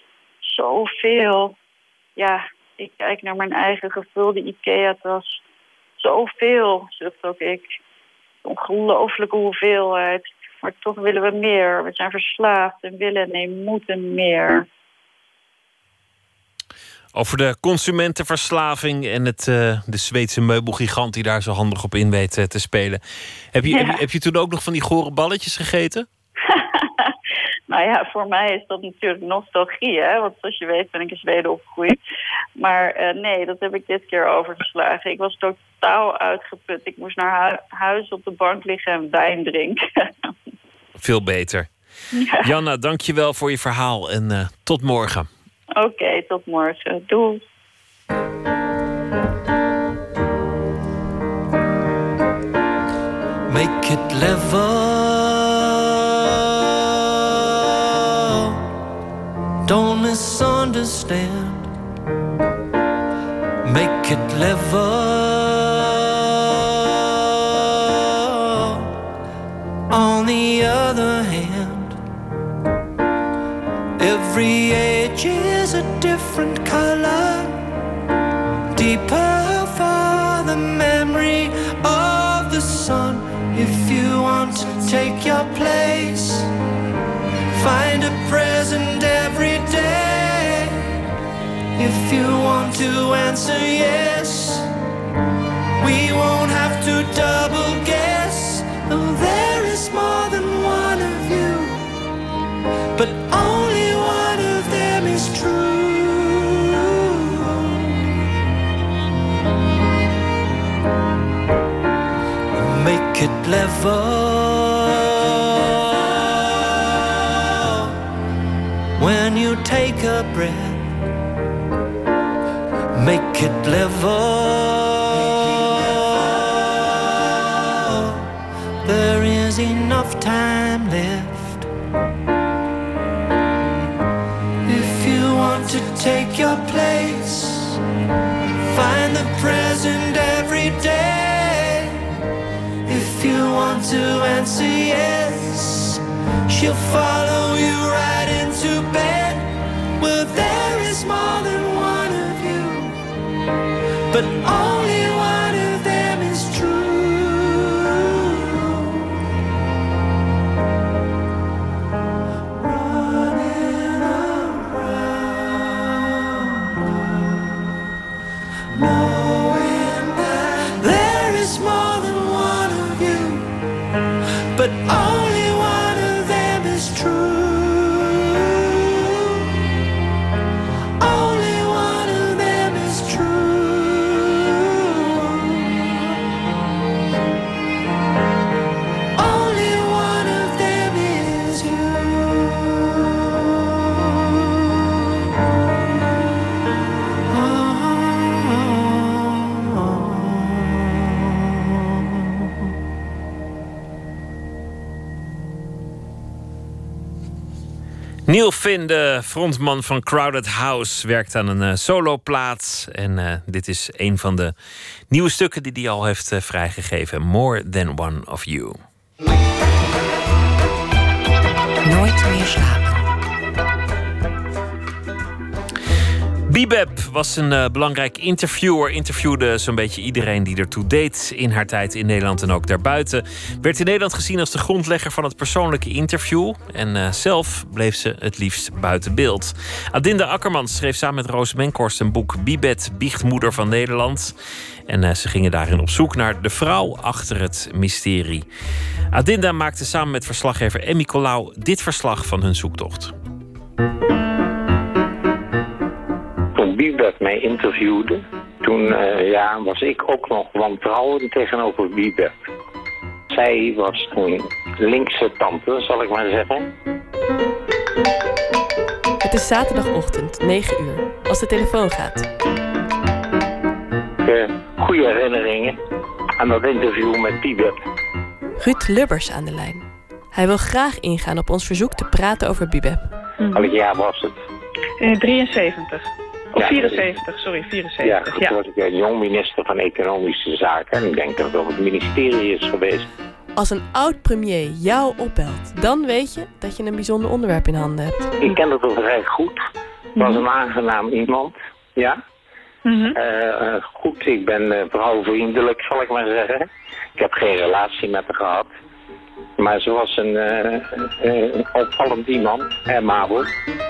zoveel. Ja, ik kijk naar mijn eigen gevulde Ikea-tas. Zoveel, zucht ook ik. Ongelooflijke hoeveelheid. Maar toch willen we meer. We zijn verslaafd en willen en nee, moeten meer. Over de consumentenverslaving en het, uh, de Zweedse meubelgigant die daar zo handig op in weet uh, te spelen. Heb je, ja. heb, je, heb je toen ook nog van die gore balletjes gegeten? Nou ja, voor mij is dat natuurlijk nostalgie, hè? Want zoals je weet ben ik in Zweden opgegroeid. Maar uh, nee, dat heb ik dit keer overgeslagen. Ik was totaal uitgeput. Ik moest naar hu- huis op de bank liggen en wijn drinken. Veel beter. Ja. Janna, dank je wel voor je verhaal en uh, tot morgen. Oké, okay, tot morgen. Doei. Make it level. Don't misunderstand. Make it level. On the other hand, every age is a different color, deeper for the memory of the sun. If you want to take your place, find a present every day. If you want to answer yes, we won't have to double guess. Oh, there is more than one of you, but only one of them is true. Make it level. When you take a breath, make it level. There is enough time left. If you want to take your place, find the present every day. If you want to answer yes, she'll follow you right into bed. Well, there is more than one of you, but only one of them is true. Running around, knowing that there is more than one of you, but only one of them is true. Only one of them is true. Only one of them is you. Neil Finn, de frontman van Crowded House, werkt aan een uh, soloplaat. En uh, dit is een van de nieuwe stukken die hij al heeft uh, vrijgegeven. More Than One of You. Nooit meer slapen. Bebop was een uh, belangrijk interviewer. Interviewde zo'n beetje iedereen die ertoe deed in haar tijd in Nederland en ook daarbuiten. Werd in Nederland gezien als de grondlegger van het persoonlijke interview. En uh, zelf bleef ze het liefst buiten beeld. Adinda Akkermans schreef samen met Roos Menkhorst een boek Bibet, Biechtmoeder van Nederland. En uh, ze gingen daarin op zoek naar de vrouw achter het mysterie. Adinda maakte samen met verslaggever Emmy Colau dit verslag van hun zoektocht. Toen Bibet mij interviewde, toen uh, ja, was ik ook nog wantrouwend tegenover Bibet. Zij was een linkse tante, zal ik maar zeggen. Het is zaterdagochtend, negen uur, als de telefoon gaat. Uh, goede herinneringen aan dat interview met Bibet. Ruud Lubbers aan de lijn. Hij wil graag ingaan op ons verzoek te praten over Bibep. Mm-hmm. Welk jaar was het? Uh, drieënzeventig. Of ja, vierenzeventig, sorry, vierenzeventig. Ja, toen was ik een jong minister van Economische Zaken. En ik denk dat het op het ministerie is geweest. Als een oud-premier jou opbelt, dan weet je dat je een bijzonder onderwerp in handen hebt. Ik ken het vrij goed. Het was een aangenaam iemand, ja. Mm-hmm. Uh, uh, goed, ik ben uh, vrouwvriendelijk, zal ik maar zeggen. Ik heb geen relatie met haar gehad. Maar ze was een, uh, uh, een opvallend iemand, amabel.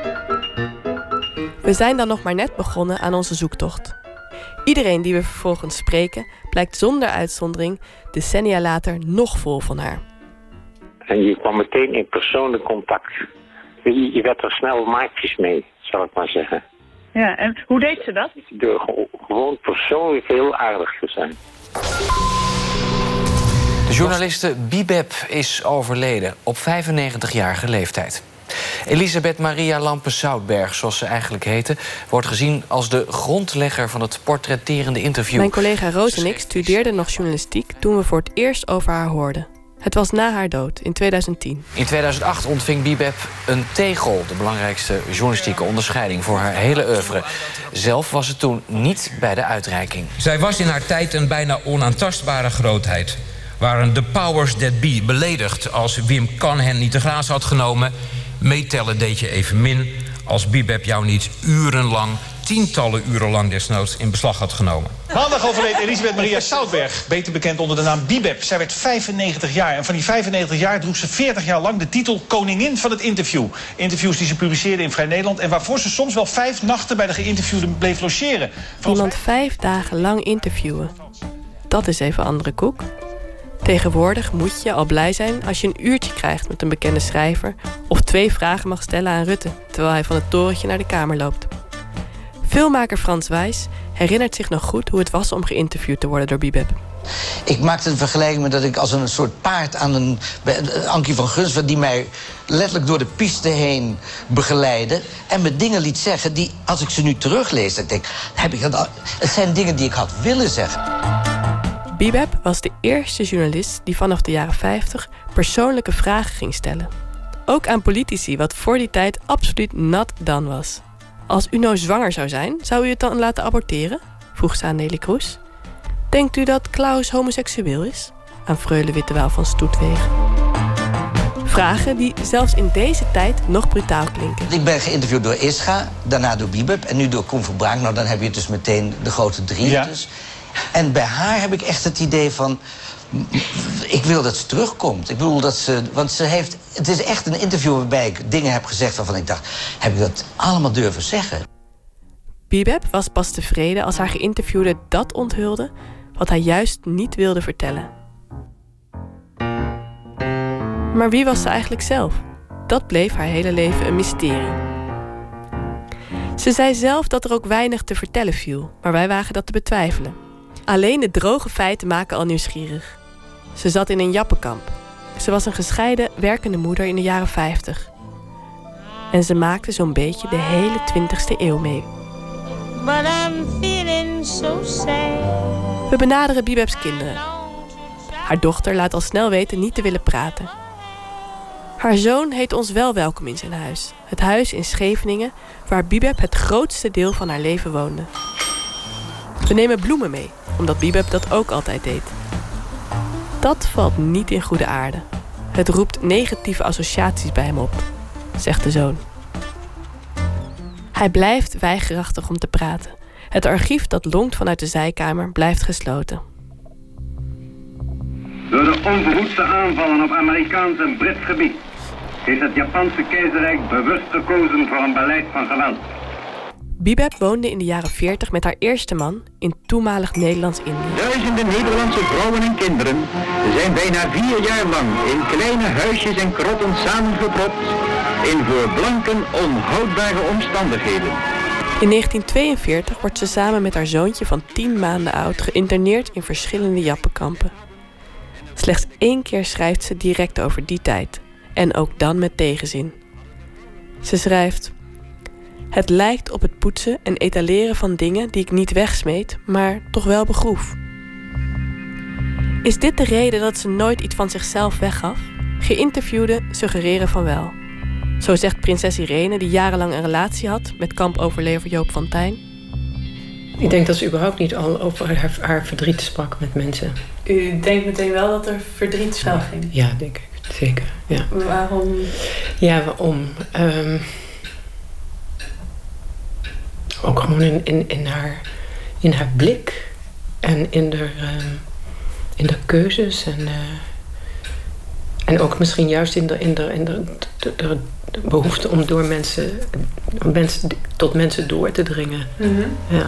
We zijn dan nog maar net begonnen aan onze zoektocht. Iedereen die we vervolgens spreken blijkt zonder uitzondering decennia later nog vol van haar. En je kwam meteen in persoonlijk contact. Je, je werd er snel maatjes mee, zal ik maar zeggen. Ja, en hoe deed ze dat? Door gewoon persoonlijk heel aardig te zijn. De journaliste Bibep is overleden op vijfennegentigjarige leeftijd. Elisabeth Maria Lampe-Zoutberg, zoals ze eigenlijk heette, wordt gezien als de grondlegger van het portretterende interview. Mijn collega Roos en ik studeerden nog journalistiek toen we voor het eerst over haar hoorden. Het was na haar dood, in tweeduizend tien. In tweeduizend acht ontving Bibeb een tegel, de belangrijkste journalistieke onderscheiding voor haar hele oeuvre. Zelf was ze toen niet bij de uitreiking. Zij was in haar tijd een bijna onaantastbare grootheid. Waren de powers that be beledigd als Wim Kan hen niet te graas had genomen. Meetellen deed je evenmin als Bibeb jou niet urenlang, tientallen uren lang desnoods in beslag had genomen. Maandag overleed Elisabeth Maria Soutberg, beter bekend onder de naam Bibeb. Zij werd vijfennegentig jaar en van die vijfennegentig jaar droeg ze veertig jaar lang de titel Koningin van het interview. Interviews die ze publiceerde in Vrij Nederland en waarvoor ze soms wel vijf nachten bij de geïnterviewden bleef logeren. Iemand vijf dagen lang interviewen. Dat is even andere koek. Tegenwoordig moet je al blij zijn als je een uurtje krijgt met een bekende schrijver of twee vragen mag stellen aan Rutte, terwijl hij van het torentje naar de Kamer loopt. Filmmaker Frans Wijs herinnert zich nog goed hoe het was om geïnterviewd te worden door Bibeb. Ik maakte een vergelijking met dat ik als een soort paard aan een... Ankie van Gunsven die mij letterlijk door de piste heen begeleidde en me dingen liet zeggen die, als ik ze nu teruglees, ik denk, heb ik dat al... Het zijn dingen die ik had willen zeggen. Bibeb was de eerste journalist die vanaf de jaren vijftig persoonlijke vragen ging stellen. Ook aan politici, wat voor die tijd absoluut not done was. Als u nou zwanger zou zijn, zou u het dan laten aborteren? Vroeg ze aan Nelly Kroes. Denkt u dat Klaus homoseksueel is? Aan Freule Wittewaal van Stoetwegen. Vragen die zelfs in deze tijd nog brutaal klinken. Ik ben geïnterviewd door Ischa, daarna door Bibeb en nu door Koen Verbraak. Nou, dan heb je dus meteen de grote drie. Ja. Dus. En bij haar heb ik echt het idee van, ik wil dat ze terugkomt. Ik bedoel dat ze, want ze heeft, het is echt een interview waarbij ik dingen heb gezegd waarvan ik dacht, heb ik dat allemaal durven zeggen? Bibeb was pas tevreden als haar geïnterviewde dat onthulde wat hij juist niet wilde vertellen. Maar wie was ze eigenlijk zelf? Dat bleef haar hele leven een mysterie. Ze zei zelf dat er ook weinig te vertellen viel, maar wij wagen dat te betwijfelen. Alleen de droge feiten maken al nieuwsgierig. Ze zat in een jappenkamp. Ze was een gescheiden, werkende moeder in de jaren vijftig. En ze maakte zo'n beetje de hele twintigste eeuw mee. But I'm feeling so sad. We benaderen Bibebs kinderen. Haar dochter laat al snel weten niet te willen praten. Haar zoon heet ons wel welkom in zijn huis. Het huis in Scheveningen, waar Bibeb het grootste deel van haar leven woonde. We nemen bloemen mee, omdat Bibeb dat ook altijd deed. Dat valt niet in goede aarde. Het roept negatieve associaties bij hem op, zegt de zoon. Hij blijft weigerachtig om te praten. Het archief dat lonkt vanuit de zijkamer blijft gesloten. Door de onverhoedste aanvallen op Amerikaans en Brits gebied heeft het Japanse keizerrijk bewust gekozen voor een beleid van geweld. Bibeb woonde in de jaren veertig met haar eerste man in toenmalig Nederlands-Indië. Duizenden Nederlandse vrouwen en kinderen zijn bijna vier jaar lang in kleine huisjes en krotten samengepropt in voor blanken onhoudbare omstandigheden. In negentien tweeënveertig wordt ze samen met haar zoontje van tien maanden oud geïnterneerd in verschillende jappenkampen. Slechts één keer schrijft ze direct over die tijd. En ook dan met tegenzin. Ze schrijft: het lijkt op het poetsen en etaleren van dingen die ik niet wegsmeet, maar toch wel begroef. Is dit de reden dat ze nooit iets van zichzelf weggaf? Geïnterviewden suggereren van wel. Zo zegt prinses Irene, die jarenlang een relatie had met kampoverlever Joop van Tijn. Ik denk dat ze überhaupt niet al over haar, haar verdriet sprak met mensen. U denkt meteen wel dat er verdriet schuil ging? Ja, denk ik. Zeker, ja. Waarom? Ja, waarom? Um, ook gewoon in, in, in, haar, in haar blik. En in de, um, in de keuzes. En, uh, en ook misschien juist in de, in de, in de, de, de, de behoefte om door mensen, om mensen tot mensen door te dringen. Mm-hmm. Ja.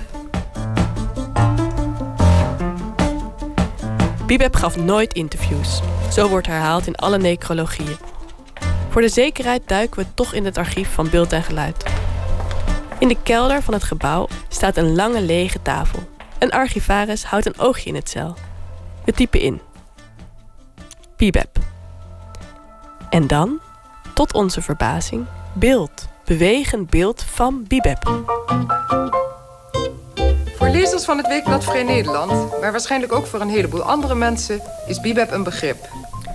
Bibeb gaf nooit interviews. Zo wordt herhaald in alle necrologieën. Voor de zekerheid duiken we toch in het archief van Beeld en Geluid. In de kelder van het gebouw staat een lange lege tafel. Een archivaris houdt een oogje in het cel. We typen in. Bibeb. En dan, tot onze verbazing, beeld. Bewegend beeld van Bibeb. Voor lezers van het Weekblad Vrij Nederland, maar waarschijnlijk ook voor een heleboel andere mensen, is Bibeb een begrip.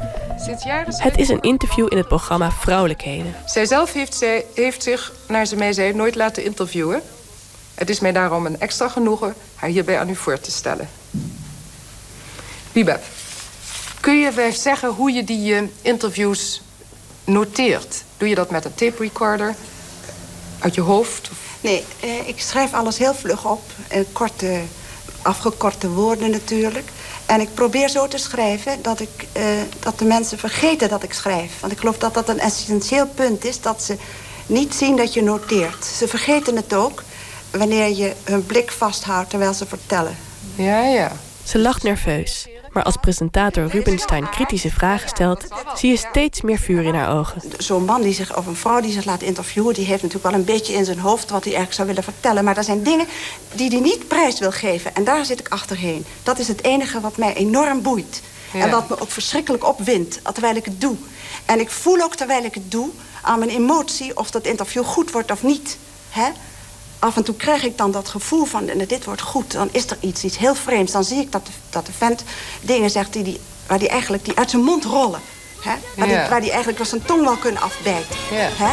Sinds jaren... Het is een interview in het programma Vrouwelijkheden. Zijzelf heeft, zij, heeft zich, naar ze mij zei, nooit laten interviewen. Het is mij daarom een extra genoegen haar hierbij aan u voor te stellen. Bibeb, kun je mij zeggen hoe je die uh, interviews noteert? Doe je dat met een tape recorder? Uit je hoofd? Of? Nee, eh, ik schrijf alles heel vlug op. In korte, afgekorte woorden natuurlijk. En ik probeer zo te schrijven dat, ik, uh, dat de mensen vergeten dat ik schrijf. Want ik geloof dat dat een essentieel punt is. Dat ze niet zien dat je noteert. Ze vergeten het ook wanneer je hun blik vasthoudt terwijl ze vertellen. Ja, ja. Ze lacht nerveus. Maar als presentator Rubenstein kritische vragen stelt, zie je steeds meer vuur in haar ogen. Zo'n man die zich, of een vrouw die zich laat interviewen, die heeft natuurlijk wel een beetje in zijn hoofd wat hij eigenlijk zou willen vertellen. Maar er zijn dingen die hij niet prijs wil geven. En daar zit ik achterheen. Dat is het enige wat mij enorm boeit. Ja. En wat me ook verschrikkelijk opwindt, terwijl ik het doe. En ik voel ook terwijl ik het doe aan mijn emotie of dat interview goed wordt of niet. Hè? Af en toe krijg ik dan dat gevoel van, dit wordt goed. Dan is er iets, iets heel vreemds. Dan zie ik dat de, dat de vent dingen zegt die, die, waar die eigenlijk die uit zijn mond rollen. Hè? Waar, Ja. die, waar die eigenlijk wel zijn tong wel kunnen afbijten. Ja. Hè?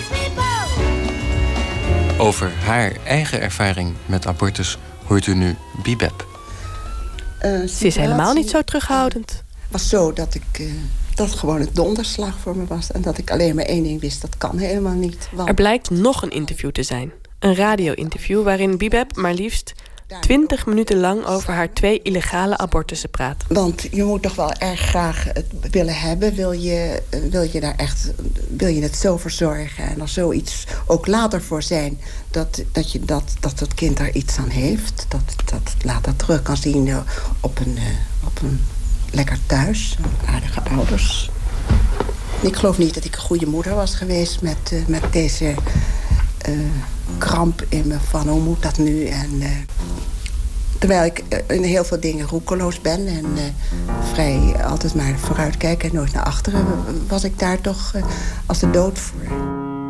Over haar eigen ervaring met abortus hoort u nu Bibeb. Ze is helemaal niet zo terughoudend. Het was zo dat ik... Uh, dat het gewoon een donderslag voor me was. En dat ik alleen maar één ding wist, dat kan helemaal niet. Want... Er blijkt nog een interview te zijn. Een radio-interview waarin Bibeb maar liefst twintig minuten lang over haar twee illegale abortussen praat. Want je moet toch wel erg graag het willen hebben. Wil je, wil je daar echt, wil je het zo verzorgen en er zoiets ook later voor zijn dat, dat, je, dat, dat het kind daar iets aan heeft. Dat, dat het later terug kan zien op een, op een lekker thuis, aardige ouders. Ik geloof niet dat ik een goede moeder was geweest met, uh, met deze uh, kramp in me van hoe moet dat nu. En, uh, terwijl ik uh, in heel veel dingen roekeloos ben en uh, vrij altijd maar vooruit kijk en nooit naar achteren, was ik daar toch uh, als de dood voor.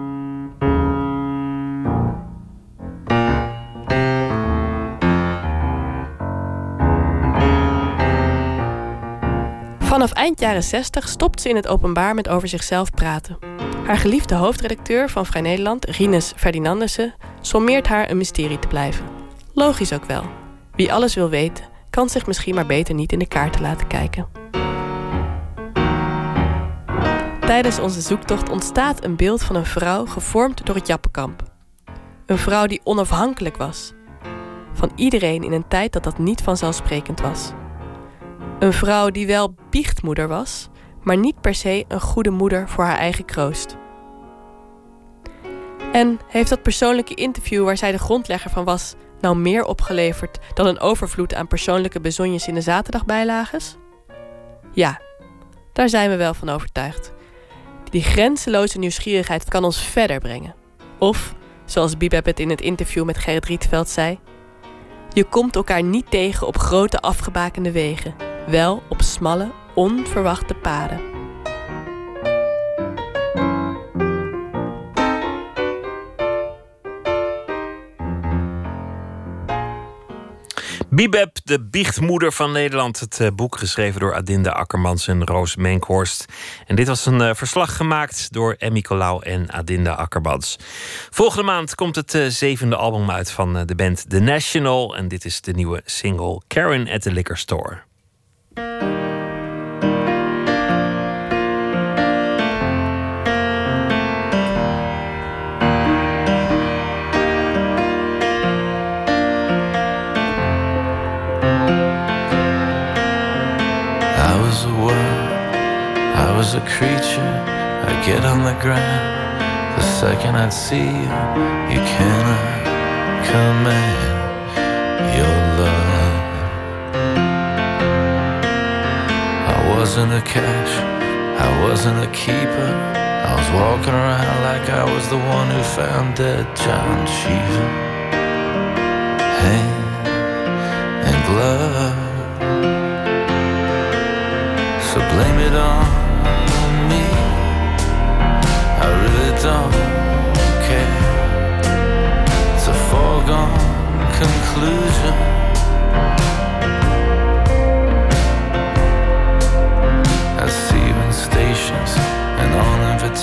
Vanaf eind jaren zestig stopt ze in het openbaar met over zichzelf praten. Haar geliefde hoofdredacteur van Vrij Nederland, Rinus Ferdinandussen, sommeert haar een mysterie te blijven. Logisch ook wel. Wie alles wil weten, kan zich misschien maar beter niet in de kaarten laten kijken. Tijdens onze zoektocht ontstaat een beeld van een vrouw gevormd door het Jappenkamp. Een vrouw die onafhankelijk was. Van iedereen in een tijd dat dat niet vanzelfsprekend was. Een vrouw die wel biechtmoeder was, maar niet per se een goede moeder voor haar eigen kroost. En heeft dat persoonlijke interview waar zij de grondlegger van was nou meer opgeleverd dan een overvloed aan persoonlijke bezonjes in de zaterdagbijlages? Ja, daar zijn we wel van overtuigd. Die grenzeloze nieuwsgierigheid kan ons verder brengen. Of, zoals Bibeb het in het interview met Gerrit Rietveld zei, je komt elkaar niet tegen op grote afgebakende wegen, wel op smalle, onverwachte paden. Bibeb, de biechtmoeder van Nederland. Het uh, boek geschreven door Adinda Akkermans en Roos Menkhorst. En dit was een uh, verslag gemaakt door Emmy Colau en Adinda Akkermans. Volgende maand komt het uh, zevende album uit van uh, de band The National. En dit is de nieuwe single Karen at the Liquor Store. I was a creature, I'd get on the ground. The second I'd see you, you cannot command your love. I wasn't a cash, I wasn't a keeper. I was walking around like I was the one who found dead John Cheever. Hand and glove. So blame it on me, I really don't care. It's a foregone conclusion. I see you in state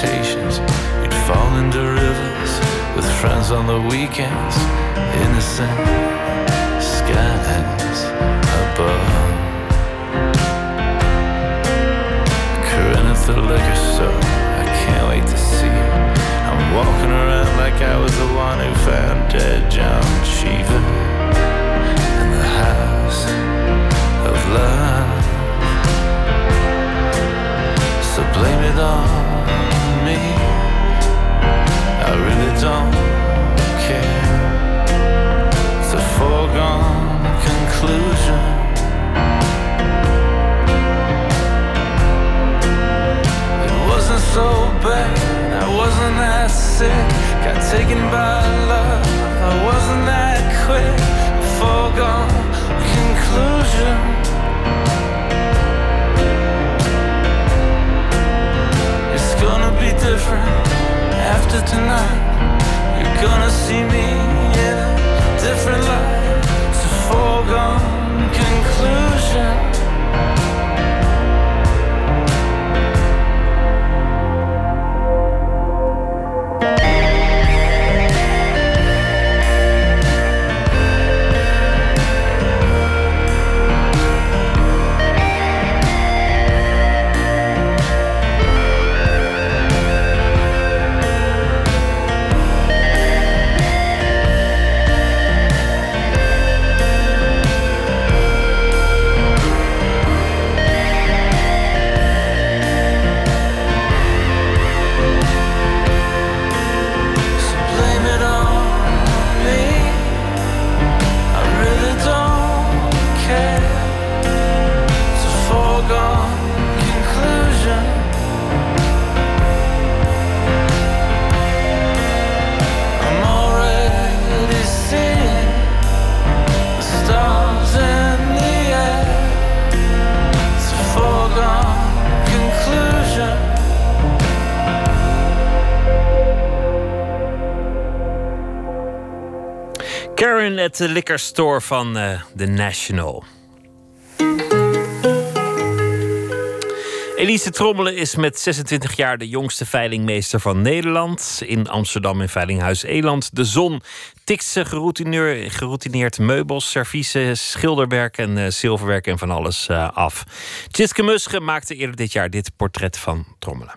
temptations. You'd fall into rivers with friends on the weekends. Innocent skies above. Corinne at the liquor store, I can't wait to see you. I'm walking around like I was the one who found dead John Cheever in the house of love. So blame it on me, I really don't care. It's a foregone conclusion. It wasn't so bad, I wasn't that sick. Got taken by love, I wasn't that quick. A foregone conclusion. It's gonna be different after tonight. You're gonna see me in a different light. It's a foregone conclusion. Karen at the liquor store van uh, The National. Elise Trommelen is met zesentwintig jaar de jongste veilingmeester van Nederland. In Amsterdam in Veilinghuis Eland. De Zon tikt ze geroutineerd, geroutineerd meubels, serviezen, schilderwerk en uh, zilverwerk en van alles uh, af. Tjitske Musche maakte eerder dit jaar dit portret van Trommelen.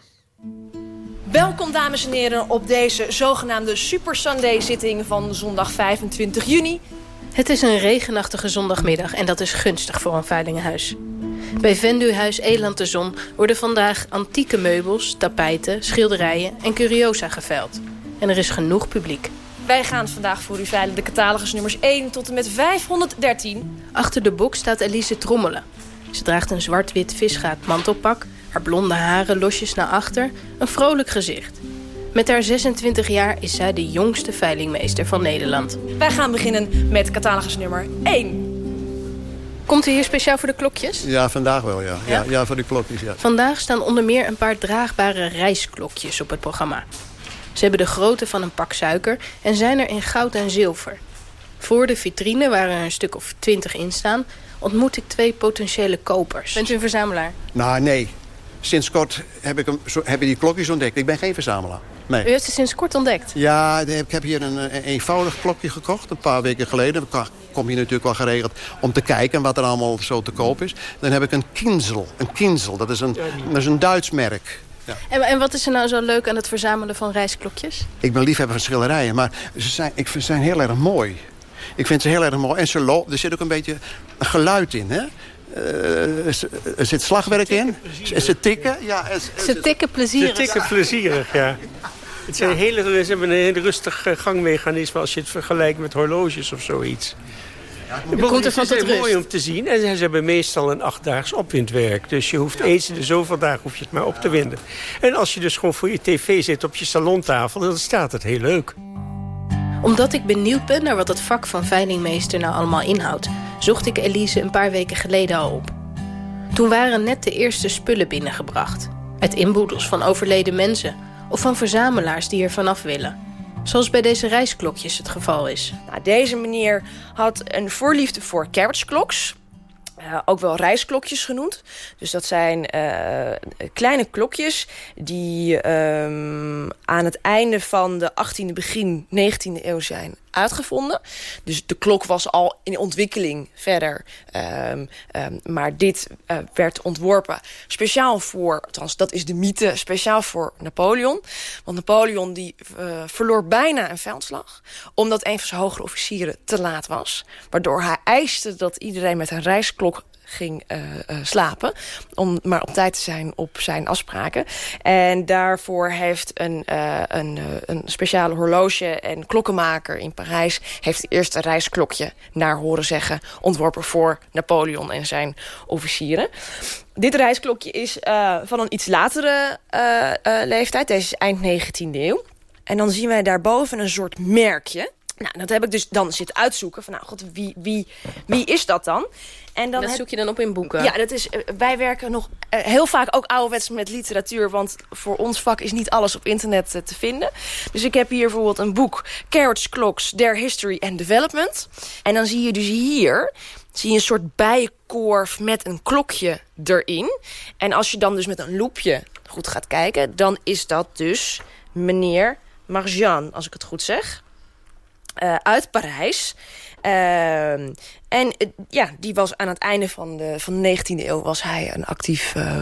Welkom dames en heren op deze zogenaamde Super Sunday-zitting van zondag vijfentwintig juni. Het is een regenachtige zondagmiddag en dat is gunstig voor een veilingenhuis. Bij Venduhuis Eland de Zon worden vandaag antieke meubels, tapijten, schilderijen en curiosa geveild. En er is genoeg publiek. Wij gaan vandaag voor u veilen de catalogus nummers één tot en met vijfhonderddertien. Achter de box staat Elise Trommelen. Ze draagt een zwart-wit visgaat mantelpak, haar blonde haren losjes naar achter, een vrolijk gezicht. Met haar zesentwintig jaar is zij de jongste veilingmeester van Nederland. Wij gaan beginnen met catalogus nummer één. Komt u hier speciaal voor de klokjes? Ja, vandaag wel, ja. Ja, ja, ja voor de klokjes, ja. Vandaag staan onder meer een paar draagbare reisklokjes op het programma. Ze hebben de grootte van een pak suiker en zijn er in goud en zilver. Voor de vitrine, waar er een stuk of twintig in staan, ontmoet ik twee potentiële kopers. Bent u een verzamelaar? Nou, nee. Sinds kort heb ik, hem, zo, heb ik die klokjes ontdekt. Ik ben geen verzamelaar. Nee. U heeft ze sinds kort ontdekt? Ja, ik heb hier een, een eenvoudig klokje gekocht. Een paar weken geleden. Dan kom je natuurlijk wel geregeld om te kijken wat er allemaal zo te koop is. Dan heb ik een Kinzel. Een Kinzel, dat is een, dat is een Duits merk. Ja. En, en wat is er nou zo leuk aan het verzamelen van reisklokjes? Ik ben liefhebber van schilderijen, maar ze zijn, ik vind, ze zijn heel erg mooi. Ik vind ze heel erg mooi. En ze lo- er zit ook een beetje een geluid in, hè? Uh, er zit slagwerk in. Ze tikken. Ja, en, en ze tikken plezierig. Ze tikken plezierig, ja. Het zijn hele, ze hebben een heel rustig gangmechanisme als je het vergelijkt met horloges of zoiets. Je komt er van tot rust. Het is mooi om te zien. En ze hebben meestal een achtdaags opwindwerk. Dus je hoeft eens in de zoveel dagen hoef je het maar op te winden. En als je dus gewoon voor je tv zit op je salontafel, dan staat het heel leuk. Omdat ik benieuwd ben naar wat het vak van veilingmeester nou allemaal inhoudt, zocht ik Elise een paar weken geleden al op. Toen waren net de eerste spullen binnengebracht. Uit inboedels van overleden mensen of van verzamelaars die er vanaf willen. Zoals bij deze reisklokjes het geval is. Nou, deze meneer had een voorliefde voor carriage clocks. Uh, Uh, ook wel reisklokjes genoemd. Dus dat zijn uh, kleine klokjes die um, aan het einde van de achttiende, begin negentiende eeuw zijn uitgevonden. Dus de klok was al in ontwikkeling verder. Um, um, maar dit uh, werd ontworpen speciaal voor, althans dat is de mythe, speciaal voor Napoleon. Want Napoleon die uh, verloor bijna een veldslag, omdat een van zijn hogere officieren te laat was. Waardoor hij eiste dat iedereen met een reisklok ging uh, uh, slapen, om maar op tijd te zijn op zijn afspraken. En daarvoor heeft een, uh, een, uh, een speciale horloge en klokkenmaker in Parijs heeft het eerste reisklokje naar horen zeggen ontworpen voor Napoleon en zijn officieren. Dit reisklokje is uh, van een iets latere uh, uh, leeftijd. Deze is eind negentiende eeuw. En dan zien wij daarboven een soort merkje. Nou, dat heb ik dus dan zitten uitzoeken. Van, nou, god, wie, wie, wie is dat dan? En dan dat heb... zoek je dan op in boeken? Ja, dat is, wij werken nog uh, heel vaak ook ouderwets met literatuur. Want voor ons vak is niet alles op internet uh, te vinden. Dus ik heb hier bijvoorbeeld een boek. Carriage Clocks, Their History and Development. En dan zie je dus hier zie je een soort bijenkorf met een klokje erin. En als je dan dus met een loepje goed gaat kijken, dan is dat dus meneer Marjan, als ik het goed zeg. Uh, uit Parijs. Uh, en uh, ja, die was aan het einde van de, van de negentiende eeuw was hij een actief uh,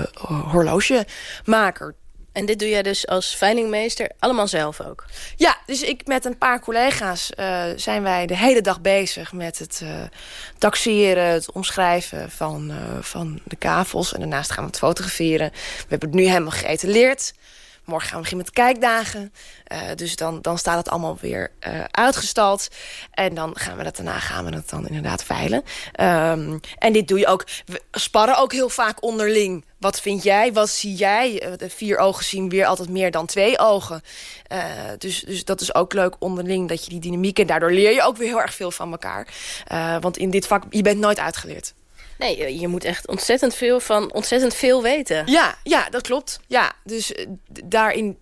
horlogemaker. En dit doe jij dus als veilingmeester allemaal zelf ook? Ja, dus ik met een paar collega's uh, zijn wij de hele dag bezig met het uh, taxeren, het omschrijven van, uh, van de kavels. En daarnaast gaan we het fotograferen. We hebben het nu helemaal geëtaleerd. Morgen gaan we beginnen met kijkdagen. Uh, dus dan, dan staat het allemaal weer uh, uitgestald. En dan gaan we dat daarna gaan we het dan inderdaad veilen. Um, en dit doe je ook. We sparren ook heel vaak onderling. Wat vind jij? Wat zie jij? Uh, de vier ogen zien weer altijd meer dan twee ogen. Uh, dus, dus dat is ook leuk onderling, dat je die dynamiek... en daardoor leer je ook weer heel erg veel van elkaar. Uh, want in dit vak, je bent nooit uitgeleerd. Nee, je moet echt ontzettend veel van ontzettend veel weten. Ja, ja, dat klopt. Ja, dus uh, daarin...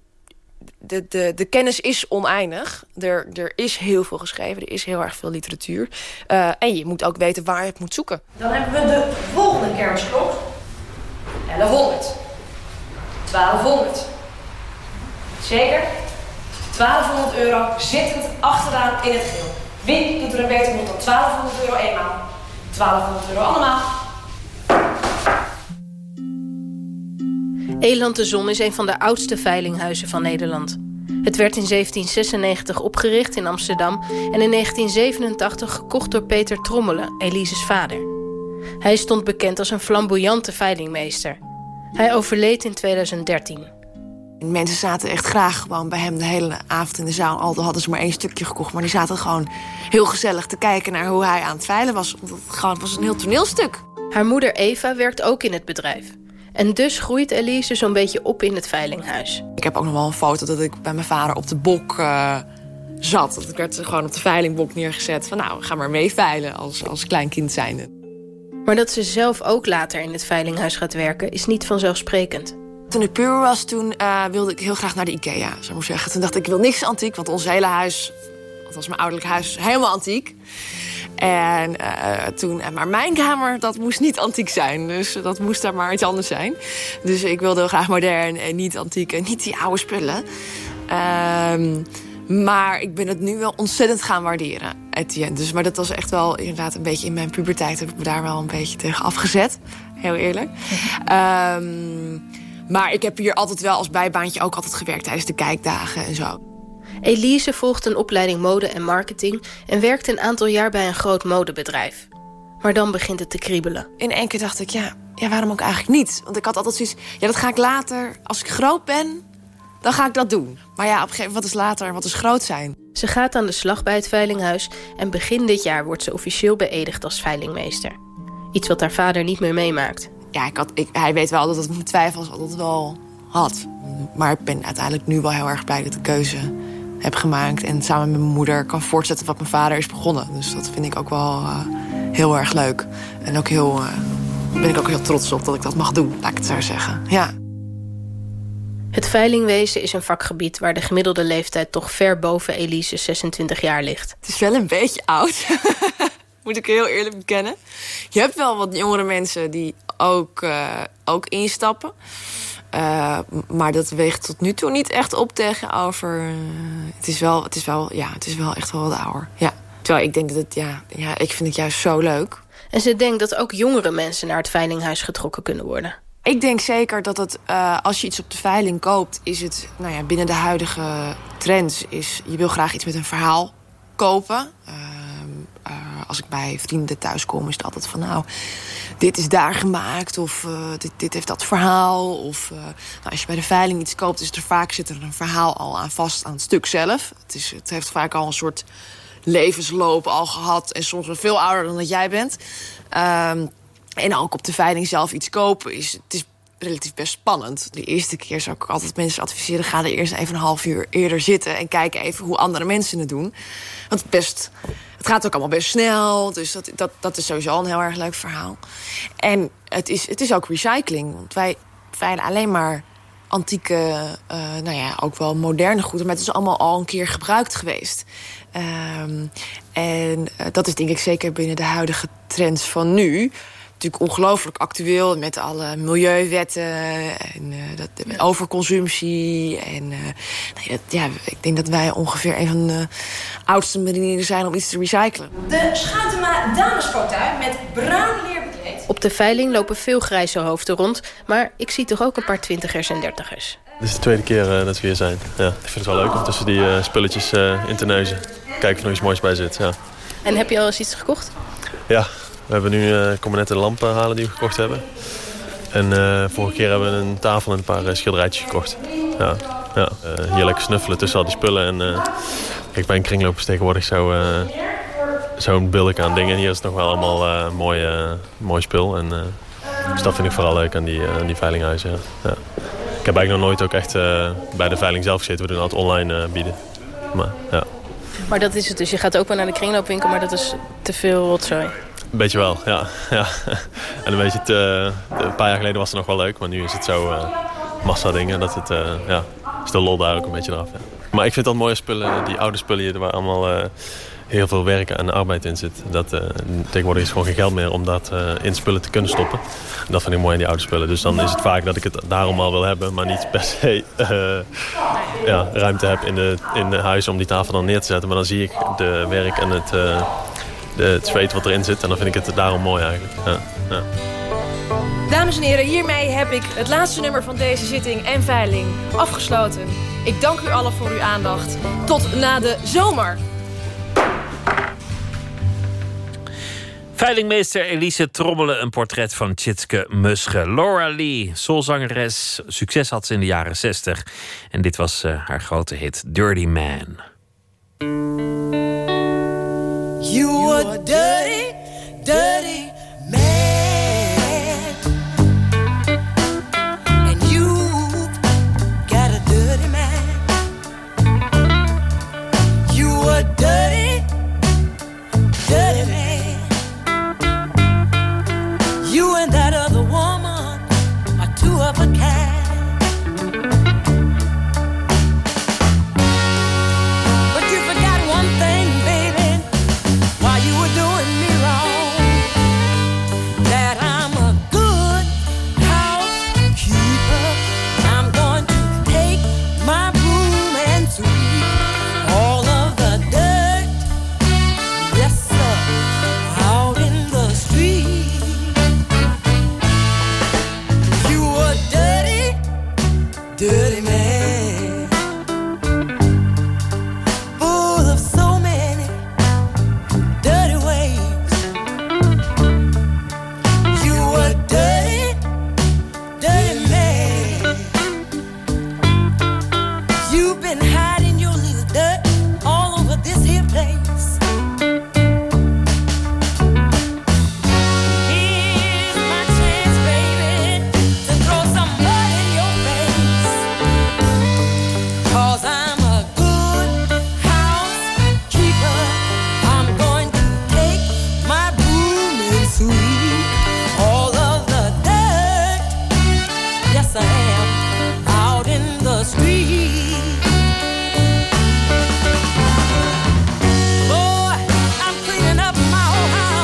De, de, de kennis is oneindig. Er, er is heel veel geschreven. Er is heel erg veel literatuur. Uh, en je moet ook weten waar je het moet zoeken. Dan hebben we de volgende kerstklok. elfhonderd. twaalfhonderd. Zeker? twaalfhonderd euro zittend achteraan in het geel. Wie doet er een beter bod dan twaalfhonderd euro eenmaal? twaalfhonderd euro allemaal. Eland de Zon is een van de oudste veilinghuizen van Nederland. Het werd in zeventien zesennegentig opgericht in Amsterdam en in negentien zevenentachtig gekocht door Peter Trommelen, Elise's vader. Hij stond bekend als een flamboyante veilingmeester. Hij overleed in tweeduizend dertien. Mensen zaten echt graag gewoon bij hem de hele avond in de zaal. Al hadden ze maar één stukje gekocht, maar die zaten gewoon heel gezellig te kijken naar hoe hij aan het veilen was. Want het gewoon was een heel toneelstuk. Haar moeder Eva werkt ook in het bedrijf. En dus groeit Elise zo'n beetje op in het veilinghuis. Ik heb ook nog wel een foto dat ik bij mijn vader op de bok uh, zat. Dat ik werd gewoon op de veilingbok neergezet. Van nou, ga maar mee veilen als, als klein kind zijnde. Maar dat ze zelf ook later in het veilinghuis gaat werken is niet vanzelfsprekend. Toen ik puber was, toen uh, wilde ik heel graag naar de IKEA, zou ik maar zeggen. Toen dacht ik, ik wil niks antiek, want ons hele huis, dat was mijn ouderlijk huis, helemaal antiek. En uh, toen, maar mijn kamer, dat moest niet antiek zijn. Dus dat moest daar maar iets anders zijn. Dus ik wilde heel graag modern en niet antiek en niet die oude spullen. Um, maar ik ben het nu wel ontzettend gaan waarderen, Etienne. Dus, maar dat was echt wel inderdaad een beetje in mijn puberteit heb ik me daar wel een beetje tegen afgezet. Heel eerlijk. Um, maar ik heb hier altijd wel als bijbaantje ook altijd gewerkt tijdens de kijkdagen en zo. Elise volgt een opleiding mode en marketing en werkt een aantal jaar bij een groot modebedrijf. Maar dan begint het te kriebelen. In één keer dacht ik, ja, ja, waarom ook eigenlijk niet? Want ik had altijd zoiets, ja, dat ga ik later, als ik groot ben, dan ga ik dat doen. Maar ja, op een gegeven moment, wat is later, wat is groot zijn? Ze gaat aan de slag bij het veilinghuis en begin dit jaar wordt ze officieel beëdigd als veilingmeester. Iets wat haar vader niet meer meemaakt. Ja, ik had, ik, hij weet wel dat het mijn twijfels altijd wel had. Maar ik ben uiteindelijk nu wel heel erg blij dat de keuze heb gemaakt. En samen met mijn moeder kan voortzetten wat mijn vader is begonnen. Dus dat vind ik ook wel uh, heel erg leuk. En ook heel, uh, ben ik ook heel trots op dat ik dat mag doen, laat ik het zo zeggen. Ja. Het veilingwezen is een vakgebied waar de gemiddelde leeftijd toch ver boven Elise's zesentwintig jaar ligt. Het is wel een beetje oud. Moet ik heel eerlijk bekennen. Je hebt wel wat jongere mensen die ook, uh, ook instappen. Uh, maar dat weegt tot nu toe niet echt op tegenover... Uh, het, is wel, het, is wel, ja, het is wel echt wel wat ouder. Ja. Terwijl ik denk dat het... Ja, ja, ik vind het juist zo leuk. En ze denkt dat ook jongere mensen naar het veilinghuis getrokken kunnen worden. Ik denk zeker dat het, uh, als je iets op de veiling koopt... is het, nou ja, binnen de huidige trends... is je wil graag iets met een verhaal kopen. Uh, uh, als ik bij vrienden thuis kom, is het altijd van... nou, dit is daar gemaakt, of uh, dit, dit heeft dat verhaal. Of uh, nou, als je bij de veiling iets koopt... is er vaak zit er een verhaal al aan vast aan het stuk zelf. Het, is, het heeft vaak al een soort levensloop al gehad... en soms wel veel ouder dan dat jij bent... Um, En ook op de veiling zelf iets kopen is, het is relatief best spannend. De eerste keer zou ik altijd mensen adviseren... ga er eerst even een half uur eerder zitten... en kijk even hoe andere mensen het doen. Want het, best, het gaat ook allemaal best snel. Dus dat, dat, dat is sowieso een heel erg leuk verhaal. En het is, het is ook recycling. Want wij veilen alleen maar antieke... Uh, nou ja, ook wel moderne goederen... maar het is allemaal al een keer gebruikt geweest. Um, en uh, dat is denk ik zeker binnen de huidige trends van nu... natuurlijk ongelooflijk actueel met alle milieuwetten en uh, dat, de overconsumptie. En uh, nou ja, ja, ik denk dat wij ongeveer een van de oudste manieren zijn om iets te recyclen. De Schutema damesfauteuil met bruin leer bekleed. Op de veiling lopen veel grijze hoofden rond, maar ik zie toch ook een paar twintigers en dertigers. Dit is de tweede keer uh, dat we hier zijn. Ja, ik vind het wel leuk om tussen die uh, spulletjes uh, in te neuzen. Kijken of er nog iets moois bij zit. Ja. En heb je al eens iets gekocht? Ja. We hebben nu uh, komen net de lampen halen die we gekocht hebben. En uh, vorige keer hebben we een tafel en een paar uh, schilderijtjes gekocht. Ja, ja. Uh, hier lekker snuffelen tussen al die spullen. En, uh, kijk, bij een kringloop is tegenwoordig zo, uh, zo'n beeld aan dingen. Hier is het nog wel allemaal uh, mooi, uh, mooi spul. En, uh, dus dat vind ik vooral leuk aan die, uh, die veilinghuizen. Ja. Ja. Ik heb eigenlijk nog nooit ook echt uh, bij de veiling zelf gezeten. We doen altijd online uh, bieden. Maar, ja. Maar dat is het dus. Je gaat ook wel naar de kringloopwinkel, maar dat is te veel rotzooi. Een beetje wel, ja. ja. En een beetje te, een paar jaar geleden was het nog wel leuk, maar nu is het zo uh, massa dingen dat het, uh, ja, is de lol daar ook een beetje eraf. Ja. Maar ik vind dat mooie spullen, die oude spullen hier, waar allemaal uh, heel veel werk en arbeid in zit. Dat, uh, tegenwoordig is gewoon geen geld meer om dat uh, in spullen te kunnen stoppen. En dat vind ik mooi aan die oude spullen. Dus dan is het vaak dat ik het daarom al wil hebben, maar niet per se uh, ja, ruimte heb in de, in de huis om die tafel dan neer te zetten. Maar dan zie ik de werk en het... Uh, De, het zweet wat erin zit. En dan vind ik het daarom mooi eigenlijk. Ja, ja. Dames en heren, hiermee heb ik het laatste nummer van deze zitting en veiling afgesloten. Ik dank u allen voor uw aandacht. Tot na de zomer. Veilingmeester Elise trommelen een portret van Tjitske Musche. Laura Lee, soulzangeres. Succes had ze in de jaren zestig. En dit was uh, haar grote hit Dirty Man. You a dirty, dirty man, and you got a dirty man. You a dirty, dirty man. You and that other woman are two of a kind. But you forgot one thing, baby. While you were doing me wrong, that I'm a good housekeeper. I'm going to take my broom and sweep all of the dirt, yes sir, out in the street. You a dirty, dirty man, full of so many dirty ways. You a dirty, dirty man. You've been hiding your little dirt all over this here place. Here's my chance, baby, to throw some mud in your face. 'Cause I'm a good housekeeper. I'm going to take my broom and sweep all of the dirt, yes I am, out in the street. Boy, I'm cleaning up my old house.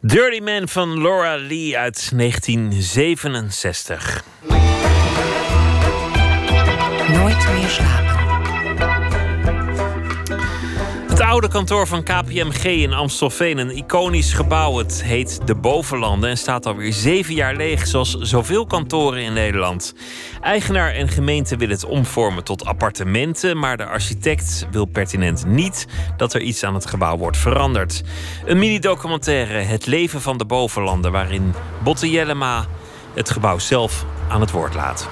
Dirty Man van Laura Lee uit negentien zevenenzestig. Nooit meer slapen. Het oude kantoor van K P M G in Amstelveen, een iconisch gebouw. Het heet De Bovenlanden en staat alweer zeven jaar leeg, zoals zoveel kantoren in Nederland. Eigenaar en gemeente willen het omvormen tot appartementen, maar de architect wil pertinent niet dat er iets aan het gebouw wordt veranderd. Een mini-documentaire, Het leven van de Bovenlanden, waarin Botte Jellema het gebouw zelf aan het woord laat.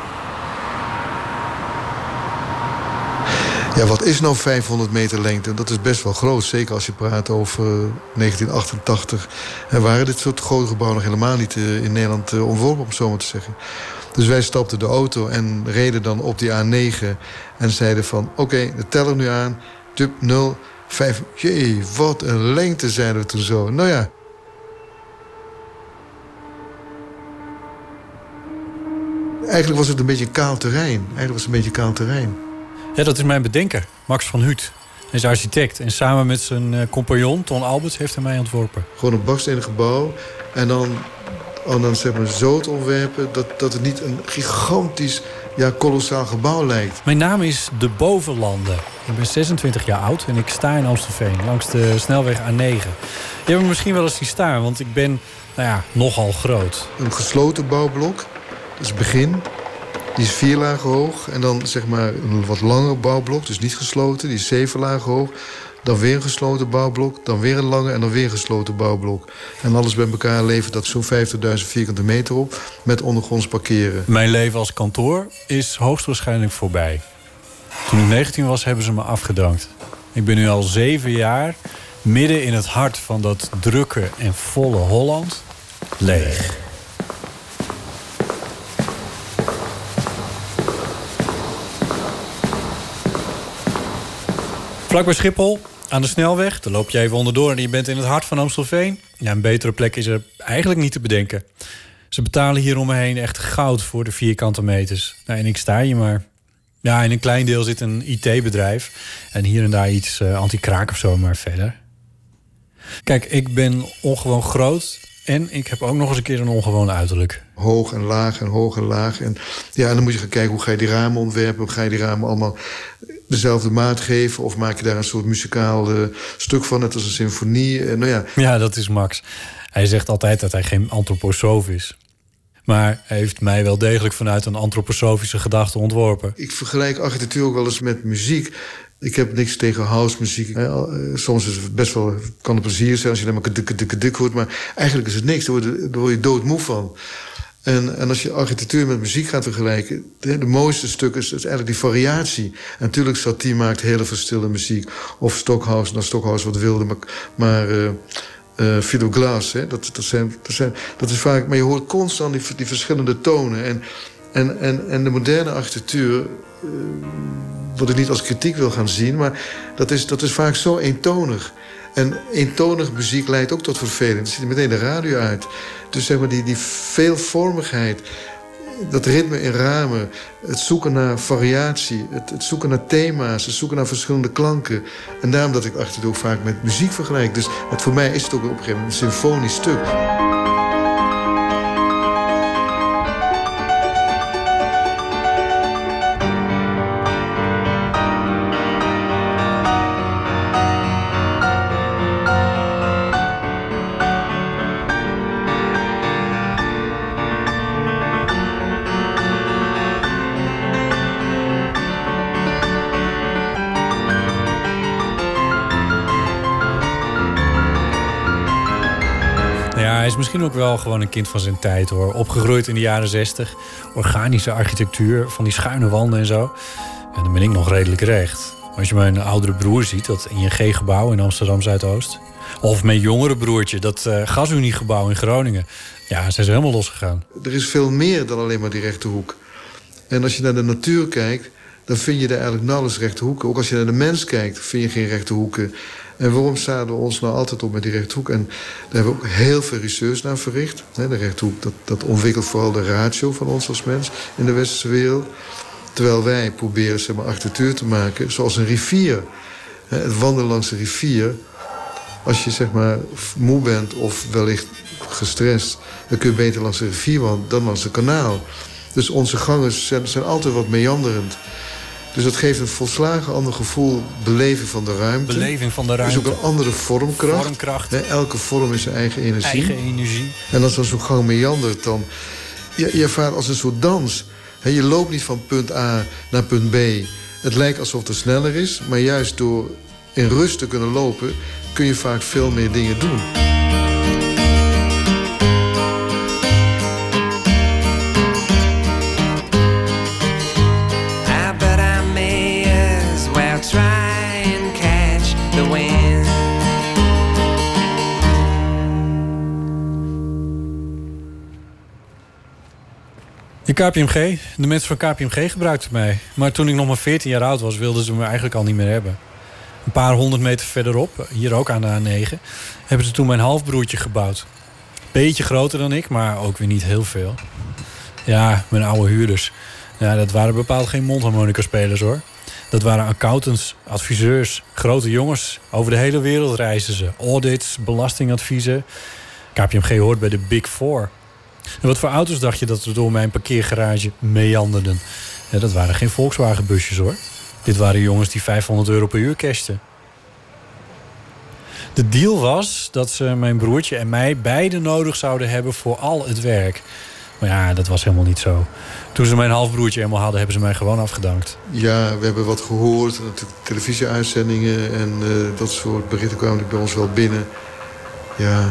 Ja, wat is nou vijfhonderd meter lengte? Dat is best wel groot, zeker als je praat over negentien achtentachtig. En waren dit soort grote gebouwen nog helemaal niet in Nederland ontworpen, om het zo maar te zeggen. Dus wij stapten de auto en reden dan op die A negen en zeiden van, oké, okay, de teller nu aan, tup, nul, vijf. Jee, wat een lengte, zeiden we toen zo. Nou ja. Eigenlijk was het een beetje kaal terrein. Eigenlijk was het een beetje kaal terrein. Ja, dat is mijn bedenker, Max van Huut. Hij is architect en samen met zijn uh, compagnon, Ton Alberts, heeft hij mij ontworpen. Gewoon een bakstenen gebouw en dan, en dan zeg maar zo te ontwerpen dat, dat het niet een gigantisch, ja, kolossaal gebouw lijkt. Mijn naam is De Bovenlanden. Ik ben zesentwintig jaar oud en ik sta in Amstelveen langs de snelweg A negen. Je hebt me misschien wel eens zien staan, want ik ben, nou ja, nogal groot. Een gesloten bouwblok, dat is het begin. Die is vier lagen hoog. En dan zeg maar een wat langer bouwblok, dus niet gesloten. Die is zeven lagen hoog. Dan weer een gesloten bouwblok. Dan weer een lange en dan weer een gesloten bouwblok. En alles bij elkaar levert dat zo'n vijftigduizend vierkante meter op. Met ondergronds parkeren. Mijn leven als kantoor is hoogstwaarschijnlijk voorbij. Toen ik negentien was, hebben ze me afgedankt. Ik ben nu al zeven jaar midden in het hart van dat drukke en volle Holland leeg. Vlak bij Schiphol, aan de snelweg, daar loop je even onderdoor en je bent in het hart van Amstelveen. Ja, een betere plek is er eigenlijk niet te bedenken. Ze betalen hier om me heen echt goud voor de vierkante meters. Nou, en ik sta hier maar. Ja, in een klein deel zit een I T-bedrijf. En hier en daar iets uh, anti-kraak of zo, maar verder. Kijk, ik ben ongewoon groot. En ik heb ook nog eens een keer een ongewoon uiterlijk. Hoog en laag en hoog en laag. En, ja, en dan moet je gaan kijken, hoe ga je die ramen ontwerpen? Hoe ga je die ramen allemaal dezelfde maat geven? Of maak je daar een soort muzikaal uh, stuk van, net als een symfonie? Uh, nou ja. ja, dat is Max. Hij zegt altijd dat hij geen antroposoof is. Maar hij heeft mij wel degelijk vanuit een antroposofische gedachte ontworpen. Ik vergelijk architectuur ook wel eens met muziek. Ik heb niks tegen housemuziek. Soms is het best wel, kan het plezier zijn als je dan maar kadik, kadik, kadik hoort. Maar eigenlijk is het niks, daar word je, daar word je doodmoe van. En, en als je architectuur met muziek gaat vergelijken, de, de mooiste stuk is, is eigenlijk die variatie. En natuurlijk, Satie maakt hele verschillende muziek. Of Stockhausen, nou Stockhausen wat wilde, maar... maar uh, Uh, Philip Glass, hè? Dat, dat, zijn, dat, zijn, dat is vaak... Maar je hoort constant die, die verschillende tonen. En, en, en, en de moderne architectuur... Uh, wat ik niet als kritiek wil gaan zien... maar dat is, dat is vaak zo eentonig. En eentonig muziek leidt ook tot verveling. Dan zit er meteen de radio uit. Dus zeg maar die, die veelvormigheid... dat ritme in ramen, het zoeken naar variatie... Het, het zoeken naar thema's, het zoeken naar verschillende klanken. En daarom dat ik architectuur ook vaak met muziek vergelijk. Dus het, voor mij is het ook op een gegeven moment een symfonisch stuk. Hij is misschien ook wel gewoon een kind van zijn tijd, hoor. Opgegroeid in de jaren zestig. Organische architectuur, van die schuine wanden en zo. En dan ben ik nog redelijk recht. Als je mijn oudere broer ziet, dat I N G-gebouw in Amsterdam-Zuidoost. Of mijn jongere broertje, dat uh, Gasuniegebouw in Groningen. Ja, zijn ze helemaal losgegaan. Er is veel meer dan alleen maar die rechte hoek. En als je naar de natuur kijkt, dan vind je daar eigenlijk nauwelijks rechte hoeken. Ook als je naar de mens kijkt, vind je geen rechte hoeken. En waarom staan we ons nou altijd op met die rechthoek? En daar hebben we ook heel veel research naar verricht. De rechthoek, dat, dat ontwikkelt vooral de ratio van ons als mens in de westerse wereld. Terwijl wij proberen, zeg maar, architectuur te maken zoals een rivier. Het wandelen langs een rivier. als je zeg maar moe bent of wellicht gestrest, dan kun je beter langs de rivier wandelen dan langs het kanaal. Dus onze gangen zijn, zijn altijd wat meanderend. Dus dat geeft een volslagen ander gevoel, beleving van de ruimte. Beleving van de ruimte. Dus ook een andere vormkracht. Vormkracht. He, elke vorm is zijn eigen energie. Eigen energie. En als dan zo'n gang meandert, dan... Je, je ervaart als een soort dans. He, je loopt niet van punt A naar punt B. Het lijkt alsof het sneller is, maar juist door in rust te kunnen lopen, kun je vaak veel meer dingen doen. De K P M G, de mensen van K P M G gebruikten mij. Maar toen ik nog maar veertien jaar oud was, wilden ze me eigenlijk al niet meer hebben. Een paar honderd meter verderop, hier ook aan de A negen, hebben ze toen mijn halfbroertje gebouwd. Beetje groter dan ik, maar ook weer niet heel veel. Ja, mijn oude huurders. Ja, dat waren bepaald geen mondharmonica-spelers, hoor. Dat waren accountants, adviseurs, grote jongens. Over de hele wereld reizen ze. Audits, belastingadviezen. K P M G hoort bij de Big Four. En wat voor auto's dacht je dat er door mijn parkeergarage meanderden? Ja, dat waren geen Volkswagen-busjes, hoor. Dit waren jongens die vijfhonderd euro per uur cashten. De deal was dat ze mijn broertje en mij beide nodig zouden hebben voor al het werk. Maar ja, dat was helemaal niet zo. Toen ze mijn halfbroertje helemaal hadden, hebben ze mij gewoon afgedankt. Ja, we hebben wat gehoord. Natuurlijk televisieuitzendingen en uh, dat soort berichten kwamen bij ons wel binnen. Ja,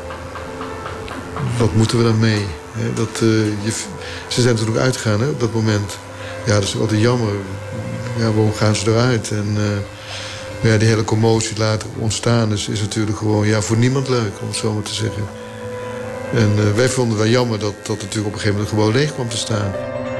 wat moeten we dan mee? He, dat, uh, je, ze zijn natuurlijk uitgegaan, hè, op dat moment. Ja, dat is altijd jammer. Ja, waarom gaan ze eruit? En uh, maar ja, die hele commotie later ontstaan is, is natuurlijk gewoon ja, voor niemand leuk, om het zo maar te zeggen. En uh, wij vonden het wel jammer dat dat natuurlijk op een gegeven moment gewoon leeg kwam te staan.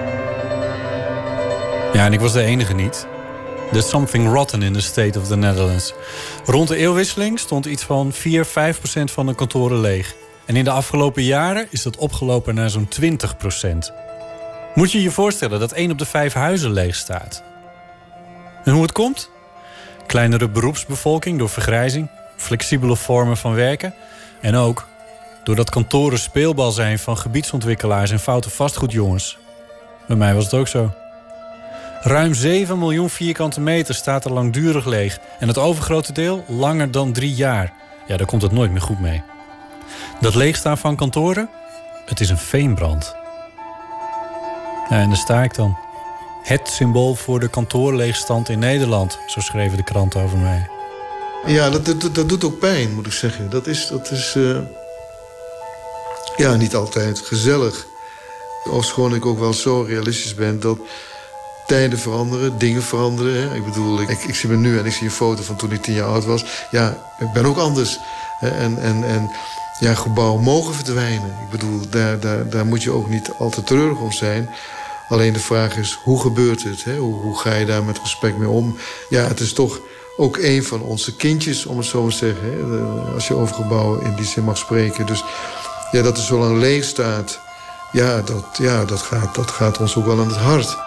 Ja, en ik was de enige niet. There's something rotten in the state of the Netherlands. Rond de eeuwwisseling stond iets van vier, vijf procent van de kantoren leeg. En in de afgelopen jaren is dat opgelopen naar zo'n twintig procent. Moet je je voorstellen dat één op de vijf huizen leeg staat. En hoe het komt? Kleinere beroepsbevolking door vergrijzing, flexibele vormen van werken en ook doordat kantoren speelbal zijn van gebiedsontwikkelaars en foute vastgoedjongens. Bij mij was het ook zo. Ruim zeven miljoen vierkante meter staat er langdurig leeg en het overgrote deel langer dan drie jaar. Ja, daar komt het nooit meer goed mee. Dat leegstaan van kantoren, het is een veenbrand. Ja, en daar sta ik dan. Het symbool voor de kantoorleegstand in Nederland, zo schreven de kranten over mij. Ja, dat, dat, dat doet ook pijn, moet ik zeggen. Dat is, dat is uh, ja, niet altijd gezellig. Ofschoon ik ook wel zo realistisch ben dat tijden veranderen, dingen veranderen. Hè. Ik bedoel, ik, ik zie me nu en ik zie een foto van toen ik tien jaar oud was. Ja, ik ben ook anders. Hè. En, en, en ja, gebouwen mogen verdwijnen. Ik bedoel, daar, daar, daar moet je ook niet al te treurig om zijn. Alleen de vraag is, hoe gebeurt het? Hè? Hoe, hoe ga je daar met respect mee om? Ja, het is toch ook een van onze kindjes, om het zo maar te zeggen. Hè? Als je over gebouwen in die zin mag spreken. Dus ja, dat er zo lang leeg staat, ja, dat, ja, dat, gaat, dat gaat ons ook wel aan het hart.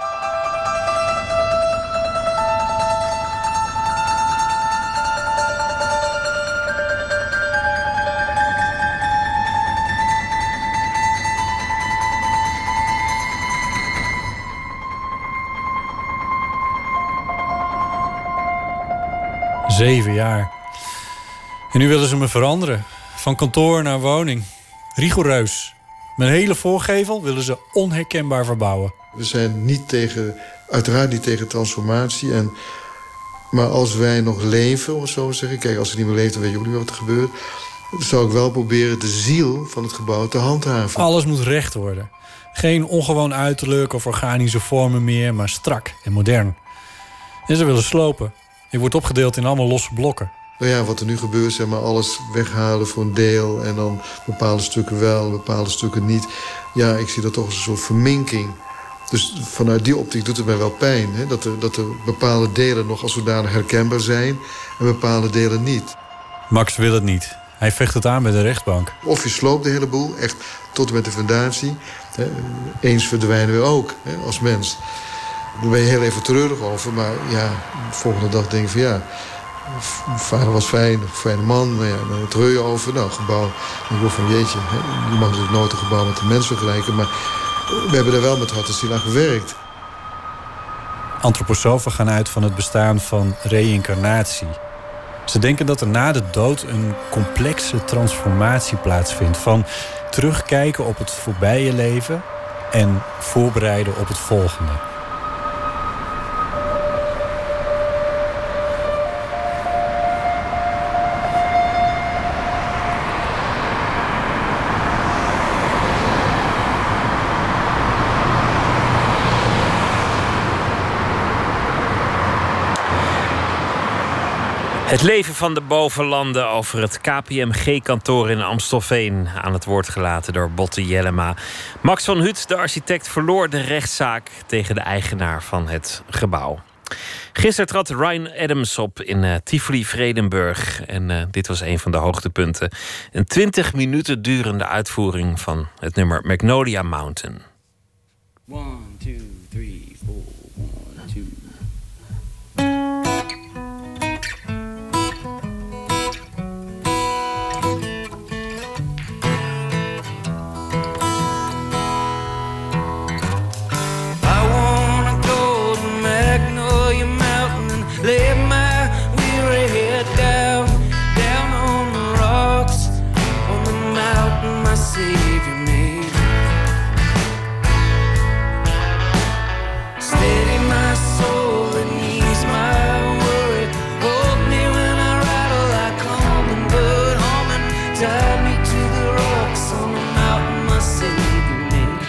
Zeven jaar. En nu willen ze me veranderen. Van kantoor naar woning. Rigoureus. Mijn hele voorgevel willen ze onherkenbaar verbouwen. We zijn niet tegen, uiteraard niet tegen transformatie. En, maar als wij nog leven, om het zo te zeggen. Kijk, als het niet meer leeft, dan weet je ook niet meer wat er gebeurt. Dan zou ik wel proberen de ziel van het gebouw te handhaven. Alles moet recht worden. Geen ongewoon uiterlijk of organische vormen meer, maar strak en modern. En ze willen slopen. Je wordt opgedeeld in allemaal losse blokken. Nou ja, wat er nu gebeurt, zeg maar, alles weghalen voor een deel en dan bepaalde stukken wel, bepaalde stukken niet. Ja, ik zie dat toch als een soort verminking. Dus vanuit die optiek doet het mij wel pijn. Hè? Dat, er, dat er bepaalde delen nog als zodanig herkenbaar zijn en bepaalde delen niet. Max wil het niet. Hij vecht het aan bij de rechtbank. Of je sloopt de hele boel, echt tot en met de fundatie. Hè? Eens verdwijnen we ook, hè, als mens. Daar ben je heel even treurig over, maar ja, de volgende dag denk ik van ja, Mijn vader was fijn, een fijne man. Nou ja, dan treur je over. Nou, gebouw. Ik hoor van jeetje, hè, je mag natuurlijk nooit een gebouw met een mens vergelijken. Maar we hebben er wel met hart en ziel aan gewerkt. Antroposofen gaan uit van het bestaan van reïncarnatie. Ze denken dat er na de dood een complexe transformatie plaatsvindt. Van terugkijken op het voorbije leven en voorbereiden op het volgende. Het leven van de bovenlanden over het K P M G-kantoor in Amstelveen. Aan het woord gelaten door Botte Jellema. Max van Huut, de architect, verloor de rechtszaak tegen de eigenaar van het gebouw. Gisteren trad Ryan Adams op in uh, Tivoli-Vredenburg. En uh, dit was een van de hoogtepunten. Een twintig minuten durende uitvoering van het nummer Magnolia Mountain. One, two, three, four, one, two. Lay my weary head down, down on the rocks, on the mountain my Savior made. Steady my soul and ease my worry. Hold me when I rattle like hummingbird humming. Tie me to the rocks on the mountain my Savior made.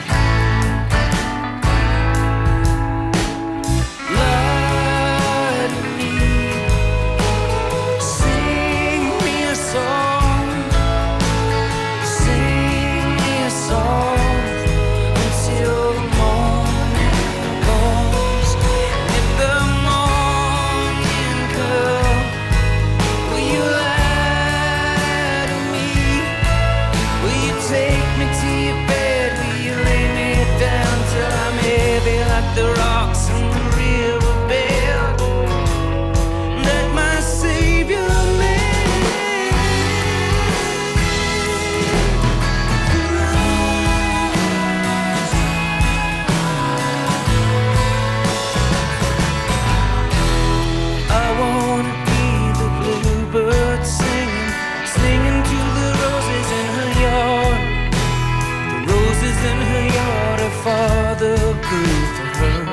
The rocks in the river bed that my Savior made. I wanna be the bluebird singing, singing to the roses in her yard. The roses in her yard are Father grew for her.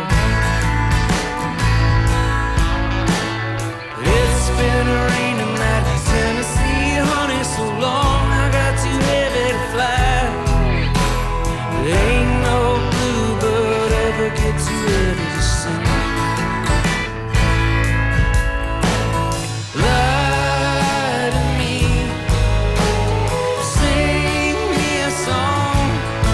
It's been raining that Tennessee honey so long I got too heavy to fly. But ain't no bluebird ever get too heavy to sing. Lie to me, sing me a song,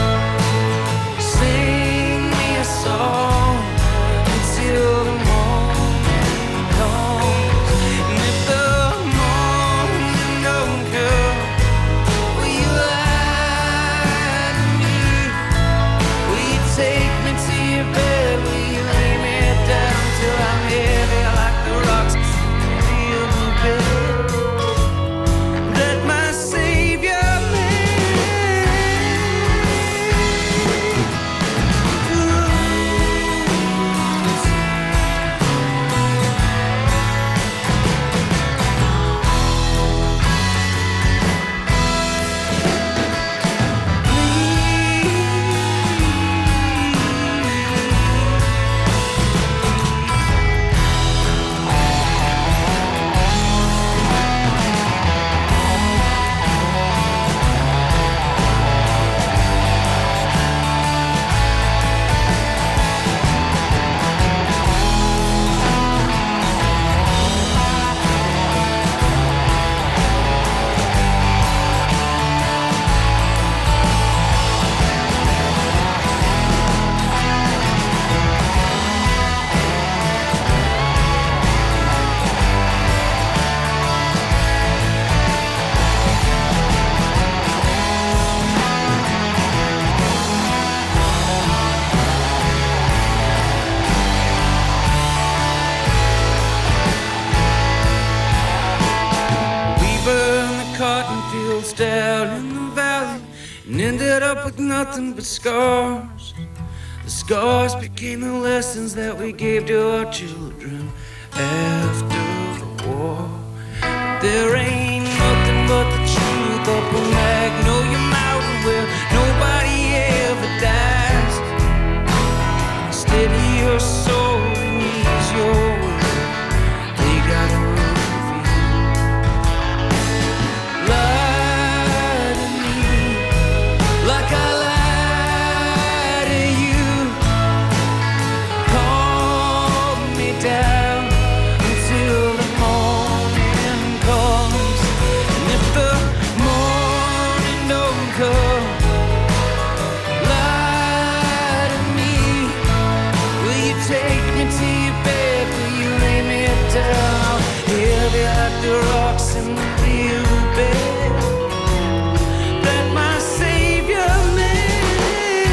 sing me a song until the morning comes. And if the morning don't come, will you lie to me? Will you take me to your bed? Will and ended up with nothing but scars. The scars became the lessons that we gave to our children after the war. But there ain't nothing but the truth up on Magnolia Mountain where nobody ever dies. Steady your soul and ease your will. They got a room for you. Lie to me like I lie to you. Calm me down until the morning comes. And if the morning don't come, lie to me. Will you take me to your bed? Will you lay me down heavy like the rocks in the riverbed that my Savior made?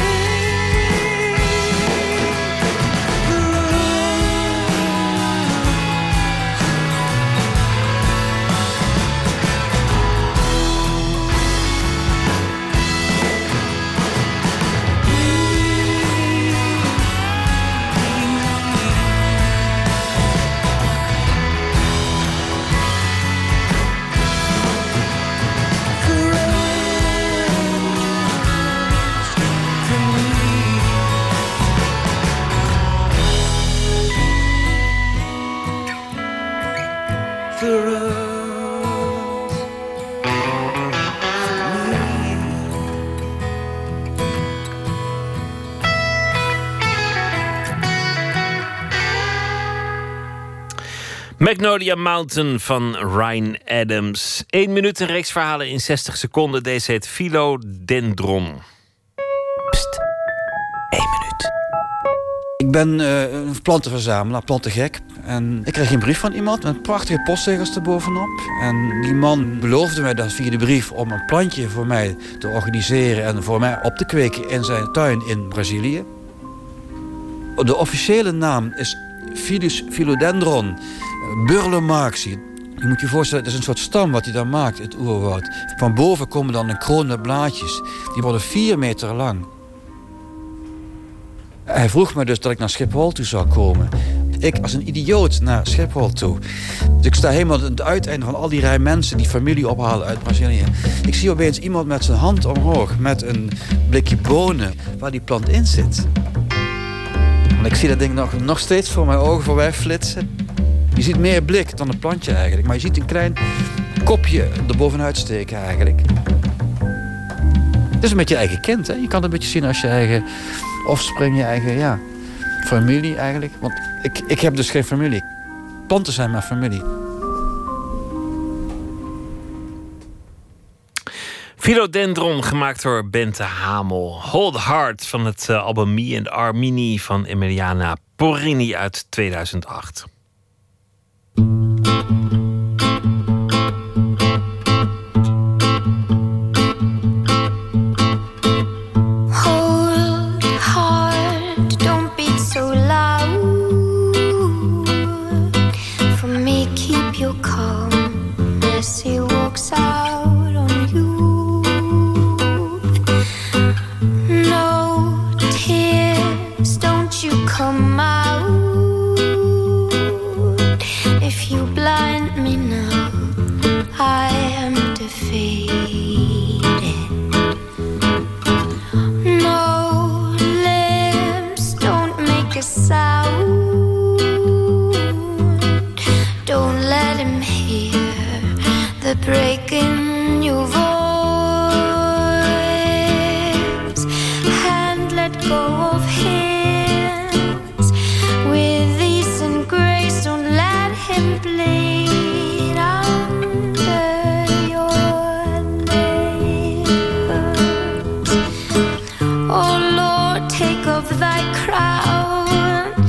For us, Magnolia Mountain van Ryan Adams. Eén minuut, een reeks verhalen in zestig seconden. Deze heet Philodendron. Ik ben uh, een plantenverzamelaar, plantengek. En ik kreeg een brief van iemand met prachtige postzegels erbovenop. En die man beloofde mij dan via de brief om een plantje voor mij te organiseren en voor mij op te kweken in zijn tuin in Brazilië. De officiële naam is Philus Philodendron burlemarxi. Je moet je voorstellen, het is een soort stam wat hij dan maakt, het oerwoud. Van boven komen dan een kroon met blaadjes. Die worden vier meter lang. Hij vroeg me dus dat ik naar Schiphol toe zou komen. Ik als een idioot naar Schiphol toe. Dus ik sta helemaal aan het uiteinde van al die rij mensen die familie ophalen uit Brazilië. Ik zie opeens iemand met zijn hand omhoog met een blikje bonen waar die plant in zit. En ik zie dat ding nog, nog steeds voor mijn ogen voorbij flitsen. Je ziet meer blik dan een plantje eigenlijk. Maar je ziet een klein kopje erbovenuit steken eigenlijk. Het is een beetje je eigen kind. Hè? Je kan het een beetje zien als je eigen offspring, je eigen ja, familie eigenlijk. Want ik, ik heb dus geen familie. Planten zijn mijn familie. Philodendron, gemaakt door Bente Hamel. Hold Hard van het uh, album Me and Armini van Emiliana Porrini uit tweeduizend acht. Breaking your voice and let go of hands with ease and grace. Don't let him bleed under your nails. Oh Lord, take off thy crown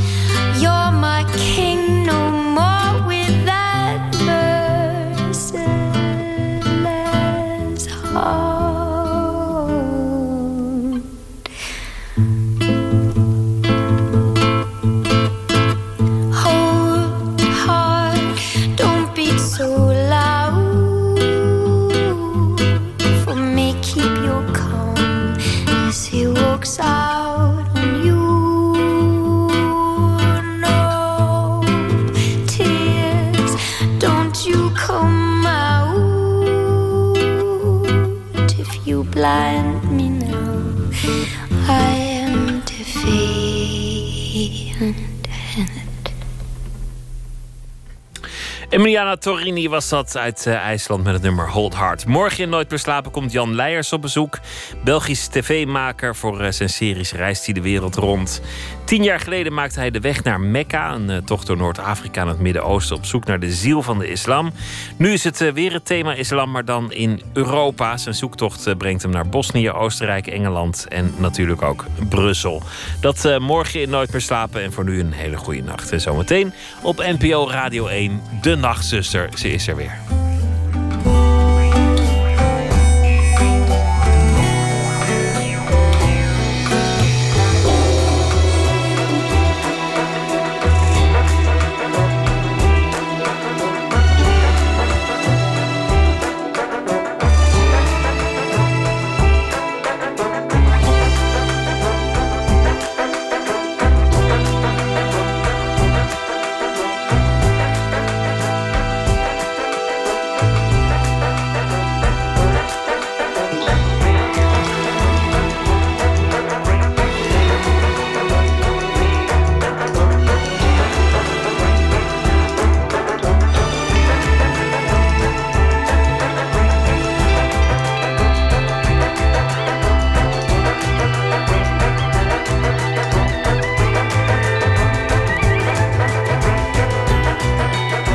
Emiliana Torrini was dat uit uh, IJsland met het nummer Hold Hard. Morgen in Nooit meer slapen komt Jan Leijers op bezoek. Belgisch tv-maker. Voor uh, zijn series reist hij de wereld rond. Tien jaar geleden maakte hij de weg naar Mekka. Een uh, tocht door Noord-Afrika en het Midden-Oosten op zoek naar de ziel van de islam. Nu is het uh, weer het thema islam, maar dan in Europa. Zijn zoektocht uh, brengt hem naar Bosnië, Oostenrijk, Engeland en natuurlijk ook Brussel. Dat uh, morgen in Nooit meer slapen. En voor nu een hele goede nacht. En zometeen op N P O Radio één, de Nachtzuster. Ze is er weer.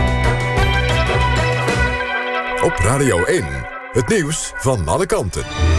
Radio één, het nieuws van alle kanten.